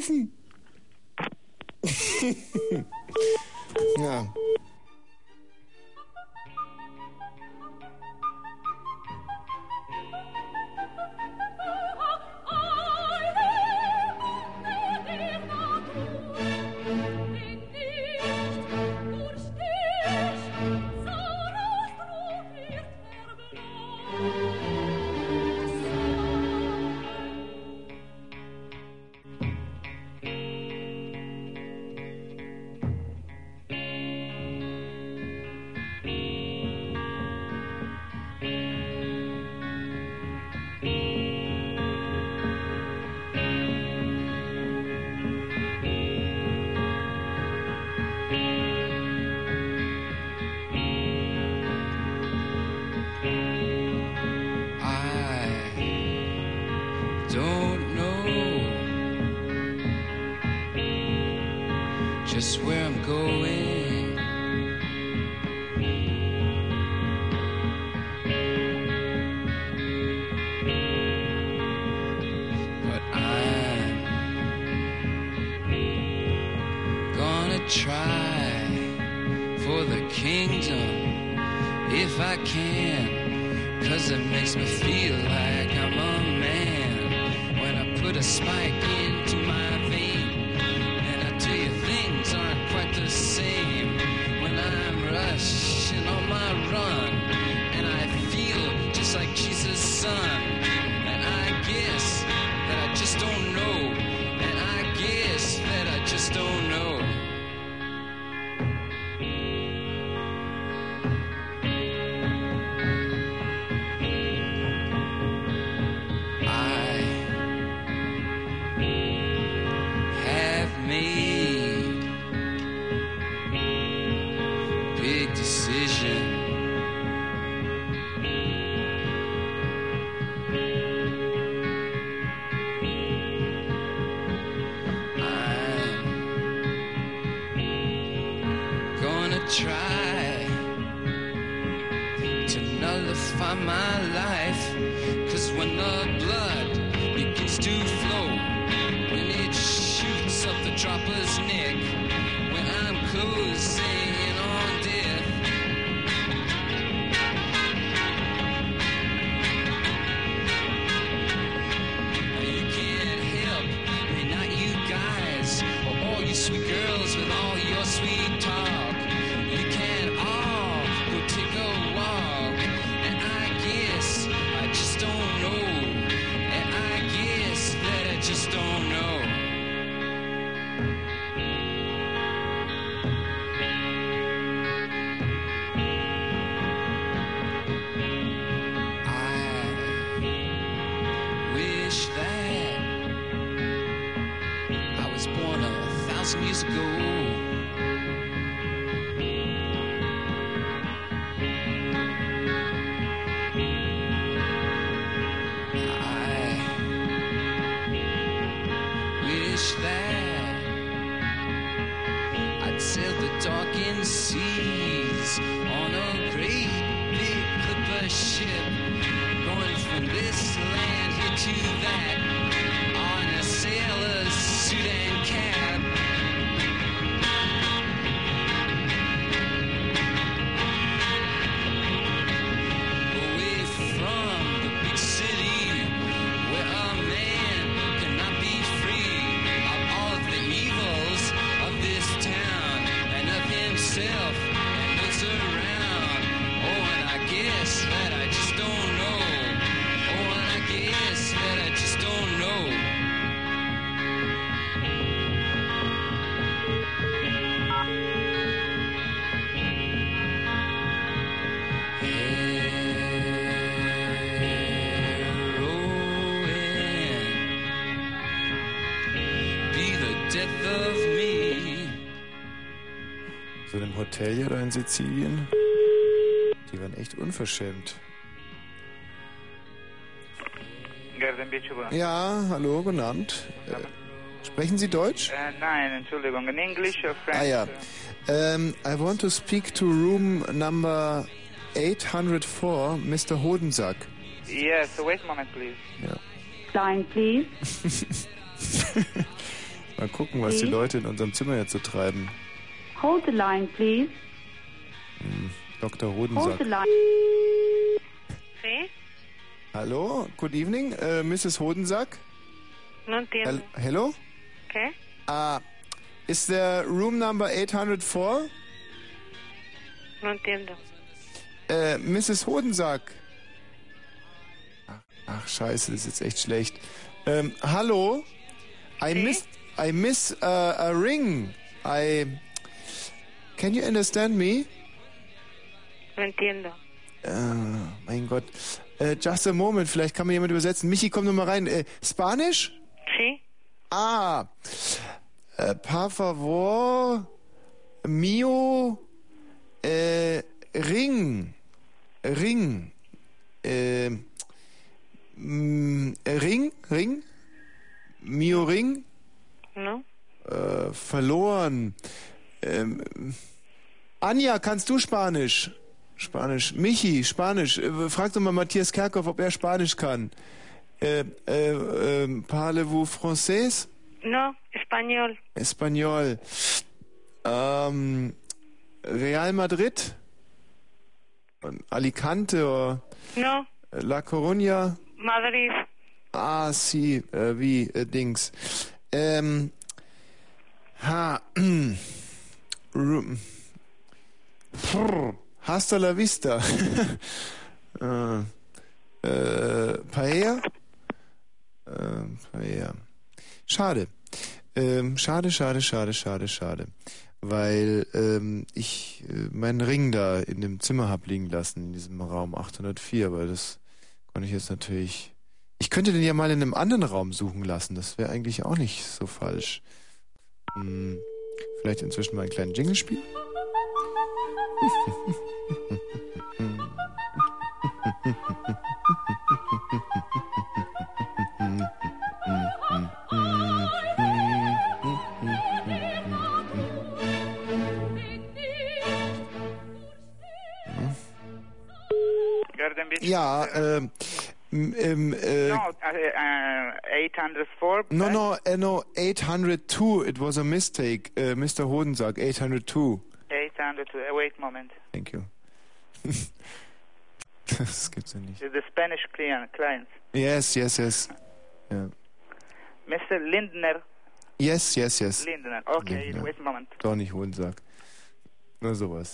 angerufen. Ja. Just where I'm going. But I'm gonna try for the kingdom if I can, 'cause it makes me feel like I'm a man when I put a spike into my vein. Things aren't quite the same when I'm rushing on my run, and I feel just like Jesus' son. And I guess that I just don't know, and I guess that I just don't know. I have made big decision. I'm gonna try to nullify my life, 'cause when the blood begins to flow, when it shoots up the dropper's neck, when I'm closing in on death, you can't help me, not you guys, or all you sweet girls with all your sweet talk. You can't all go take a walk, and I guess I just don't know, and I guess that I just don't know. Wish that I was born a thousand years ago. I wish that I'd sail the darkened seas on a great big clipper ship, going from this land here to that, on a sailor's suit and cap. Away from the big city, where a man cannot be free of all of the evils of this town and of himself and what's around. Oh, and I guess that I just don't know. Oh, and I guess that I just don't know. Heroin, be the death of me. So in einem Hotel hier da in Sizilien. Die waren echt unverschämt. Ja, hallo, guten Abend. Äh, sprechen Sie Deutsch? Äh, nein, Entschuldigung, in English or French? Ah ja. Um, I want to speak to room number eight oh four, Mister Hodensack. Yes, wait a moment, please. Ja. Line, please. Mal gucken, was die Leute in unserem Zimmer jetzt so treiben. Hold the line, please. Hm, Doktor Hold Hodensack. the line. Sí, Hallo, good evening, uh, Missus Hodensack. no entiendo. Hel- Hello? ¿Qué? Uh, is there room number eight oh four? No entiendo. Uh, Missus Hodensack. Ach, ach, scheiße, das ist jetzt echt schlecht. Ähm, hallo? I miss, I miss uh, a ring. I... Can you understand me? No entiendo. Uh, mein Gott. Uh, just a moment, vielleicht kann mir jemand übersetzen. Michi, komm noch mal rein. Uh, Spanisch? Sí. Ah. Uh, por favor, mio äh, Ring. Ring. Äh, mm, Ring? Ring? Mio Ring? No. Äh, verloren. Ähm, Anja, kannst du Spanisch? Spanisch. Michi, Spanisch. Äh, frag doch mal Matthias Kerkhoff, ob er Spanisch kann. Äh, äh, äh, parlez-vous français? No, español. Español. Ähm, Real Madrid? Und Alicante oder No, La Coruña? Madrid. Ah, sie, äh, wie, äh, Dings. Ähm, ha, Ru- Prr, hasta la vista. äh, äh, Paella? Äh, Paella. Schade. Ähm, schade, schade, schade, schade, schade. Weil ähm, ich äh, meinen Ring da in dem Zimmer hab liegen lassen, in diesem Raum achthundertvier, aber das konnte ich jetzt natürlich... Ich könnte den ja mal in einem anderen Raum suchen lassen, das wäre eigentlich auch nicht so falsch. Hm, vielleicht inzwischen mal einen kleinen Jingle spielen? Ja, ähm, ähm, äh, No, uh, uh, eight oh four. no, no, uh, no, eight oh two, it was a mistake, uh, Mister Hodensack, eight oh two. eight oh two. Uh, wait a moment. Thank you. Das gibt's ja nicht. The Spanish client. client. Yes, yes, yes. Ja. Mister Lindner. Yes, yes, yes. Lindner. Okay, Lindner. wait a moment. Doch nicht Hodensack. Nur sowas.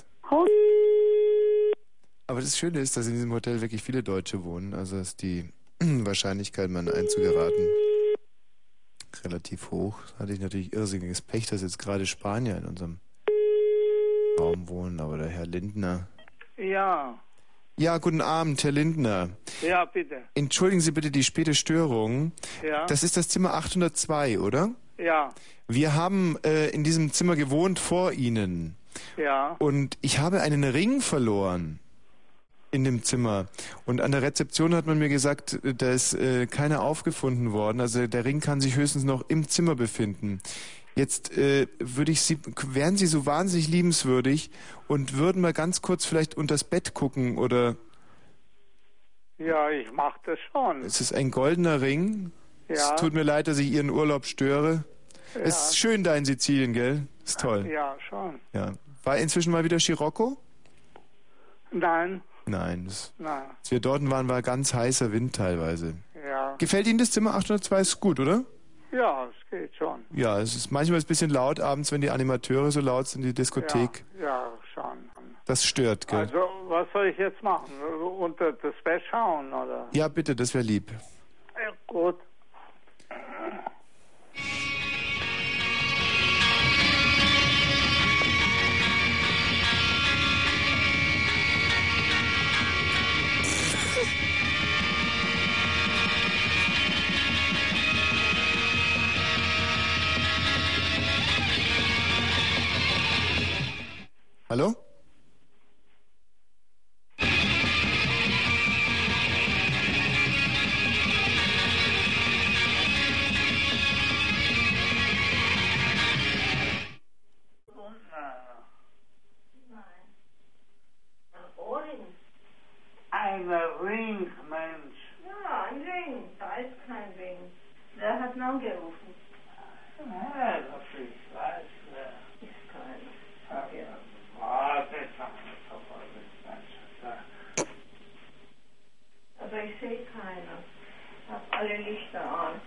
Aber das Schöne ist, dass in diesem Hotel wirklich viele Deutsche wohnen. Also ist die Wahrscheinlichkeit, mal einzugeraten, relativ hoch. Da hatte ich natürlich irrsinniges Pech, dass jetzt gerade Spanier in unserem Raum wohnen. Aber der Herr Lindner... Ja, Ja, guten Abend, Herr Lindner. ja, bitte. Entschuldigen Sie bitte die späte Störung. Ja. Das ist das Zimmer achthundertzwei, oder? Ja, Wir haben äh, in diesem Zimmer gewohnt vor Ihnen. ja. Und ich habe einen Ring verloren in dem Zimmer. Und an der Rezeption hat man mir gesagt, da ist äh, keiner aufgefunden worden. Also der Ring kann sich höchstens noch im Zimmer befinden. Jetzt äh, würde ich Sie, wären Sie so wahnsinnig liebenswürdig und würden mal ganz kurz vielleicht unters Bett gucken oder... Ja, ich mach das schon. Es ist ein goldener Ring. Ja. Es tut mir leid, dass ich Ihren Urlaub störe. Ja. Es ist schön da in Sizilien, gell? Ist toll. Ja, schon. Ja. War inzwischen mal wieder Scirocco? Nein, Nein. Das, nein. als wir dort waren, war ganz heißer Wind teilweise. Ja. Gefällt Ihnen das Zimmer achthundertzwei? Ist gut, oder? Ja, es geht schon. Ja, es ist manchmal ist ein bisschen laut abends, wenn die Animateure so laut sind, die Diskothek. Ja, ja, schon. Das stört, gell? Also, was soll ich jetzt machen? Unter das Bett schauen, oder? Ja, bitte, das wäre lieb. Ja, gut. Hallo? ein Ring, Mensch. Ja, ein Ring. Da ist kein Ring. Wer hat ihn angerufen? Ja, das ich weiß, wer. Ist keiner. Ja, warte, sag mal, Papa, das ist Aber ich sehe keiner. Ich habe alle Lichter an.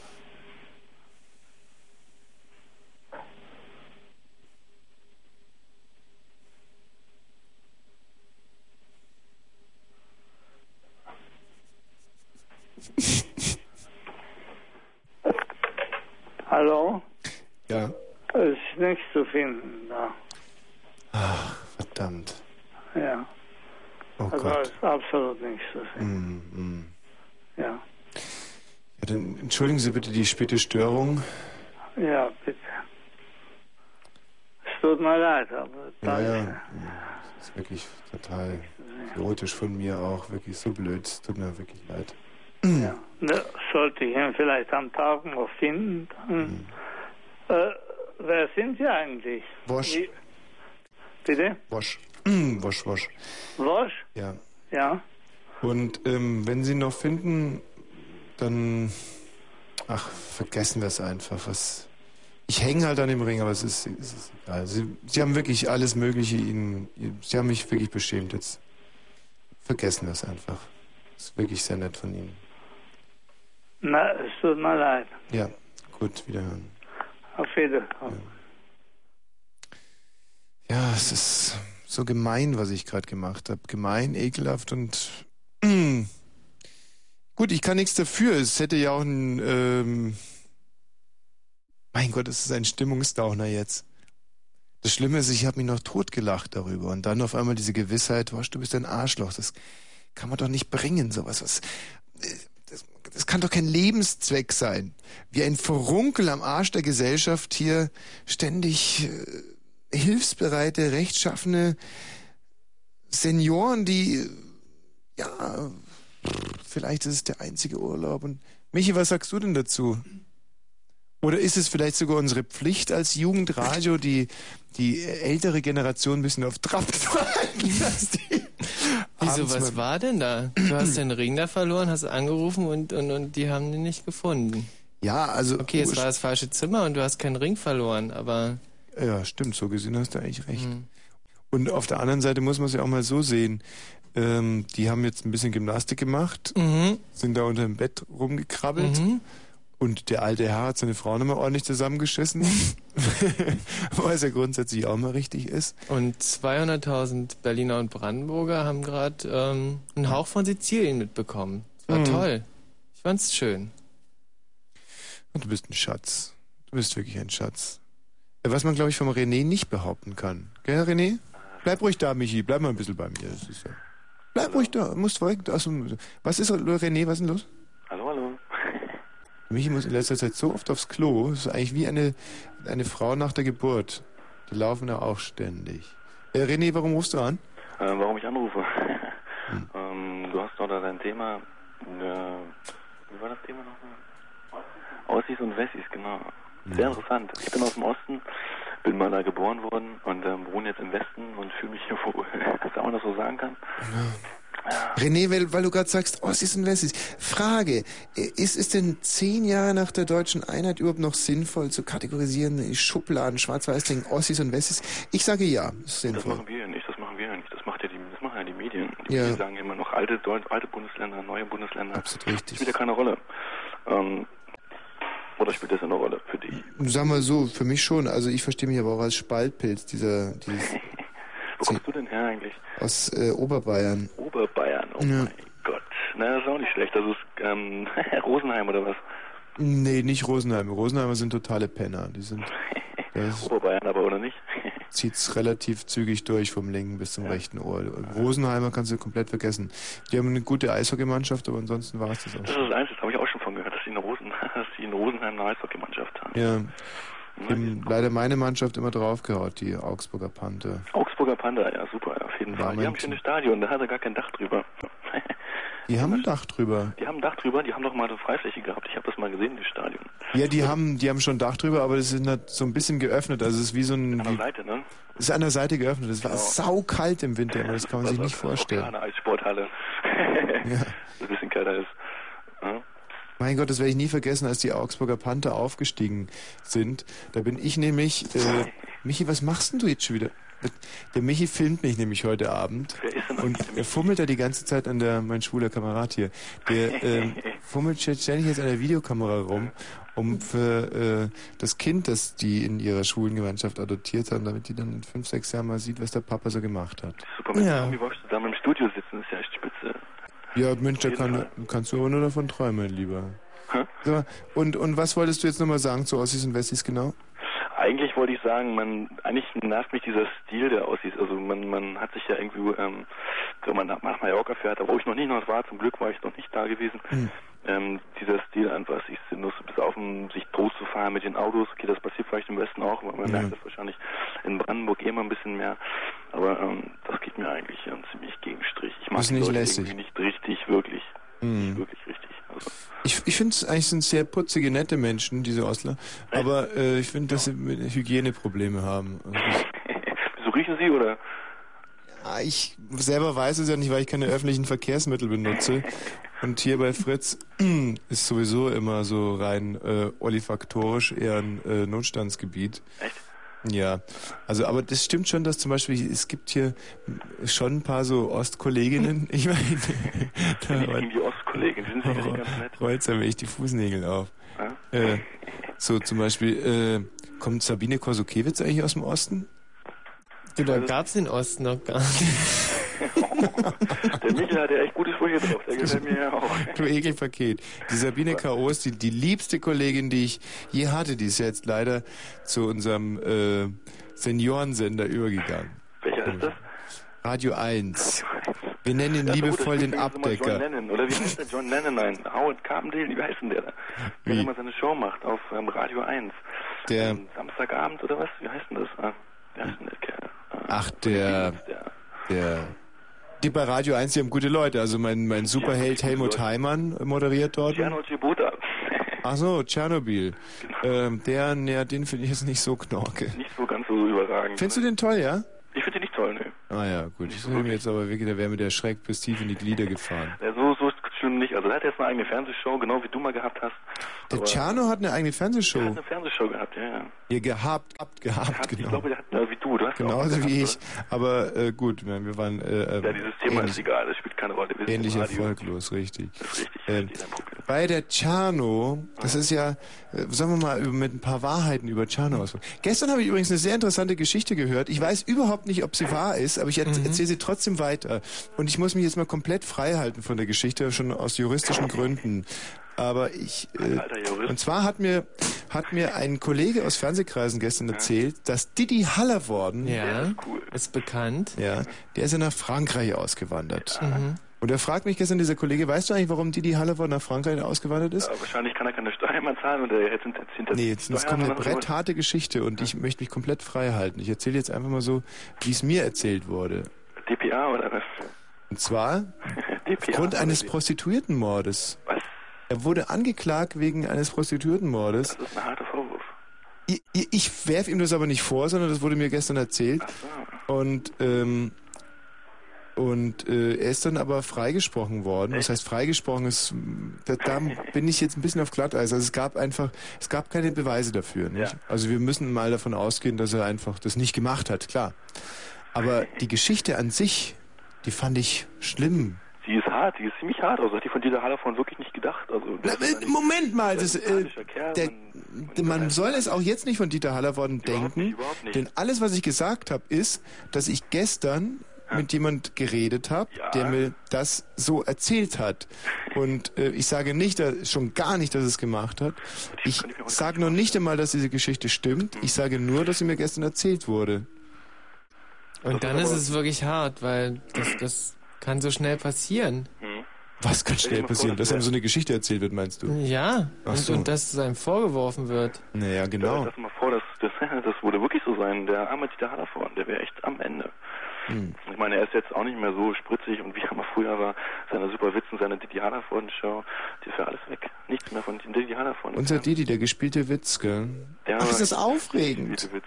Hallo? Ja. Es ist nichts zu finden da. Ach, verdammt. Ja. Oh also Gott. es ist absolut nichts zu finden. Mm, mm. Ja. Ja, dann entschuldigen Sie bitte die späte Störung. Ja, bitte. Es tut mir leid, aber Ja, danke. ja. Das ist wirklich total chaotisch von mir auch. Wirklich so blöd. Es tut mir wirklich leid. Ja. Ne, sollte ich ihn vielleicht am Tag noch finden. Dann, Mhm. äh, wer sind Sie eigentlich? Wosch. Wie, bitte? Wosch. Mm, Wosch, Wosch. Wosch? Ja. Ja. Und ähm, wenn Sie ihn noch finden, dann... Ach, vergessen wir es einfach. Was... Ich hänge halt an dem Ring, aber es ist, es ist egal. Sie, Sie haben wirklich alles Mögliche Ihnen... Sie haben mich wirklich beschämt jetzt. Vergessen wir es einfach. Das ist wirklich sehr nett von Ihnen. Na, es tut mir leid. Ja, gut, wiederhören. Auf Wiedersehen. Ja. Ja, es ist so gemein, was ich gerade gemacht habe. Gemein, ekelhaft und... Gut, ich kann nichts dafür. Es hätte ja auch ein... Ähm mein Gott, es ist ein Stimmungsdowner jetzt. Das Schlimme ist, ich habe mich noch totgelacht darüber. Und dann auf einmal diese Gewissheit, Wosch, du bist ein Arschloch. Das kann man doch nicht bringen, sowas. Was, das, das kann doch kein Lebenszweck sein. Wie ein Furunkel am Arsch der Gesellschaft hier ständig äh, hilfsbereite, rechtschaffene Senioren, die, ja, vielleicht ist es der einzige Urlaub. Und Michi, was sagst du denn dazu? Oder ist es vielleicht sogar unsere Pflicht als Jugendradio, die, die ältere Generation ein bisschen auf Trab zu halten? Dass die Wieso, was war denn da? Du hast den Ring da verloren, hast angerufen und, und, und die haben den nicht gefunden. Ja, also... Okay, es war das falsche Zimmer und du hast keinen Ring verloren, aber... Ja, stimmt, so gesehen hast du eigentlich recht. Mhm. Und auf der anderen Seite muss man es ja auch mal so sehen. Ähm, die haben jetzt ein bisschen Gymnastik gemacht, mhm. sind da unter dem Bett rumgekrabbelt. Mhm. Und der alte Herr hat seine Frau nochmal ordentlich zusammengeschissen, was ja grundsätzlich auch mal richtig ist. Und zweihunderttausend Berliner und Brandenburger haben gerade ähm, einen Hauch von Sizilien mitbekommen. Das war mhm. toll. Ich fand's schön. Und du bist ein Schatz. Du bist wirklich ein Schatz. Was man, glaube ich, vom René nicht behaupten kann. Gell, René? Bleib ruhig da, Michi. Bleib mal ein bisschen bei mir. Das ist ja... Bleib ruhig da. Musst direkt aus dem... Was ist, René, was ist denn los? Hallo, hallo. Michi muss in letzter Zeit so oft aufs Klo. Das ist eigentlich wie eine, eine Frau nach der Geburt. Die laufen ja auch ständig. Äh, René, warum rufst du an? Äh, warum ich anrufe? Hm. ähm, du hast doch da dein Thema... Äh, wie war das Thema nochmal? Ossis und Wessis, genau. Sehr interessant. Ich bin aus dem Osten, bin mal da geboren worden und ähm, wohne jetzt im Westen und fühle mich hier wohl, dass man das so sagen kann. Ja. René, weil, weil du gerade sagst, Ossis und Wessis. Frage, ist es denn zehn Jahre nach der deutschen Einheit überhaupt noch sinnvoll zu kategorisieren, Schubladen, Schwarz-Weiß-Denken, Ossis und Wessis? Ich sage ja, ist sinnvoll. Das machen wir ja nicht, das machen wir ja nicht. Das, macht ja die, das machen ja die Medien. Die ja. Medien sagen immer noch alte, alte Bundesländer, neue Bundesländer. Absolut richtig. Das spielt ja keine Rolle. Ähm, Oder spielt das eine Rolle für dich? Sag mal so, für mich schon. Also ich verstehe mich aber auch als Spaltpilz, dieser... Dieses Wo kommst du denn her eigentlich? Aus äh, Oberbayern. Oberbayern, oh ja. mein Gott. Na, das ist auch nicht schlecht. Das ist ähm, Rosenheim oder was? Nee, nicht Rosenheim. Rosenheimer sind totale Penner. Die sind... Oberbayern aber, oder nicht? Zieht's relativ zügig durch vom linken bis zum ja. rechten Ohr. Rosenheimer kannst du komplett vergessen. Die haben eine gute Eishockeymannschaft, aber ansonsten war es das auch Das ist das Einzige, das habe ich auch schon von gehört, dass die in, Rosen, dass die in Rosenheim eine Eishockeymannschaft haben. Ja. Die haben leider meine Mannschaft immer draufgehaut, die Augsburger Panther. Augsburger Panther, ja super, auf jeden Fall. Die haben schönes Stadion, da hat er gar kein Dach drüber. Die haben ein Dach drüber. Die haben ein Dach drüber, die haben doch mal eine Freifläche gehabt. Ich habe das mal gesehen, das Stadion. Ja, die haben, die haben schon ein Dach drüber, aber das ist halt so ein bisschen geöffnet. Also es ist wie so ein... An der Seite, ne? ist an der Seite geöffnet. Es war genau. saukalt im Winter, immer. Das kann man sich nicht vorstellen. Eine Eissporthalle. Ja. Ein bisschen kälter ist. Ja. Mein Gott, das werde ich nie vergessen, als die Augsburger Panther aufgestiegen sind. Da bin ich nämlich... Äh, Michi, was machst denn du jetzt schon wieder? Der Michi filmt mich nämlich heute Abend. Wer ist denn und er fummelt da die ganze Zeit an der, mein schwuler Kamerad hier, der ähm, fummelt ständig jetzt an der Videokamera rum, um für äh, das Kind, das die in ihrer schwulen Gemeinschaft adoptiert haben, damit die dann in fünf, sechs Jahren mal sieht, was der Papa so gemacht hat. Super, mit ja. Wie wolltest du da im Studio sitzen? Das ist ja echt spitze. Ja, Mensch, da kann, kannst du aber nur davon träumen, mein Lieber. So, und, und was wolltest du jetzt nochmal sagen zu Ossis und Wessis genau? Eigentlich wollte ich sagen, man eigentlich nervt mich dieser Stil, der aussieht. Also man man hat sich ja irgendwie, ähm, wenn man nach Mallorca fährt, wo ich noch nie noch war, zum Glück war ich noch nicht da gewesen, mhm. ähm, dieser Stil einfach, sich sinnlos bis auf um, sich tot zu fahren mit den Autos. Okay, das passiert vielleicht im Westen auch, aber man ja. merkt das wahrscheinlich in Brandenburg immer ein bisschen mehr. Aber ähm, das geht mir eigentlich ähm, ziemlich gegen Strich. Ich mag ist die nicht Leute lässig. irgendwie nicht richtig, wirklich. Mhm. Nicht wirklich richtig. Also. Ich, ich finde es eigentlich sind sehr putzige, nette Menschen, diese Ostler. Aber äh, ich finde, dass sie Hygieneprobleme haben. Also so riechen sie, oder? Ja, ich selber weiß es ja nicht, weil ich keine öffentlichen Verkehrsmittel benutze. Und hier bei Fritz ist sowieso immer so rein äh, olfaktorisch eher ein äh, Notstandsgebiet. Echt? Ja, also aber das stimmt schon, dass zum Beispiel, es gibt hier schon ein paar so Ostkolleginnen, ich meine, da die Ostkolleginnen, sind sie oh, ganz nett. Rollt mir echt die Fußnägel auf. Ja? Äh, so zum Beispiel, äh, kommt Sabine Korsukiewicz eigentlich aus dem Osten? Du, da gab's den Osten noch gar nicht. Der Michael hat ja echt gute Sprüche drauf, der gefällt mir ja auch. Du Ekelpaket. Die Sabine K O ist die, die liebste Kollegin, die ich je hatte. Die ist jetzt leider zu unserem äh, Seniorensender übergegangen. Welcher ist das? Radio eins. Wir nennen ihn ja, liebevoll den Abdecker. John Lennon, oder wie heißt der John Lennon? Nein, Howard Carpendale, wie heißt denn der da? Der immer seine Show macht auf ähm, Radio eins. Der ähm, Samstagabend oder was? Wie heißt denn das? Ah, wie heißt denn der Kerl? Ah, Ach, der... der Die bei Radio eins, die haben gute Leute. Also mein, mein Superheld Helmut Heimann moderiert dort. Tschernobyl. Ach so, Tschernobyl. Genau. Ähm, der, ja, den finde ich jetzt nicht so knorke. Nicht so ganz so überragend. Findest du den toll, ja? Ich finde den nicht toll, ne. Ah ja, gut. Ich finde jetzt aber wirklich, der wäre mir der Schreck bis tief in die Glieder gefahren. Ja, so, so schlimm nicht. Also er hat jetzt eine eigene Fernsehshow, genau wie du mal gehabt hast. Der Tscherno hat eine eigene Fernsehshow. Der hat eine Fernsehshow gehabt, ja, ja. Ihr gehabt, habt, gehabt, gehabt genau. Ich glaube, der hat, ja, wie du, du hast genauso auch wie gehabt, ich. Oder? Aber äh, gut, wir waren... Äh, ja, dieses Thema ähnlich, ist egal, das spielt keine Rolle. Wir ähnlich erfolglos, richtig. Das ist richtig, äh, bei der Tscherno, das ist ja, äh, sagen wir mal, mit ein paar Wahrheiten über Tscherno ausführen. Gestern habe ich übrigens eine sehr interessante Geschichte gehört. Ich weiß überhaupt nicht, ob sie wahr ist, aber ich er mhm. erzähle sie trotzdem weiter. Und ich muss mich jetzt mal komplett frei halten von der Geschichte, schon aus juristischen Gründen. Aber ich, äh, und zwar hat mir, hat mir ein Kollege aus Fernsehkreisen gestern erzählt, dass Didi Hallervorden, ja, ist, cool. ist bekannt, ja, der ist ja nach Frankreich ausgewandert. Ja. Mhm. Und er fragt mich gestern, dieser Kollege, weißt du eigentlich, warum Didi Hallervorden nach Frankreich ausgewandert ist? Ja, wahrscheinlich kann er keine Steuern mehr zahlen oder er hätte hinter Nee, jetzt das kommt eine brettharte Geschichte und ja. ich möchte mich komplett frei halten. Ich erzähle jetzt einfach mal so, wie es mir erzählt wurde. D P A oder was? Und zwar aufgrund eines Prostituiertenmordes. Was? Er wurde angeklagt wegen eines Prostituiertenmordes. Das ist ein harter Vorwurf. Ich, ich, ich werfe ihm das aber nicht vor, sondern das wurde mir gestern erzählt. Ach so. Und, ähm, und äh, er ist dann aber freigesprochen worden. Echt? Das heißt, freigesprochen ist, da, da bin ich jetzt ein bisschen auf Glatteis. Also es gab einfach, es gab keine Beweise dafür. Nicht? Ja. Also wir müssen mal davon ausgehen, dass er einfach das nicht gemacht hat, klar. Aber die Geschichte an sich, die fand ich schlimm. Die ist hart, die ist ziemlich hart. Also hat die von Dieter Hallervorden wirklich nicht gedacht. Also Na, äh, Moment mal, das, äh, der, man, man soll es auch jetzt nicht von Dieter Hallervorden denken, nicht, überhaupt nicht. Denn alles, was ich gesagt habe, ist, dass ich gestern ja. mit jemand geredet habe, ja. der mir das so erzählt hat. Und äh, ich sage nicht, dass, schon gar nicht, dass es gemacht hat. Ich sage noch nicht einmal, dass diese Geschichte stimmt. Ich sage nur, dass sie mir gestern erzählt wurde. Und dann ist es wirklich hart, weil das, das kann so schnell passieren. Was kann schnell passieren? Dass einem so eine Geschichte erzählt wird, meinst du? Ja, und, so. und dass es einem vorgeworfen wird. Naja, genau. Stell dir das mal vor, dass das, das würde wirklich so sein. Der arme Dieter Hallervorden, der wäre echt am Ende. Hm. Ich meine, er ist jetzt auch nicht mehr so spritzig und wie er mal früher war, seine super Witzen, seine Didi Hallervorden-Show, die ist ja alles weg. Nichts mehr von Didi Hallervorden. Unser Didi, der gespielte Witz, gell? Der Ach, ist das aufregend. Witz.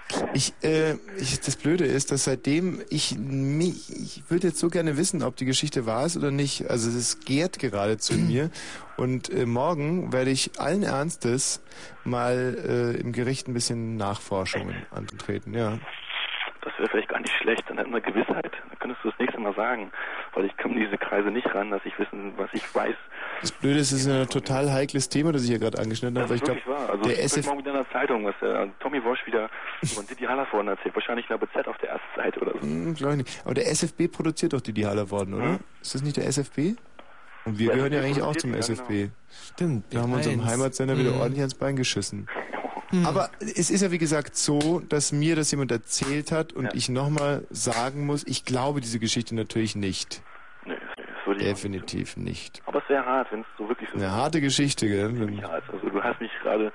Ich, äh, ich, das Blöde ist, dass seitdem ich mich, ich würde jetzt so gerne wissen, ob die Geschichte wahr ist oder nicht. Also es gärt geradezu in mir. Und äh, morgen werde ich allen Ernstes mal äh, im Gericht ein bisschen Nachforschungen antreten, ja. Das wäre vielleicht gar nicht schlecht, dann hätten wir Gewissheit. Dann könntest du das nächste Mal sagen. Weil ich komme in diese Kreise nicht ran, dass ich wissen, was ich weiß. Das Blöde ist, es ist ein total heikles Thema, das ich hier gerade angeschnitten habe. Das ist Weil wirklich ich glaub, wahr. Also der ich S F morgen wieder in der Zeitung, was der Tommy Walsh wieder von Didi Hallervorden erzählt. Wahrscheinlich in der B Z auf der ersten Seite oder so. Hm, glaub ich nicht. Aber der S F B produziert doch Didi Hallervorden, oder? Hm? Ist das nicht der S F B? Und wir der gehören ja S F B eigentlich auch zum ja, S F B. genau. Stimmt. Wir haben unserem Heimatsender wieder Mhm. ordentlich ans Bein geschissen. Mhm. Aber es ist ja wie gesagt so, dass mir das jemand erzählt hat und ja. ich nochmal sagen muss, ich glaube diese Geschichte natürlich nicht. Nee, das würde ich definitiv nicht. Aber es wäre hart, wenn es so wirklich so eine harte Geschichte, gell? Ziemlich hart. Also du hast mich gerade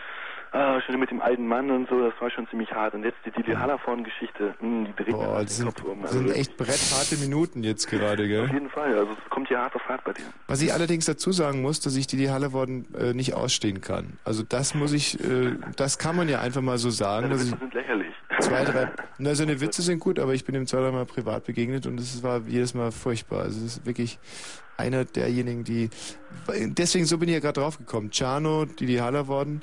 ah, schon mit dem alten Mann und so, das war schon ziemlich hart. Und jetzt die Didi Hallervorden-Geschichte, mh, die dreht mir Boah, den das sind, Kopf um. das Also sind echt brettharte Minuten jetzt gerade, gell? Auf jeden Fall, also es kommt hier hart auf hart bei dir. Was ich allerdings dazu sagen muss, dass ich Didi Hallervorden äh, nicht ausstehen kann. Also das muss ich, äh, das kann man ja einfach mal so sagen. Deine dass Witze ich sind lächerlich. Zwei, drei, na, seine Witze sind gut, aber ich bin ihm zwei, dreimal privat begegnet und es war jedes Mal furchtbar. Also es ist wirklich einer derjenigen, die, deswegen so bin ich ja gerade drauf gekommen. Czarno, Didi Hallervorden,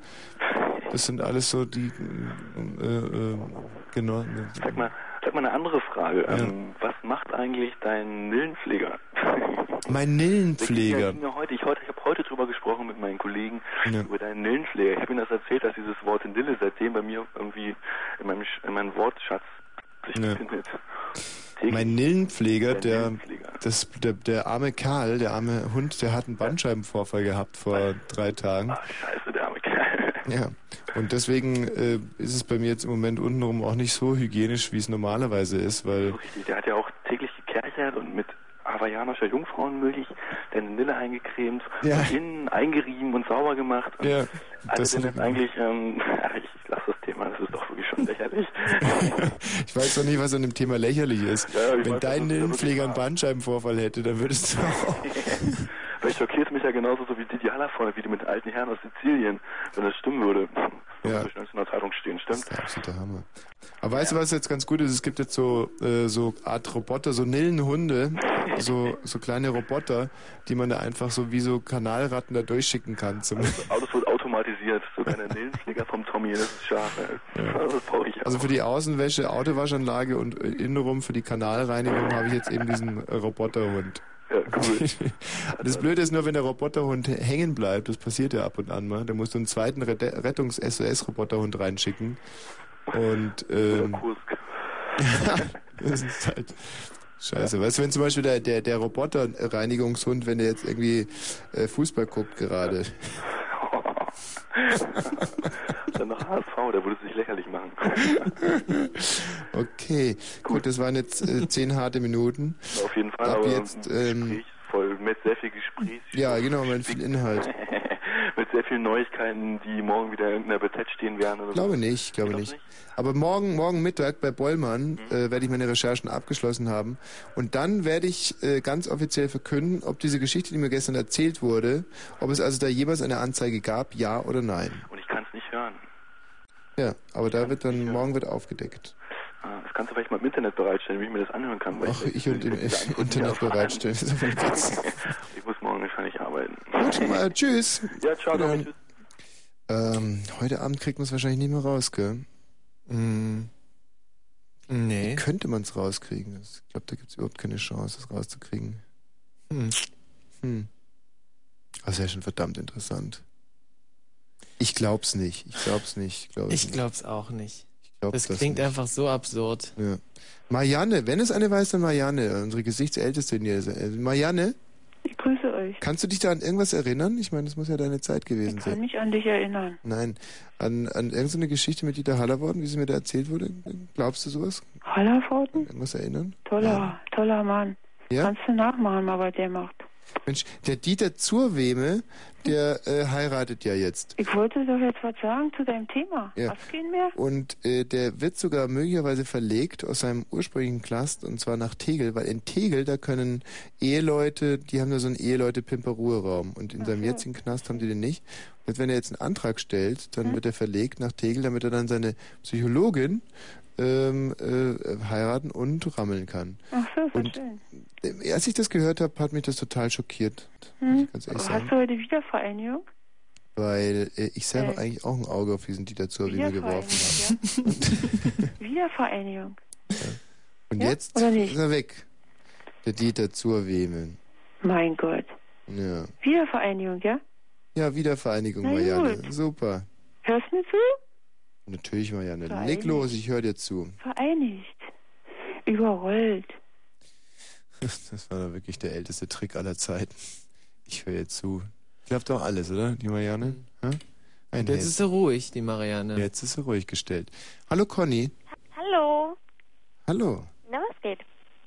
das sind alles so die, äh, äh, genau. Sag mal, sag mal eine andere Frage. Ja. Ähm, was macht eigentlich dein Nillenpfleger? Mein Nillenpfleger? Ich, heute, ich, heute, ich habe heute drüber gesprochen mit meinen Kollegen ja. über deinen Nillenpfleger. Ich habe ihnen das erzählt, dass dieses Wort Nille seitdem bei mir irgendwie in meinem, in meinem Wortschatz sich ja. befindet. Mein Nillenpfleger, der, das, der, der arme Karl, der arme Hund, der hat einen Bandscheibenvorfall gehabt vor drei Tagen. Ach, scheiße, der arme Kerl. Ja, und deswegen äh, ist es bei mir jetzt im Moment untenrum auch nicht so hygienisch, wie es normalerweise ist, weil... So richtig, der hat ja auch täglich gekerchert und mit hawaiianischer Jungfrauenmilch deine Nille eingecremt, ja. und innen eingerieben und sauber gemacht. Und ja, das ist jetzt eigentlich, ähm, ich lasse das Thema, das ist doch wirklich schon lächerlich. Ich weiß doch nicht, was an dem Thema lächerlich ist. Ja, Wenn weiß, dein Nillenpfleger einen Bandscheibenvorfall hätte, dann würdest du auch... Vielleicht schockiert mich ja genauso so wie Didi Hallervorden, wie die mit den alten Herren aus Sizilien, wenn das stimmen würde. Das ja. würde in der Zeitung stehen, stimmt? Das ist der absolute Hammer. Aber weißt ja. du, was jetzt ganz gut ist? Es gibt jetzt so äh, so Art Roboter, so Nillenhunde, so so kleine Roboter, die man da einfach so wie so Kanalratten da durchschicken kann. Zum also, alles wird automatisiert. So kleine Nillenpfleger vom Tommy, das ist scharf. Ja. Das brauche ich auch. Also für die Außenwäsche, Autowaschanlage und innenrum für die Kanalreinigung habe ich jetzt eben diesen äh, Roboterhund. Ja, cool. Das Blöde ist nur, wenn der Roboterhund hängen bleibt, das passiert ja ab und an mal, dann musst du einen zweiten Rettungs-S O S-Roboterhund reinschicken. Und, ähm, ja, das ist halt scheiße. Weißt du, wenn zum Beispiel der, der, der Roboterreinigungshund, wenn der jetzt irgendwie äh, Fußball guckt gerade. Dann noch H S V, der würde sich lächerlich machen. Okay, gut, gut das waren jetzt äh, zehn harte Minuten. Auf jeden Fall, Ab aber jetzt, ähm, voll mit sehr viel Gespräch. Ja, genau, mit viel Inhalt. Mit sehr vielen Neuigkeiten, die morgen wieder in irgendeiner B Z stehen werden. Oder glaube so. nicht, glaube nicht. nicht. Aber morgen, morgen Mittag bei Bollmann mhm. äh, werde ich meine Recherchen abgeschlossen haben. Und dann werde ich äh, ganz offiziell verkünden, ob diese Geschichte, die mir gestern erzählt wurde, ob es also da jeweils eine Anzeige gab, ja oder nein. Und ich kann es nicht hören. Ja, aber ich da wird dann, morgen wird aufgedeckt. Das kannst du vielleicht mal im Internet bereitstellen, wie ich mir das anhören kann. Ach, ich, ich und im Internet bereitstellen. Das ist aber Witz. Ich muss morgen wahrscheinlich arbeiten. Gut, mal, tschüss. Ja, ciao, ja. Tschüss. Ähm, heute Abend kriegt man es wahrscheinlich nicht mehr raus, gell? Mm. Nee. Wie könnte man es rauskriegen? Ich glaube, da gibt es überhaupt keine Chance, es rauszukriegen. Hm. Hm. Das ist ja schon verdammt interessant. Ich glaub's nicht. Ich glaub's nicht. Glaub ich nicht. glaub's auch nicht. Glaub das das klingt nicht. einfach so absurd. Ja. Marianne, wenn es eine weiß, dann Marianne, unsere Gesichtsälteste in hier. Marianne? Ich grüße euch. Kannst du dich da an irgendwas erinnern? Ich meine, das muss ja deine Zeit gewesen sein. Ich kann sein. mich an dich erinnern. Nein. An, an irgendeine Geschichte mit Dieter Hallervorden, wie sie mir da erzählt wurde? Glaubst du sowas? Hallervorden? Irgendwas erinnern? Toller, ja. toller Mann. Ja? Kannst du nachmachen, mal, was der macht. Mensch, der Dieter Zurweme, der äh, heiratet ja jetzt. Ich wollte doch jetzt was sagen zu deinem Thema. Ja. Was gehen wir? Und äh, der wird sogar möglicherweise verlegt aus seinem ursprünglichen Knast, und zwar nach Tegel, weil in Tegel, da können Eheleute, die haben da so einen Eheleute-Pimper-Ruheraum, und in Ach seinem so. jetzigen Knast haben die den nicht. Und wenn er jetzt einen Antrag stellt, dann Hm? wird er verlegt nach Tegel, damit er dann seine Psychologin ähm, äh, heiraten und rammeln kann. Ach so, ist Und schön. äh, als ich das gehört habe, hat mich das total schockiert. Hm? Ganz ehrlich Hast sagen. du heute Wiedervereinigung? Weil äh, ich selber Äh. eigentlich auch ein Auge auf diesen Dieter Zurweme geworfen habe. Ja? Wiedervereinigung. Und Ja? jetzt Oder nicht? ist er weg. Der Dieter Zurweme. Mein Gott. Ja. Wiedervereinigung, ja? Ja, Wiedervereinigung, Na Marianne. gut. Super. Hörst du mir zu? Natürlich, Marianne. Leg Vereinigt. los, ich höre dir zu. Vereinigt. Überrollt. Das war doch wirklich der älteste Trick aller Zeiten. Ich höre dir zu. Klappt doch alles, oder, die Marianne? Hm? Ein Jetzt Held. ist sie ruhig, die Marianne. Jetzt ist sie ruhig gestellt. Hallo, Conny. Hallo. Hallo. Na, was geht?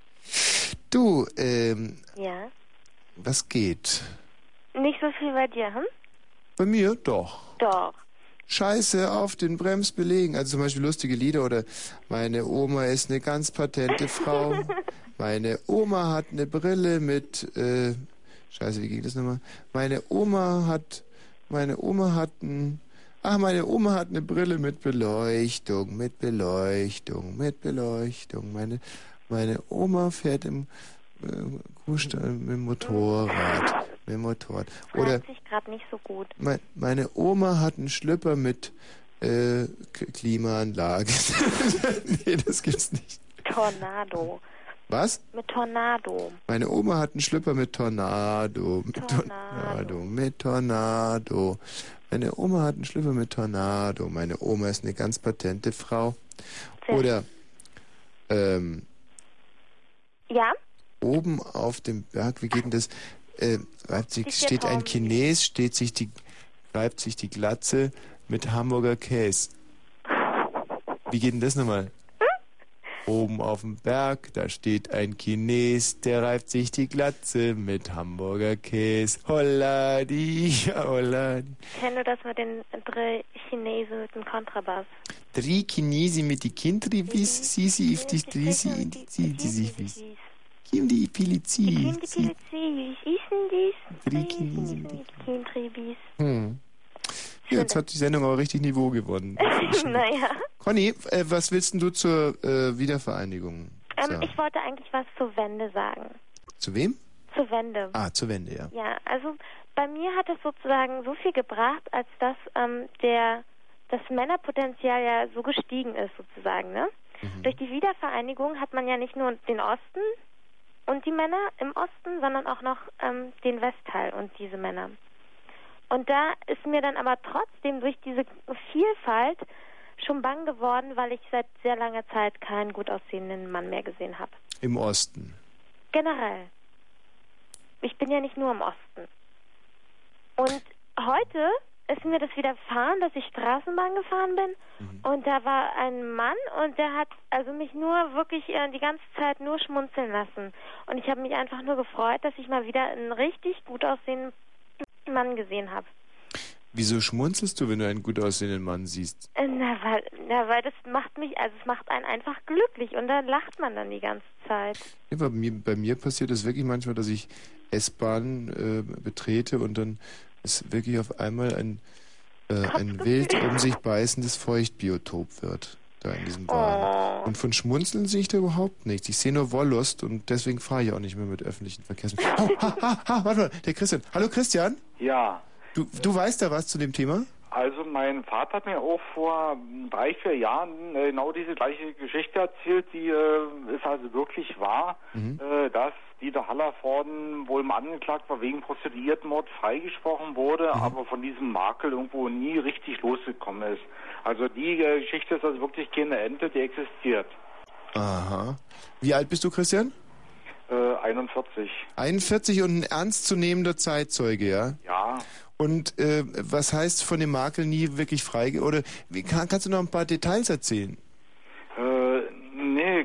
Du, ähm, Ja. was geht? Nicht so viel bei dir, hm? Bei mir? Doch. Doch. Scheiße auf den Bremsbelägen. Also zum Beispiel lustige Lieder oder meine Oma ist eine ganz patente Frau. Meine Oma hat eine Brille mit, äh, Scheiße, wie ging das nochmal? Meine Oma hat, meine Oma hat ein, ach, meine Oma hat eine Brille mit Beleuchtung, mit Beleuchtung, mit Beleuchtung. Meine, meine Oma fährt im, äh, Kuhstall mit dem Motorrad, mit dem Motorrad. Oder Hört sich gerade nicht so gut. mein, meine Oma hat einen Schlüpper mit äh, K- Klimaanlage. Nee, das gibt's nicht. Tornado. Was? Mit Tornado. Meine Oma hat einen Schlüpper mit Tornado. Mit Tornado. Mit Tornado. Meine Oma hat einen Schlüpper mit Tornado. Meine Oma ist eine ganz patente Frau. Oder ähm, Ja? oben auf dem Berg, wie geht denn das? Äh, reibt sich, Steht steht der ein Traum- Chines, steht sich die, reibt sich die Glatze mit Hamburger Käse. Wie geht denn das nochmal? Oben auf dem Berg, da steht ein Chines, der reibt sich die Glatze mit Hamburger Käse. Holla die, holla die. Ich kenne das mit den drei Chinesen mit dem Kontrabass. Drei Chinesen mit die Kindrivis, sie sie if die Strisi in die sie die sich wies. Kim die Pilizi. Kim die Pilzi, wie hießen dies? Drei Chinesen. Die Kindribis. Hm. Ja, jetzt hat die Sendung aber richtig Niveau gewonnen. Naja. Conny, äh, was willst denn du zur äh, Wiedervereinigung Ähm, sagen? ich wollte eigentlich was zur Wende sagen. Zu wem? Zur Wende. Ah, zur Wende, ja. Ja, also bei mir hat es sozusagen so viel gebracht, als dass ähm, der das Männerpotenzial ja so gestiegen ist sozusagen, ne? Mhm. Durch die Wiedervereinigung hat man ja nicht nur den Osten und die Männer im Osten, sondern auch noch ähm, den Westteil und diese Männer. Und da ist mir dann aber trotzdem durch diese Vielfalt schon bang geworden, weil ich seit sehr langer Zeit keinen gut aussehenden Mann mehr gesehen habe. Im Osten. Generell. Ich bin ja nicht nur im Osten. Und heute ist mir das widerfahren, dass ich Straßenbahn gefahren bin und da war ein Mann und der hat also mich nur wirklich äh, die ganze Zeit nur schmunzeln lassen. Und ich habe mich einfach nur gefreut, dass ich mal wieder einen richtig gut aussehenden Mann gesehen habe. Wieso schmunzelst du, wenn du einen gut aussehenden Mann siehst? Äh, Na weil, na, weil das macht mich, also es macht einen einfach glücklich und da lacht man dann die ganze Zeit. Ja, bei, mir, bei mir passiert das wirklich manchmal, dass ich S-Bahn äh, betrete und dann ist wirklich auf einmal ein, äh, ein wild um sich beißendes Feuchtbiotop wird. Da in diesem Wagen. Oh. Und von Schmunzeln sehe ich da überhaupt nichts. Ich sehe nur Wollust und deswegen fahre ich auch nicht mehr mit öffentlichen Verkehrsmitteln. Ha, ha, ha, ha, warte mal, der Christian. Hallo Christian? Ja, Du, du weißt da was zu dem Thema? also mein Vater hat mir auch vor drei, vier Jahren äh, genau diese gleiche Geschichte erzählt, die äh, ist also wirklich wahr, Mhm. äh, dass Dieter Hallervorden wohl mal angeklagt war wegen Prostituiertenmord freigesprochen wurde, Mhm. aber von diesem Makel irgendwo nie richtig losgekommen ist. Also die äh, Geschichte ist also wirklich keine Ente, die existiert. Aha. Wie alt bist du, Christian? Äh, einundvierzig. einundvierzig und ein ernstzunehmender Zeitzeuge, ja? Ja. Und äh, was heißt von dem Makel nie wirklich frei? Oder wie, kann, kannst du noch ein paar Details erzählen? Äh, nee, ich hab's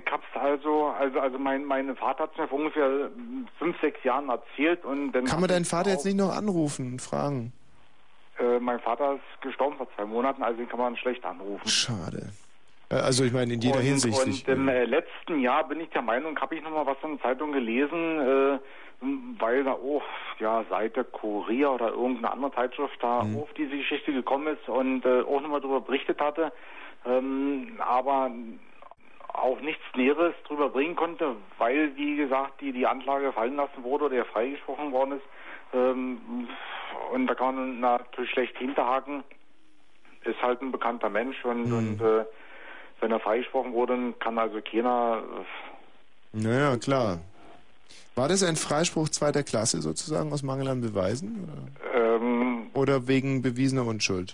also, also, also mein, mein Vater hat es mir vor ungefähr fünf, sechs Jahren erzählt und dann... Kann man deinen Vater jetzt nicht noch anrufen und fragen? Äh, mein Vater ist gestorben vor zwei Monaten, also den kann man schlecht anrufen. Schade. Also ich meine in jeder und, Hinsicht. Und im äh, letzten Jahr bin ich der Meinung, habe ich nochmal was in der Zeitung gelesen, äh, weil da auch, ja, seit der Kurier oder irgendeine andere Zeitschrift da mhm. auf diese Geschichte gekommen ist und äh, auch nochmal darüber berichtet hatte, ähm, aber auch nichts Näheres drüber bringen konnte, weil, wie gesagt, die, die Anklage fallen lassen wurde oder der freigesprochen worden ist. Ähm, und da kann man natürlich schlecht hinterhaken. Ist halt ein bekannter Mensch und, mhm. und äh, wenn er freigesprochen wurde, kann also keiner... Äh, naja, klar. War das ein Freispruch zweiter Klasse sozusagen aus Mangel an Beweisen? Oder, ähm, oder wegen bewiesener Unschuld?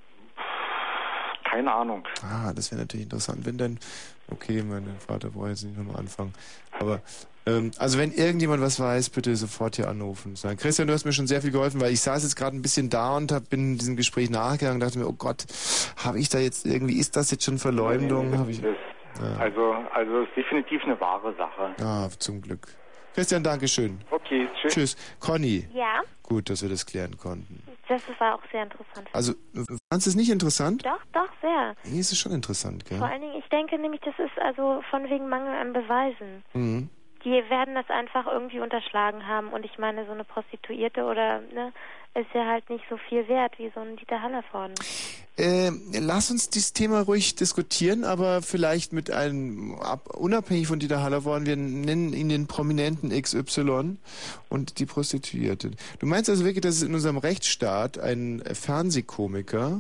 Keine Ahnung. Ah, das wäre natürlich interessant. Wenn dann... Okay, mein Vater braucht jetzt nicht nochmal anfangen. Aber, ähm, also wenn irgendjemand was weiß, bitte sofort hier anrufen. Sagen, Christian, du hast mir schon sehr viel geholfen, weil ich saß jetzt gerade ein bisschen da und hab, bin in diesem Gespräch nachgegangen und dachte mir, oh Gott, habe ich da jetzt irgendwie, ist das jetzt schon Verleumdung? Nee, hab ich, das, ja. Also, also ist definitiv eine wahre Sache. Ah, zum Glück. Christian, danke schön. Okay, tschüss. Tschüss. Conny. Ja? Gut, dass wir das klären konnten. Das war auch sehr interessant. Also, fandest du es nicht interessant? Doch, doch, sehr. Nee, es ist schon interessant, gell? Vor allen Dingen, ich denke nämlich, das ist also von wegen Mangel an Beweisen. Mhm. Die werden das einfach irgendwie unterschlagen haben. Und ich meine, so eine Prostituierte oder, ne, ist ja halt nicht so viel wert wie so ein Dieter Hallervorden. Äh, lass uns dieses Thema ruhig diskutieren, aber vielleicht mit einem, ab, unabhängig von Dieter Hallervorden, wir nennen ihn den Prominenten X Y und die Prostituierte. Du meinst also wirklich, dass es in unserem Rechtsstaat ein Fernsehkomiker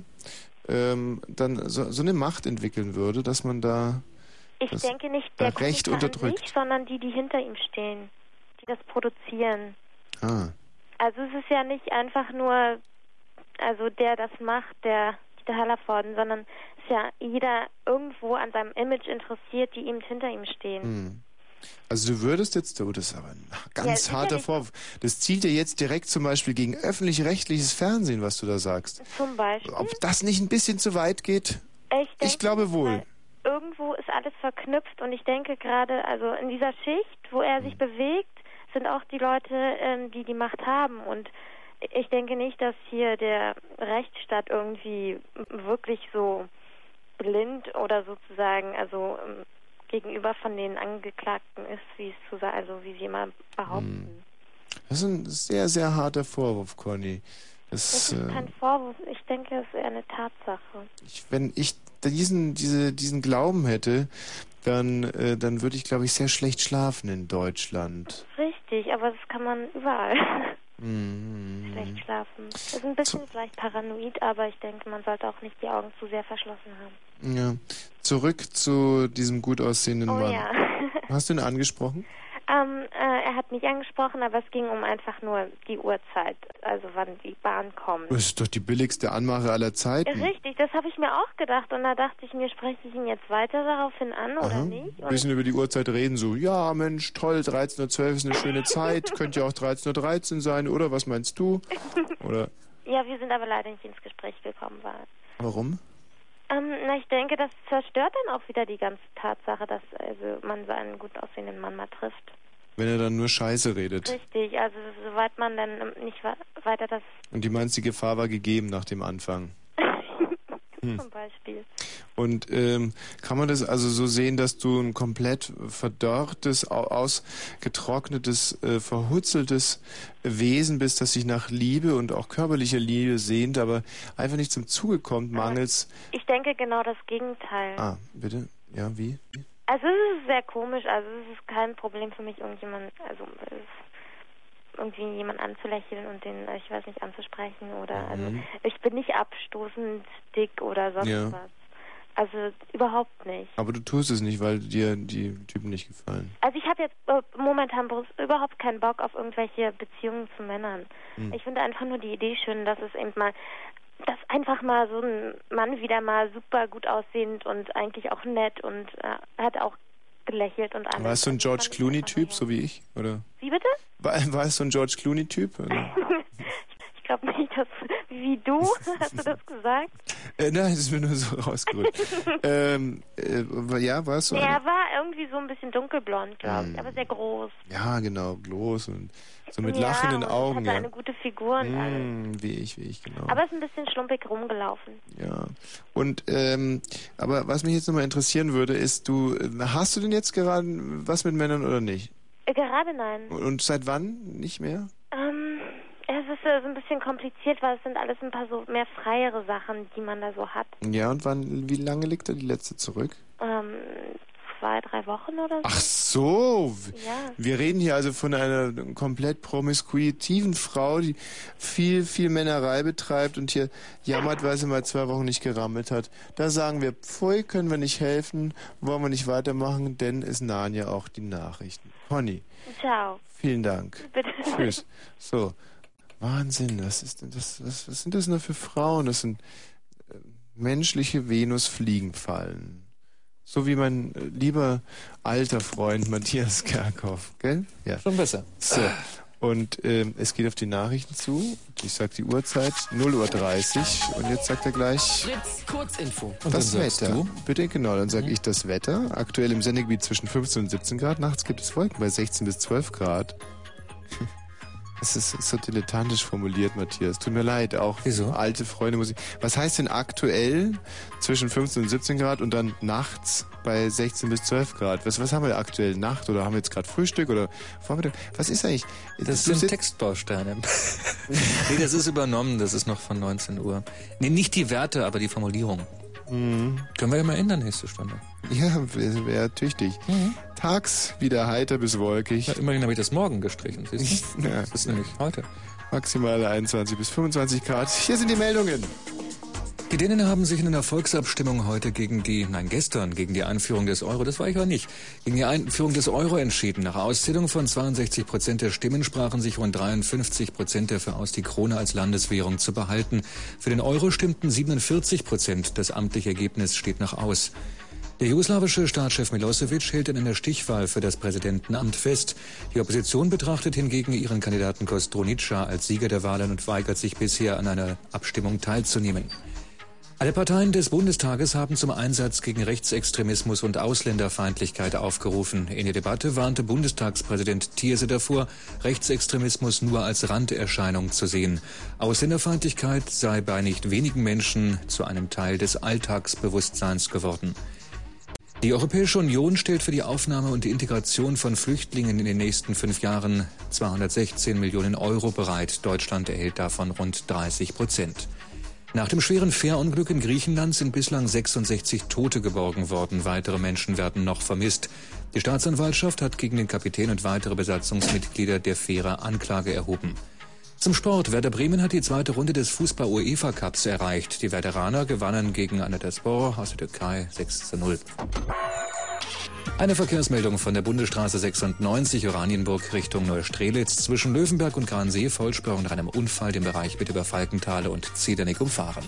ähm, dann so, so eine Macht entwickeln würde, dass man da Ich das denke nicht der Recht Komiker unterdrückt. an sich, sondern die, die hinter ihm stehen, die das produzieren. Ah. Also es ist ja nicht einfach nur, also der das macht, der Dieter Hallervorden, sondern es ist ja jeder irgendwo an seinem Image interessiert, die eben hinter ihm stehen. Hm. Also du würdest jetzt, oh, das ist aber ein ganz Ja, harter sicherlich. Vorwurf. Das zielt ja jetzt direkt zum Beispiel gegen öffentlich-rechtliches Fernsehen, was du da sagst. Zum Beispiel. Ob das nicht ein bisschen zu weit geht? Ich, Ich glaube wohl. Irgendwo ist alles verknüpft und ich denke gerade, also in dieser Schicht, wo er sich bewegt, sind auch die Leute, ähm, die die Macht haben. Und ich denke nicht, dass hier der Rechtsstaat irgendwie wirklich so blind oder sozusagen, also ähm, gegenüber von den Angeklagten ist, wie es zu sagen, also wie sie immer behaupten. Das ist ein sehr, sehr harter Vorwurf, Conny. Das, Das ist äh, kein Vorwurf. Ich denke, es ist eher eine Tatsache. ich, wenn ich diesen, diese, diesen Glauben hätte, dann, äh, dann würde ich, glaube ich, sehr schlecht schlafen in Deutschland. Richtig, aber das kann man überall. Mhm. Schlecht schlafen. Das ist ein bisschen vielleicht paranoid, aber ich denke, man sollte auch nicht die Augen zu sehr verschlossen haben. Ja. Zurück zu diesem gut aussehenden Oh Mann. ja. Hast du ihn angesprochen? Ähm, äh, er hat mich angesprochen, aber es ging um einfach nur die Uhrzeit, also wann die Bahn kommt. Das ist doch die billigste Anmache aller Zeiten. Richtig, das habe ich mir auch gedacht und da dachte ich mir, spreche ich ihn jetzt weiter daraufhin an oder Aha. nicht? Ein bisschen über die Uhrzeit reden, so, ja Mensch, toll, dreizehn Uhr zwölf ist eine schöne Zeit, könnte ja auch dreizehn Uhr dreizehn sein, oder was meinst du? Oder Ja, wir sind aber leider nicht ins Gespräch gekommen. War. warum? Ähm, na, ich denke, das zerstört dann auch wieder die ganze Tatsache, dass also man so einen gut aussehenden Mann mal trifft. Wenn er dann nur Scheiße redet. Richtig, also soweit man dann nicht weiter das Und die meinst, die Gefahr war gegeben nach dem Anfang. Hm. zum Beispiel. Und ähm, kann man das also so sehen, dass du ein komplett verdorrtes, au- ausgetrocknetes, äh, verhutzeltes Wesen bist, das sich nach Liebe und auch körperlicher Liebe sehnt, aber einfach nicht zum Zuge kommt, mangels... Ich denke genau das Gegenteil. Ah, bitte? Ja, wie? Also es ist sehr komisch, also es ist kein Problem für mich, irgendjemand, also es ist irgendwie jemand anzulächeln und den, ich weiß nicht, anzusprechen oder, also Mhm. ich bin nicht abstoßend dick oder sonst Ja. was. Also überhaupt nicht. Aber du tust es nicht, weil dir die Typen nicht gefallen. Also ich habe jetzt äh, momentan bloß überhaupt keinen Bock auf irgendwelche Beziehungen zu Männern. Hm. Ich finde einfach nur die Idee schön, dass es eben mal, dass einfach mal so ein Mann wieder mal super gut aussehend und eigentlich auch nett und äh, hat auch gelächelt und alles. Warst du ein Also George fand ich Clooney-Typ, einfach so wie ich? Oder? Wie bitte? War, warst du ein George Clooney-Typ? Oder? Ich glaube nicht, dass wie du, hast du das gesagt? äh, nein, das ist mir nur so rausgerutscht. ähm, äh, ja, warst du? Nee, einer? er war irgendwie so ein bisschen dunkelblond, glaube ich, Hm. aber sehr groß. Ja, genau, groß und so mit ja, lachenden und Augen. hatte Ja. eine gute Figur und alles. Hm, wie ich, wie ich, genau. Aber ist ein bisschen schlumpig rumgelaufen. Ja. Und, ähm, aber was mich jetzt nochmal interessieren würde, ist, du, hast du denn jetzt gerade was mit Männern oder nicht? Äh, gerade nein. Und seit wann nicht mehr? Ähm, es ist äh, so ein bisschen kompliziert, weil es sind alles ein paar so mehr freiere Sachen, die man da so hat. Ja, und wann, wie lange liegt da die letzte zurück? Ähm, zwei, drei Wochen oder so. Ach so. Ja. Wir reden hier also von einer komplett promiskuitiven Frau, die viel, viel Männerei betreibt und hier jammert, weil sie mal zwei Wochen nicht gerammelt hat. Da sagen wir, pfui, können wir nicht helfen, wollen wir nicht weitermachen, denn es nahen ja auch die Nachrichten. Conny, Ciao. vielen Dank. Bitte. Tschüss. So. Wahnsinn, was ist denn das, was, was sind das nur für Frauen? Das sind äh, menschliche Venusfliegenfallen. So wie mein äh, lieber alter Freund Matthias Kerkhoff, gell? Ja. Schon besser. So. Und ähm, es geht auf die Nachrichten zu. Ich sag die Uhrzeit, null Uhr dreißig. Und jetzt sagt er gleich Fritz, Kurzinfo. Und das dann sagst Wetter. du? Bitte, genau, dann sage ich das Wetter. Aktuell im Sendegebiet zwischen fünfzehn und siebzehn Grad. Nachts gibt es Wolken bei sechzehn bis zwölf Grad. Das ist so dilettantisch formuliert, Matthias. Tut mir leid, auch Wieso? alte Freunde Musik. Was heißt denn aktuell zwischen fünfzehn und siebzehn Grad und dann nachts bei sechzehn bis zwölf Grad? Was, was haben wir aktuell? Nacht oder haben wir jetzt gerade Frühstück oder Vormittag? Was ist eigentlich? Das Du sind sitzt- Textbausteine. Nee, das ist übernommen, das ist noch von neunzehn Uhr. Nee, nicht die Werte, aber die Formulierung. Mhm. Können wir ja mal ändern nächste Stunde. Ja, wäre wär tüchtig. Mhm. Tags wieder heiter bis wolkig. Ja, immerhin habe ich das morgen gestrichen, siehst du? Ja. Das ist nämlich heute. Maximale einundzwanzig bis fünfundzwanzig Grad. Hier sind die Meldungen. Die Dänen haben sich in einer Volksabstimmung heute gegen die, nein gestern, gegen die Einführung des Euro, das war ich ja nicht, gegen die Einführung des Euro entschieden. Nach Auszählung von zweiundsechzig Prozent der Stimmen sprachen sich rund dreiundfünfzig Prozent dafür aus, die Krone als Landeswährung zu behalten. Für den Euro stimmten siebenundvierzig Prozent. Das amtliche Ergebnis steht noch aus. Der jugoslawische Staatschef Milosevic hält in einer Stichwahl für das Präsidentenamt fest. Die Opposition betrachtet hingegen ihren Kandidaten Kostrunica als Sieger der Wahlen und weigert sich bisher an einer Abstimmung teilzunehmen. Alle Parteien des Bundestages haben zum Einsatz gegen Rechtsextremismus und Ausländerfeindlichkeit aufgerufen. In der Debatte warnte Bundestagspräsident Thierse davor, Rechtsextremismus nur als Randerscheinung zu sehen. Ausländerfeindlichkeit sei bei nicht wenigen Menschen zu einem Teil des Alltagsbewusstseins geworden. Die Europäische Union stellt für die Aufnahme und die Integration von Flüchtlingen in den nächsten fünf Jahren zweihundertsechzehn Millionen Euro bereit. Deutschland erhält davon rund dreißig Prozent. Nach dem schweren Fährunglück in Griechenland sind bislang sechsundsechzig Tote geborgen worden. Weitere Menschen werden noch vermisst. Die Staatsanwaltschaft hat gegen den Kapitän und weitere Besatzungsmitglieder der Fähre Anklage erhoben. Zum Sport. Werder Bremen hat die zweite Runde des Fußball-UEFA-Cups erreicht. Die Werderaner gewannen gegen Anadoluspor aus der Türkei sechs zu null. Eine Verkehrsmeldung von der Bundesstraße sechsundneunzig Oranienburg Richtung Neustrelitz. Zwischen Löwenberg und Gransee Vollsperrung nach einem Unfall. Den Bereich bitte über Falkentale und Zedernick umfahren.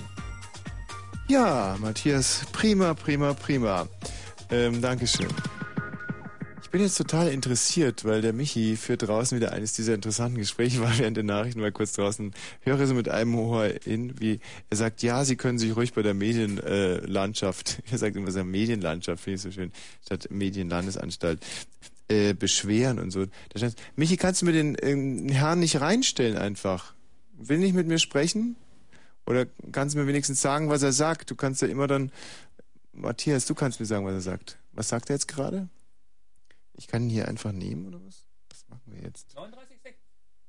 Ja, Matthias, prima, prima, prima. Ähm, Dankeschön. Ich bin jetzt total interessiert, weil der Michi führt draußen wieder eines dieser interessanten Gespräche, war während der Nachrichten mal kurz draußen, höre so mit einem Ohr in, wie er sagt, ja, Sie können sich ruhig bei der Medienlandschaft, er sagt immer so Medienlandschaft, finde ich so schön, statt Medienlandesanstalt, äh, beschweren und so. Da stand, Michi, kannst du mir den ähm, Herrn nicht reinstellen einfach? Will nicht mit mir sprechen? Oder kannst du mir wenigstens sagen, was er sagt? Du kannst ja immer dann, Matthias, du kannst mir sagen, was er sagt. Was sagt er jetzt gerade? Ich kann ihn hier einfach nehmen, oder was? Was machen wir jetzt? neununddreißig Sekunden.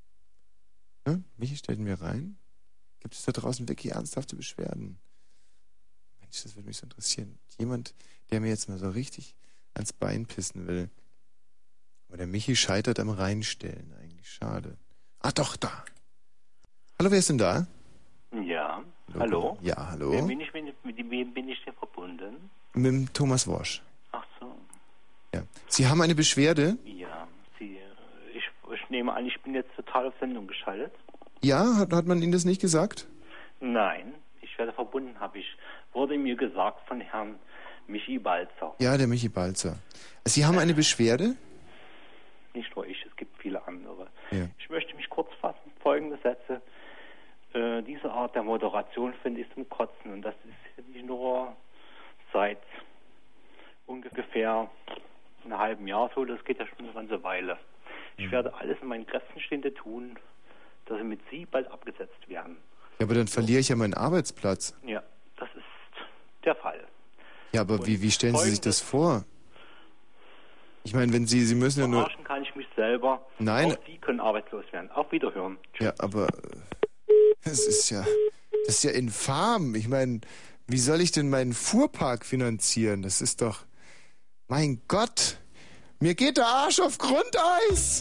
Ja, Michi, stellt ihn mir rein. Gibt es da draußen wirklich ernsthafte Beschwerden? Mensch, das würde mich so interessieren. Jemand, der mir jetzt mal so richtig ans Bein pissen will. Aber der Michi scheitert am Reinstellen eigentlich. Schade. Ah, doch, da. Hallo, wer ist denn da? Ja, hallo. hallo. Ja, hallo. Wem bin ich, mit, mit wem bin ich denn verbunden? Mit dem Thomas Worsch. Ach so. Ja. Sie haben eine Beschwerde? Ja, Sie, ich, ich nehme an, ich bin jetzt total auf Sendung geschaltet. Ja, hat, hat man Ihnen das nicht gesagt? Nein, ich werde verbunden, habe ich, wurde mir gesagt von Herrn Michi Balzer. Ja, der Michi Balzer. Sie haben eine Beschwerde? Nicht nur ich, es gibt viele andere. Ja. Ich möchte mich kurz fassen, folgende Sätze. Äh, diese Art der Moderation finde ich zum Kotzen und das ist nicht nur seit ungefähr einem halben Jahr so, das geht ja schon eine ganze Weile. Ich Mhm. werde alles in meinen Kräften Stehende tun, dass sie mit Sie bald abgesetzt werden. Ja, aber dann verliere ich ja meinen Arbeitsplatz. Ja, das ist der Fall. Ja, aber wie, wie stellen Sie sich das vor? Ich meine, wenn Sie, Sie müssen ja nur... Verarschen kann ich mich selber. Nein. Auch Sie können arbeitslos werden. Auf Wiederhören. Ja, aber es ist ja, das ist ja infam. Ich meine, wie soll ich denn meinen Fuhrpark finanzieren? Das ist doch, mein Gott, mir geht der Arsch auf Grundeis.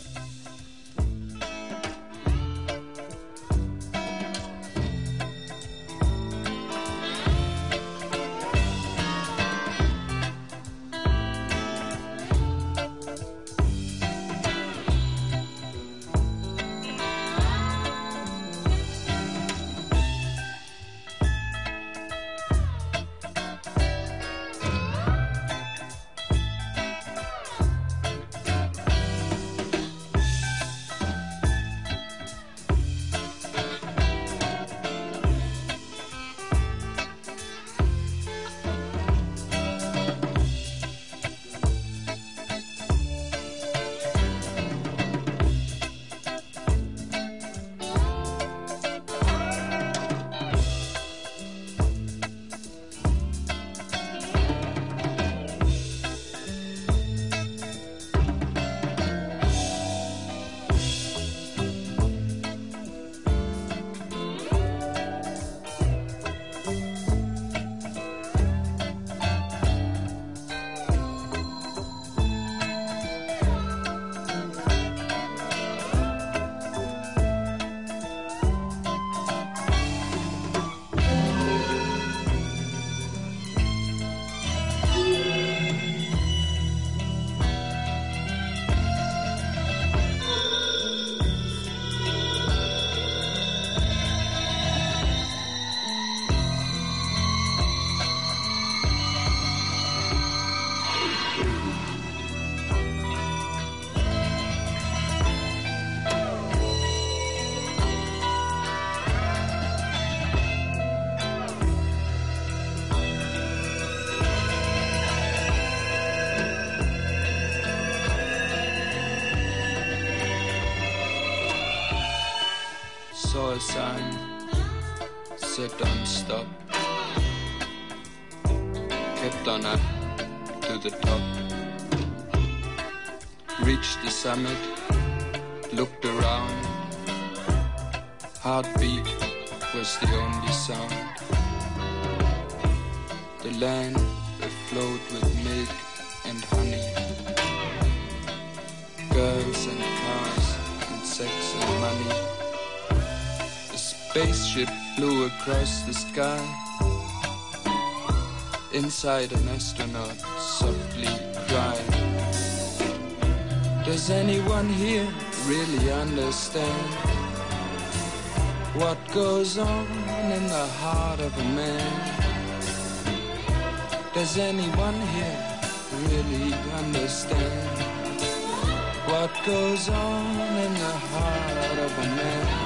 Saw a sign, said don't stop. Kept on up to the top. Reached the summit, looked around. Heartbeat was the only sound. The land afloat with milk and honey. Girls and cars and sex and money. A spaceship flew across the sky. Inside an astronaut softly cried. Does anyone here really understand what goes on in the heart of a man? Does anyone here really understand what goes on in the heart of a man?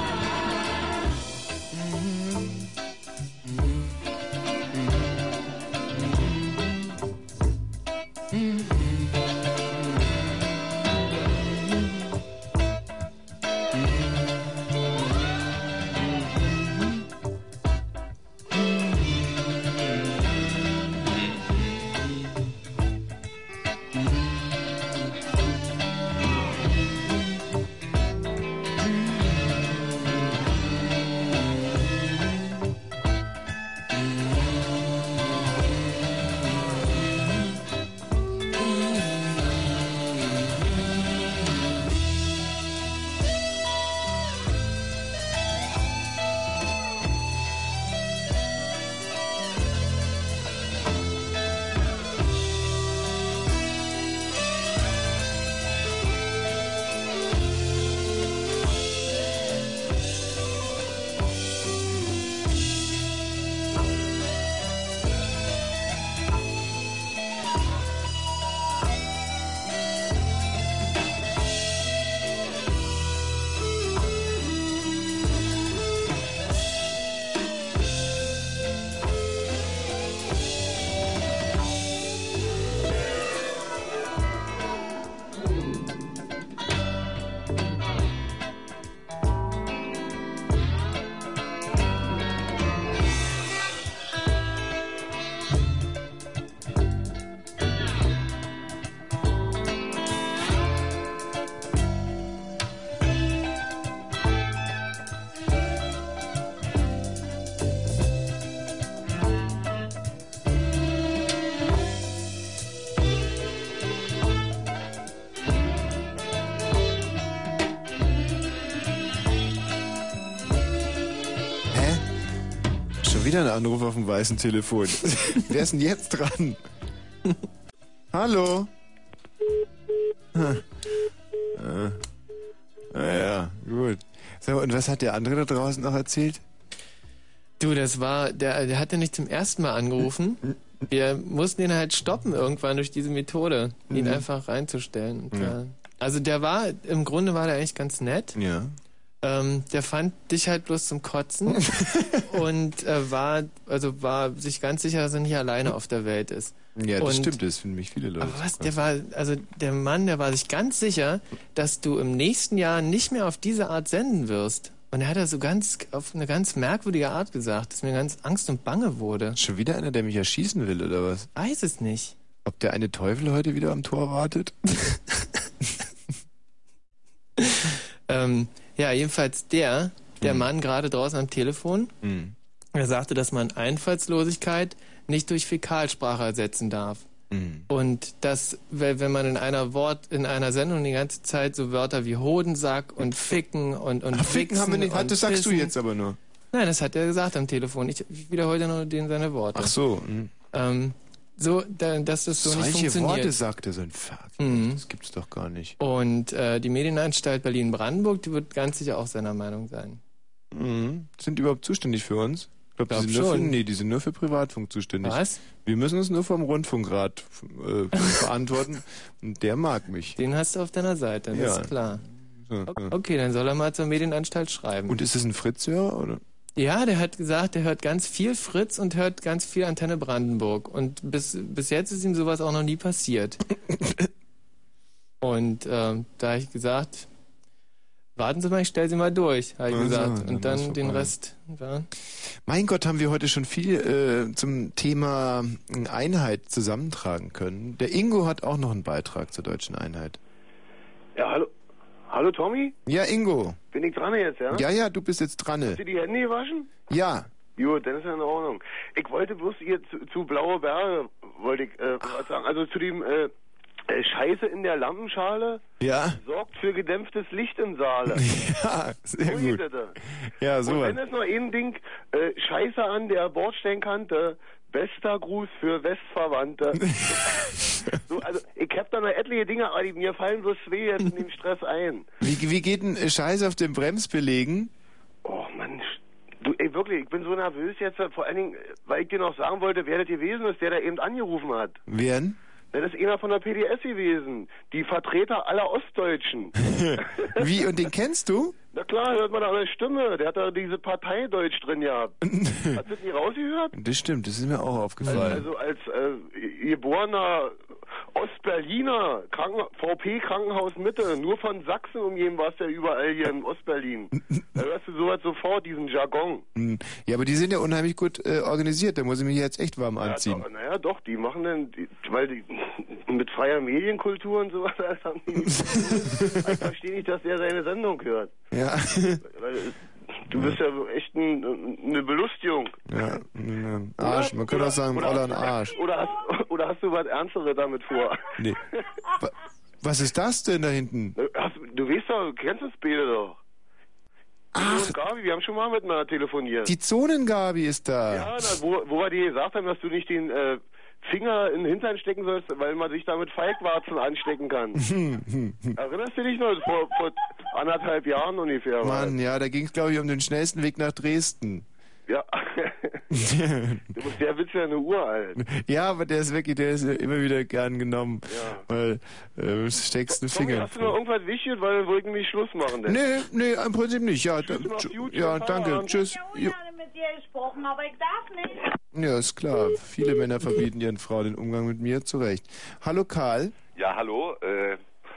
Schon wieder ein Anruf auf dem weißen Telefon. Wer ist denn jetzt dran? Hallo? Ah, ah, ja, gut. So, und was hat der andere da draußen noch erzählt? Du, das war, der, der hatte nicht zum ersten Mal angerufen. Wir mussten ihn halt stoppen irgendwann durch diese Methode, ihn Mhm. einfach reinzustellen. Und, Ja. äh, also der war, im Grunde war der eigentlich ganz nett. Ja. Ähm, der fand dich halt bloß zum Kotzen und äh, war, also war sich ganz sicher, dass er nicht alleine auf der Welt ist. Ja, das und, stimmt, das finden mich viele Leute. Aber was, der war, also der Mann, der war sich ganz sicher, dass du im nächsten Jahr nicht mehr auf diese Art senden wirst. Und er hat das so ganz, auf eine ganz merkwürdige Art gesagt, dass mir ganz Angst und Bange wurde. Schon wieder einer, der mich erschießen will, oder was? Weiß es nicht. Ob der eine Teufel heute wieder am Tor wartet? ähm, ja, jedenfalls der, der Mann gerade draußen am Telefon, Mhm. er sagte, dass man Einfallslosigkeit nicht durch Fäkalsprache ersetzen darf. Mhm. Und dass, wenn wenn man in einer Wort, in einer Sendung die ganze Zeit so Wörter wie Hodensack und Ficken und, und Ach, Ficken haben wir nicht. und Das sagst du Pissen- jetzt aber nur. Nein, das hat er gesagt am Telefon. Ich, ich wiederhole nur den seine Worte. Ach so. Mhm. Ähm, so, da, dass das so nicht Solche funktioniert. Worte sagt er so ein Fuck. Mhm. Das gibt's doch gar nicht. Und äh, die Medienanstalt Berlin-Brandenburg, die wird ganz sicher auch seiner Meinung sein. Mhm. Sind die überhaupt zuständig für uns? Ich glaube, Glaub die sind nur für, schon. nee, die sind nur für Privatfunk zuständig. Was? Wir müssen uns nur vom Rundfunkrat äh, verantworten. Und der mag mich. Den hast du auf deiner Seite, das Ja. ist klar. So, ja. Okay, dann soll er mal zur Medienanstalt schreiben. Und ist es ein Fritz-Hörer, oder? Ja, der hat gesagt, der hört ganz viel Fritz und hört ganz viel Antenne Brandenburg. Und bis, bis jetzt ist ihm sowas auch noch nie passiert. Und ähm, da habe ich gesagt, warten Sie mal, ich stelle Sie mal durch, habe ich Also, gesagt. dann Und dann ist den vorbei. Rest. Ja. Mein Gott, haben wir heute schon viel äh, zum Thema Einheit zusammentragen können. Der Ingo hat auch noch einen Beitrag zur deutschen Einheit. Ja, hallo. Hallo Tommy? Ja, Ingo. Bin ich dran jetzt, ja? Ja, ja, du bist jetzt dran. Hast du die Hände gewaschen? Ja. Gut, dann ist ja in Ordnung. Ich wollte bloß hier zu, zu Blaue Berge, wollte ich äh, was sagen. Also zu dem äh, äh, Scheiße in der Lampenschale Ja. sorgt für gedämpftes Licht im Saale. Ja, sehr So gut. geht das. Ja, Und sowas. wenn es noch ein Ding, äh, Scheiße an der Bordsteinkante, bester Gruß für Westverwandte. So, also ich hab da noch etliche Dinge, aber die, mir fallen so zwei jetzt in dem Stress ein. Wie, wie geht denn äh, Scheiße auf dem Bremsbelägen? Oh Mann, du, ey, wirklich, ich bin so nervös jetzt, vor allen Dingen, weil ich dir noch sagen wollte, wer das gewesen ist, der da eben angerufen hat. Wer denn? Das ist einer von der P D S gewesen, die Vertreter aller Ostdeutschen. Wie, und den kennst du? Na klar, hört man da eine Stimme, der hat da diese Parteideutsch drin gehabt. Hast du das nie rausgehört? Das stimmt, das ist mir auch aufgefallen. Also als äh, geborener Ostberliner, Kranken V P-Krankenhaus Mitte, nur von Sachsen umgeben warst du ja überall hier in Ostberlin. Da hörst du sowas sofort, diesen Jargon. Hm. Ja, aber die sind ja unheimlich gut äh, organisiert, da muss ich mich jetzt echt warm anziehen. Ja, doch, naja, doch, die machen dann, die, weil die mit freier Medienkultur und sowas, das haben die nicht. Ich verstehe nicht, dass der seine Sendung hört. Ja. Weil, du bist ja echt ein, eine Belustigung. Ja, ein Arsch, man könnte auch sagen, oder, oder ein Arsch. Oder hast, oder hast du was Ernsteres damit vor? Nee. Wa- Was ist das denn da hinten? Hast, du weißt doch, du kennst das Bild doch. Ach. Und Gabi, wir haben schon mal miteinander telefoniert. Die Zonengabi ist da. Ja, na, wo, wo wir dir gesagt haben, dass du nicht den äh, Finger in den Hintern stecken sollst, weil man sich damit Feigwarzen anstecken kann. Erinnerst du dich noch? Vor, vor anderthalb Jahren ungefähr. war Mann, ja, da ging es, glaube ich, um den schnellsten Weg nach Dresden. Ja. Du musst- Der Witz ja eine uralt. Ja, aber der ist wirklich, der ist ja immer wieder gern genommen. Weil äh, du steckst einen Tommy, Finger. hast du noch irgendwas Wichtiges, weil wir wollten nämlich Schluss machen. Denn? Nee, nee, im Prinzip nicht. Ja, da, mach's gut, ja schönen danke. Feierabend. Tschüss. Ich Jo. habe mit dir gesprochen, aber ich darf nicht. Ja, ist klar. Viele Männer verbieten ihren Frauen den Umgang mit mir, zu Recht. Hallo Karl. Ja, hallo. Äh,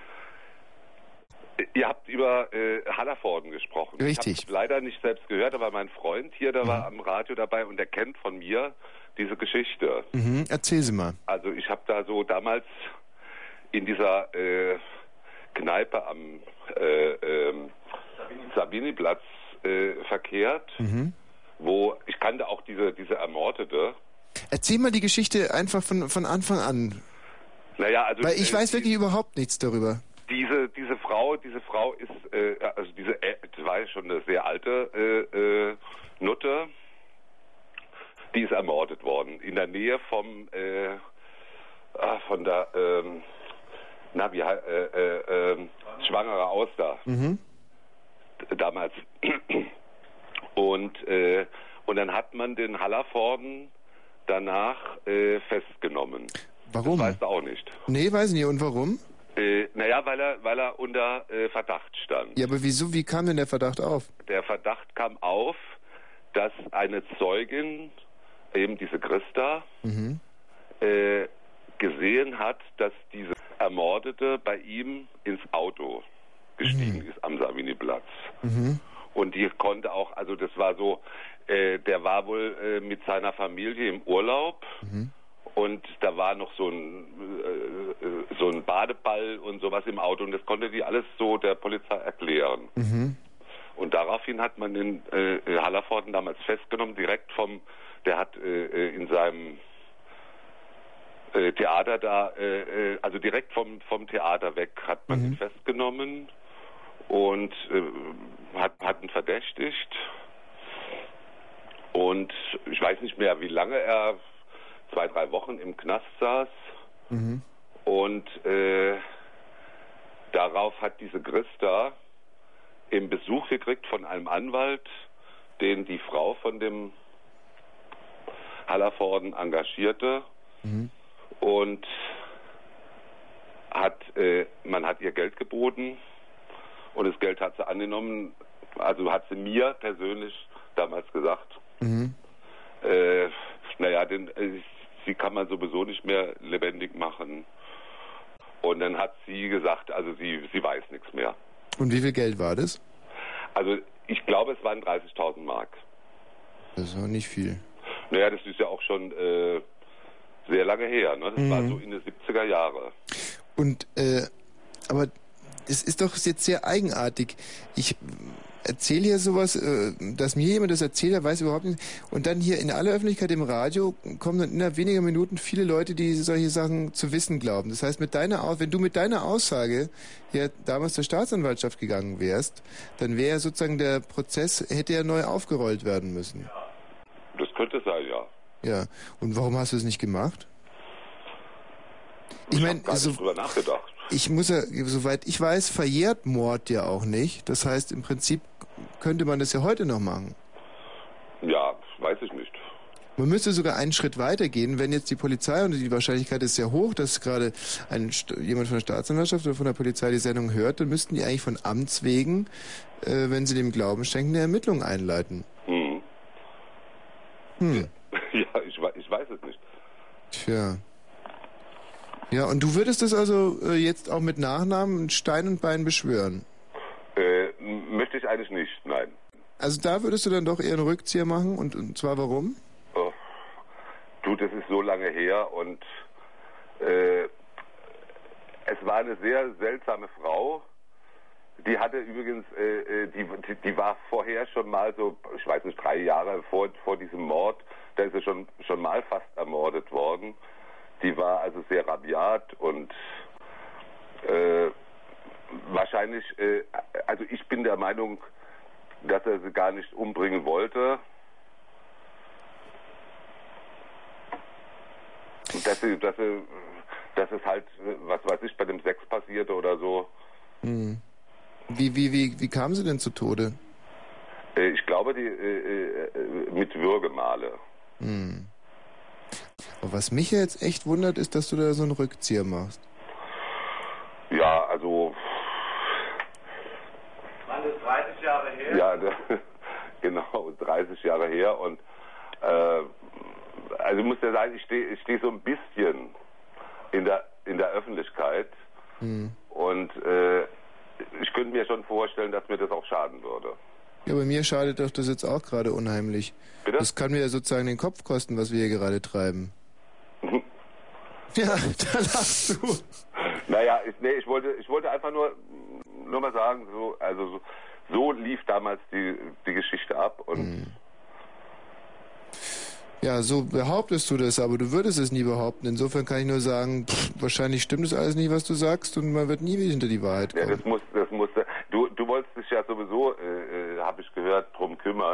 ihr habt über äh, Hallervorden gesprochen. Richtig. Ich habe leider nicht selbst gehört, aber mein Freund hier, der war am Radio dabei und der kennt von mir diese Geschichte. Mhm, erzähl sie mal. Also ich habe da so damals in dieser äh, Kneipe am äh, ähm, Sabiniplatz äh, verkehrt, Mhm. wo ich kannte auch diese diese Ermordete. Erzähl mal die Geschichte einfach von, von Anfang an. Naja, also Weil ich äh, weiß wirklich überhaupt nichts darüber. Diese diese Frau, diese Frau ist äh, also diese äh, das war ja schon eine sehr alte äh, äh, Nutte die ist ermordet worden. In der Nähe vom, äh, ah, von der, ähm, na, wie, äh, äh, äh, Schwangere Auster. Mhm. Damals. Und, äh, und dann hat man den Hallervorden danach äh, festgenommen. Warum? Das weißt du auch nicht. Nee, weiß ich nicht. Und warum? Äh, naja, weil er, weil er unter äh, Verdacht stand. Ja, aber wieso, wie kam denn der Verdacht auf? Der Verdacht kam auf, dass eine Zeugin, eben diese Christa, Mhm. äh, gesehen hat, dass diese Ermordete bei ihm ins Auto gestiegen Mhm. ist am Saviniplatz. Mhm. Und die konnte auch, also das war so, äh, der war wohl äh, mit seiner Familie im Urlaub. Mhm. Und da war noch so ein, äh, so ein Badeball und sowas im Auto und das konnte die alles so der Polizei erklären. Mhm. Und daraufhin hat man den äh, Hallervorden damals festgenommen, direkt vom, der hat äh, in seinem äh, Theater da, äh, also direkt vom, vom Theater weg hat man Mhm. ihn festgenommen und äh, hat, hat ihn verdächtigt. Und ich weiß nicht mehr, wie lange er, zwei, drei Wochen im Knast saß. Mhm. Und äh, darauf hat diese Christa eben Besuch gekriegt von einem Anwalt, den die Frau von dem Hallervorden engagierte. Mhm. Und hat, äh, man hat ihr Geld geboten und das Geld hat sie angenommen, also hat sie mir persönlich damals gesagt, Mhm. äh, naja, den, äh, sie kann man sowieso nicht mehr lebendig machen. Und dann hat sie gesagt, also sie, sie weiß nichts mehr. Und wie viel Geld war das? Also ich glaube, es waren dreißigtausend Mark. Das ist auch nicht viel. Naja, das ist ja auch schon äh, sehr lange her. Ne? Das Mhm. war so in den siebziger Jahre. Und, äh, aber es ist doch jetzt sehr eigenartig. Ich erzähle hier sowas, äh, dass mir jemand das erzählt, der weiß überhaupt nicht. Und dann hier in aller Öffentlichkeit im Radio kommen dann innerhalb weniger Minuten viele Leute, die solche Sachen zu wissen glauben. Das heißt, mit deiner Aus- wenn du mit deiner Aussage ja damals zur Staatsanwaltschaft gegangen wärst, dann wäre sozusagen der Prozess, hätte ja neu aufgerollt werden müssen. Das könnte sein, ja. Ja. Und warum hast du es nicht gemacht? Ich Ich meine, habe gar nicht so, drüber nachgedacht. ich muss ja, soweit ich weiß, verjährt Mord ja auch nicht. Das heißt, im Prinzip könnte man das ja heute noch machen. Ja, weiß ich nicht. Man müsste sogar einen Schritt weiter gehen, wenn jetzt die Polizei, und die Wahrscheinlichkeit ist sehr hoch, dass gerade ein, St- jemand von der Staatsanwaltschaft oder von der Polizei die Sendung hört, dann müssten die eigentlich von Amts wegen, äh, wenn sie dem Glauben schenken, eine Ermittlung einleiten. Hm. Hm. Ja, ich, wei- ich weiß es nicht. Tja. Ja, und du würdest das also äh, jetzt auch mit Nachnamen Stein und Bein beschwören? Äh, m- möchte ich eigentlich nicht, nein. Also da würdest du dann doch eher einen Rückzieher machen, und, und zwar warum? Oh. Du, das ist so lange her und äh, es war eine sehr seltsame Frau. Die hatte übrigens, äh, die, die, die war vorher schon mal so, ich weiß nicht, drei Jahre vor, vor diesem Mord, da ist sie schon, schon mal fast ermordet worden. Die war also sehr rabiat und äh, wahrscheinlich, äh, also ich bin der Meinung, dass er sie gar nicht umbringen wollte. Dass, sie, dass, sie, dass es halt, was weiß ich, bei dem Sex passierte oder so. Hm. Wie, wie, wie, wie kam sie denn zu Tode? Äh, ich glaube, die äh, äh, mit Würgemale. Hm. Aber was mich ja jetzt echt wundert, ist, dass du da so einen Rückzieher machst. Ja, also... Waren das dreißig Jahre her? Ja, da, genau, dreißig Jahre her und äh, also ich muss ja sagen, ich stehe ich steh so ein bisschen in der in der Öffentlichkeit Hm. und äh, ich könnte mir schon vorstellen, dass mir das auch schaden würde. Ja, bei mir schadet doch das jetzt auch gerade unheimlich. Bitte? Das kann mir ja sozusagen den Kopf kosten, was wir hier gerade treiben. Ja, da lachst du. Naja, ich, nee, ich wollte ich wollte einfach nur nur mal sagen, so also so, so lief damals die die Geschichte ab und Hm. Ja, so behauptest du das, aber du würdest es nie behaupten. Insofern kann ich nur sagen, pff, wahrscheinlich stimmt das alles nicht, was du sagst, und man wird nie wieder hinter die Wahrheit kommen. ja, das muss das musste du du wolltest dich ja sowieso, äh, äh, habe ich gehört, drum kümmern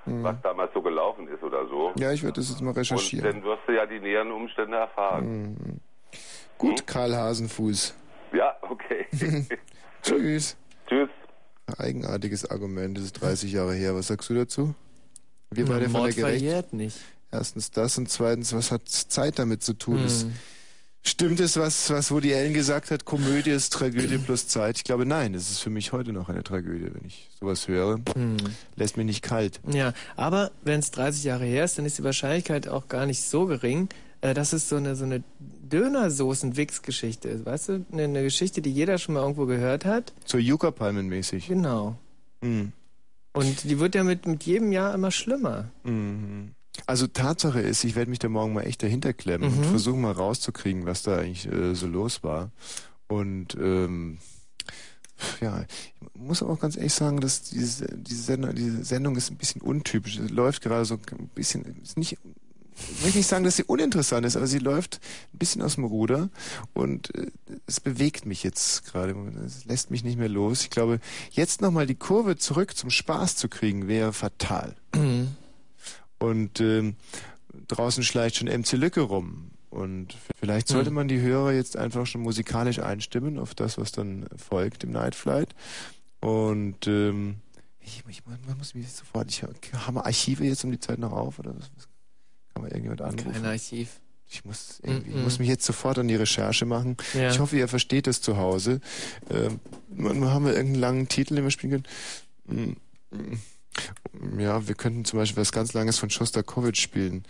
Mhm. was damals so gelaufen ist oder so. Ja, ich werde das jetzt mal recherchieren. Und dann wirst du ja die näheren Umstände erfahren. Mhm. Gut, hm? Karl Hasenfuß. Ja, okay. Tschüss. Tschüss. Eigenartiges Argument, das ist dreißig Jahre her. Was sagst du dazu? Wir beide von Mord der Gerecht. verjährt nicht. Erstens das und zweitens, was hat Zeit damit zu tun? Hm. Das, stimmt es, was, was Woody Allen gesagt hat, Komödie ist Tragödie plus Zeit? Ich glaube, nein, es ist für mich heute noch eine Tragödie, wenn ich sowas höre. Hm. Lässt mich nicht kalt. Ja, aber wenn es dreißig Jahre her ist, dann ist die Wahrscheinlichkeit auch gar nicht so gering, äh, dass es so eine, so eine Dönersoßen-Wix-Geschichte ist. Weißt du, eine, eine Geschichte, die jeder schon mal irgendwo gehört hat. So Yucca-Palmen-mäßig. Genau. Hm. Und die wird ja mit, mit jedem Jahr immer schlimmer. Mhm. Also Tatsache ist, ich werde mich da morgen mal echt dahinter klemmen Mhm. und versuchen mal rauszukriegen, was da eigentlich äh, so los war. Und ähm, ja, ich muss auch ganz ehrlich sagen, dass diese, diese, Sendung, diese Sendung ist ein bisschen untypisch. Sie läuft gerade so ein bisschen, ist nicht, ich will nicht sagen, dass sie uninteressant ist, aber sie läuft ein bisschen aus dem Ruder und äh, es bewegt mich jetzt gerade. Es lässt mich nicht mehr los. Ich glaube, jetzt nochmal die Kurve zurück zum Spaß zu kriegen, wäre fatal. Mhm. Und ähm, draußen schleicht schon M C Lücke rum. Und vielleicht sollte man die Hörer jetzt einfach schon musikalisch einstimmen auf das, was dann folgt im Night Flight. Und ähm, ich, ich, man muss mich sofort, ich haben wir Archive jetzt um die Zeit noch auf oder was? Kann man irgendjemand anrufen? Kein Archiv. Ich muss irgendwie, Mm-mm. ich muss mich jetzt sofort an die Recherche machen. Ja. Ich hoffe, ihr versteht das zu Hause. Ähm, haben wir irgendeinen langen Titel, den wir spielen können? Mm, Ja, wir könnten zum Beispiel was ganz Langes von Schostakowitsch spielen.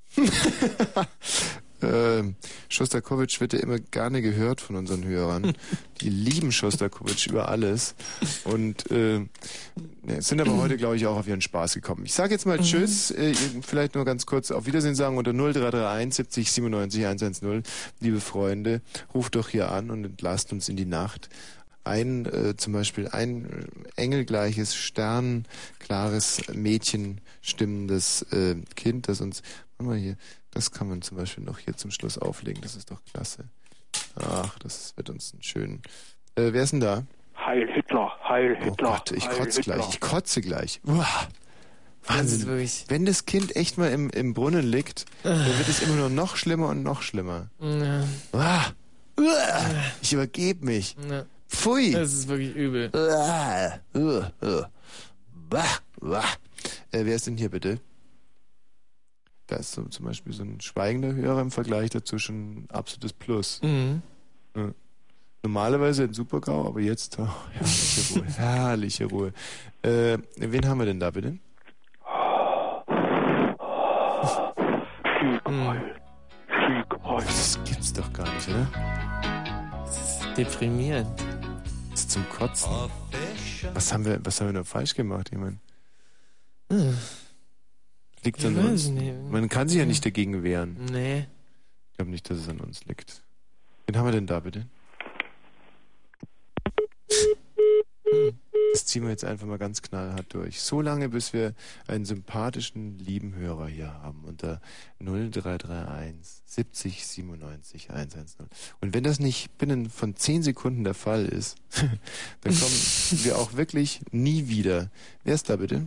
ähm, Schostakowitsch wird ja immer gerne gehört von unseren Hörern. Die lieben Schostakowitsch über alles. Und äh, ne, sind aber heute, glaube ich, auch auf ihren Spaß gekommen. Ich sage jetzt mal Tschüss, äh, vielleicht nur ganz kurz auf Wiedersehen sagen unter null drei drei eins siebzig siebenundneunzig hundertzehn. Liebe Freunde, ruft doch hier an und entlasst uns in die Nacht. Ein, äh, zum Beispiel ein engelgleiches, sternklares, mädchenstimmendes äh, Kind, das uns, warte mal hier, das kann man zum Beispiel noch hier zum Schluss auflegen, das ist doch klasse. Ach, das wird uns einen schönen. Äh, wer ist denn da? Heil Hitler, Heil Hitler. Oh Gott, ich Heil kotze Hitler. gleich, ich kotze gleich. Uah. Wahnsinn. wirklich- Wenn das Kind echt mal im, im Brunnen liegt, dann wird es immer nur noch schlimmer und noch schlimmer. Ja. Uah. Uah. Ich übergebe mich. Ja. Pfui. Das ist wirklich übel. Uah. Uah. Uah. Bah. Bah. Äh, wer ist denn hier bitte? Da ist so, zum Beispiel so ein schweigender Hörer im Vergleich dazu schon ein absolutes Plus. Mhm. Ja. Normalerweise ein Super-GAU, aber jetzt oh, herrliche Ruhe. Herrliche Ruhe. Äh, wen haben wir denn da bitte? Siegheil. Siegheil. Das gibt's doch gar nicht, oder? Das ist deprimierend. Das ist zum Kotzen. Was haben wir, was haben wir noch falsch gemacht, jemand? Hm. Liegt Ich an weiß uns? nicht. Man kann sich ja nicht dagegen wehren. Nee. Ich glaube nicht, dass es an uns liegt. Wen haben wir denn da bitte? Das ziehen wir jetzt einfach mal ganz knallhart durch. So lange, bis wir einen sympathischen, lieben Hörer hier haben unter null drei drei eins siebzig siebenundneunzig hundertzehn. Und wenn das nicht binnen von zehn Sekunden der Fall ist, dann kommen wir auch wirklich nie wieder. Wer ist da bitte?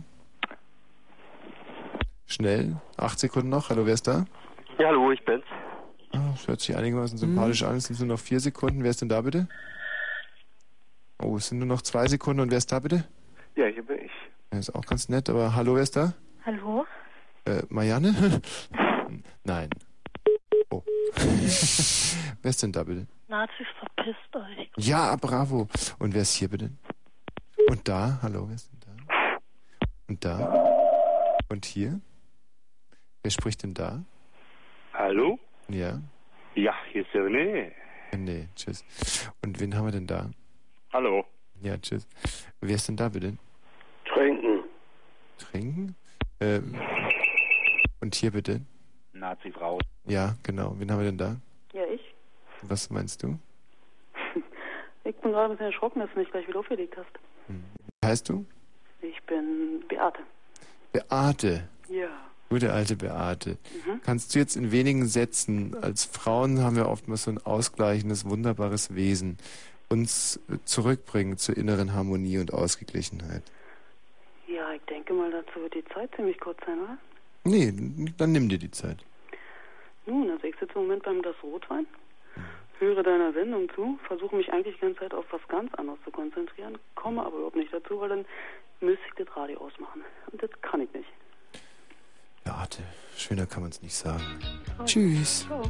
Schnell. Acht Sekunden noch. Hallo, wer ist da? Ja, hallo, ich bin's. Ah, das hört sich einigermaßen sympathisch an. Es sind nur noch vier Sekunden. Wer ist denn da bitte? Oh, es sind nur noch zwei Sekunden. Und wer ist da bitte? Ja, hier bin ich. Das ist auch ganz nett, aber hallo, wer ist da? Hallo? Äh, Marianne? Nein. Oh. Wer ist denn da bitte? Nazis, verpisst euch. Ja, bravo. Und wer ist hier bitte? Und da? Hallo, wer ist denn da? Und da? Und hier? Wer spricht denn da? Hallo? Ja? Ja, hier ist René. Nee, tschüss. Und wen haben wir denn da? Hallo. Ja, tschüss. Wer ist denn da bitte? Trinken. Trinken? Ähm, und hier bitte? Nazi-Frau. Ja, genau. Wen haben wir denn da? Ja, ich. Was meinst du? Ich bin gerade ein bisschen erschrocken, dass du mich gleich wieder aufgelegt hast. Wie heißt du? Ich bin Beate. Beate. Ja. Gute alte Beate. Mhm. Kannst du jetzt in wenigen Sätzen, als Frauen haben wir oftmals so ein ausgleichendes, wunderbares Wesen, uns zurückbringen zur inneren Harmonie und Ausgeglichenheit? Ja, ich denke mal, dazu wird die Zeit ziemlich kurz sein, oder? Nee, dann nimm dir die Zeit. Nun, also ich sitze im Moment beim Glas Rotwein, höre deiner Sendung zu, versuche mich eigentlich die ganze Zeit auf was ganz anderes zu konzentrieren, komme aber überhaupt nicht dazu, weil dann müsste ich das Radio ausmachen. Und das kann ich nicht. Ja, warte, schöner kann man es nicht sagen. Oh. Tschüss. Ciao.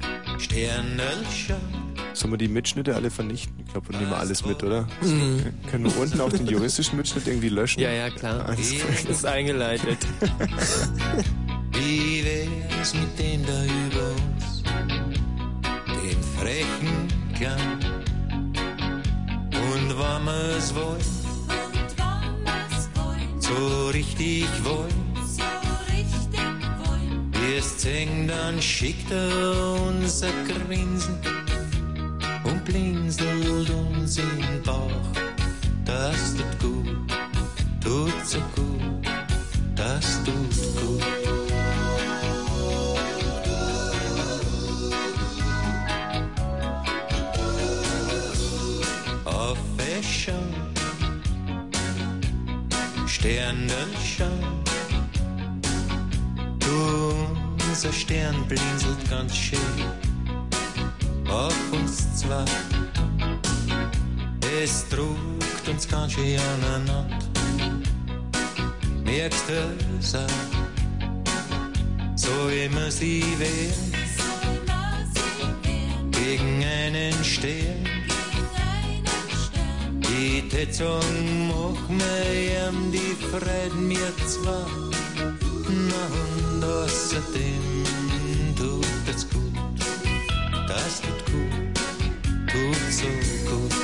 Sollen wir die Mitschnitte alle vernichten? Ich glaube, wir nehmen alles mit, oder? Mhm. Können wir unten auch den juristischen Mitschnitt irgendwie löschen? Ja, ja, klar. Das ist eingeleitet. Wie wär's mit dem da über uns, den frechen Gang? Und wann wir's wollen, so richtig wollen, wir's singen, dann schickt er uns ein Grinsen und blinzelt uns in den Bauch. Das tut gut, tut so gut, das tut gut. Auf Wäschern, Sterndelschern, du, unser Stern blinzelt ganz schön auf uns zwei. Es druckt uns ganz schön aneinander. Merkst du es auch? So immer sie wehren gegen einen Stern. Die Tätzung macht mir ihm die Freude mir zwar. Na und außerdem tut es gut, das tut gut, tut so gut.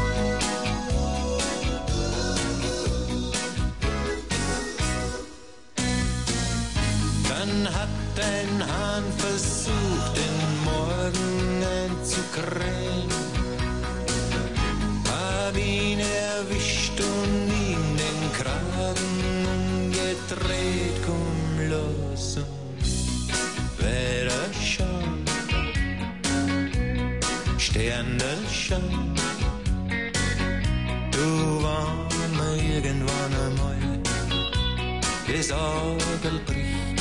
Dann hat ein Hahn versucht, den Morgen einzukrähen, hab ihn erwischt und ihm den Kragen umgedreht. Komm los und weiter schauen, Sternel schauen. Du, wann wir irgendwann einmal das Auge bricht,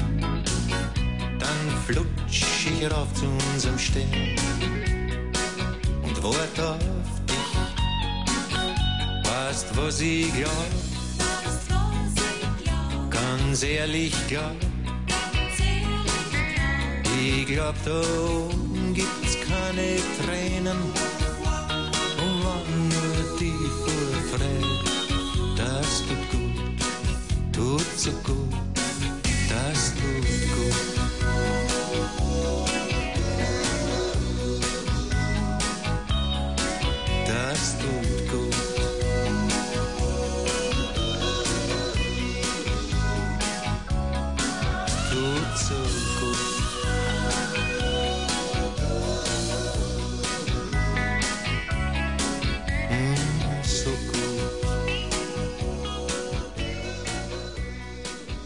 dann flutsch ich rauf zu unserem Stern und wart auf dich. Weißt, was ich glaub, ganz ehrlich glaub, ich glaub, da oben gibt's keine Tränen und wann nur die Vorfreude. Das tut gut, tut so gut, das tut gut. Das tut gut. Tut so gut. Mm, so gut.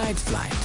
Nightfly.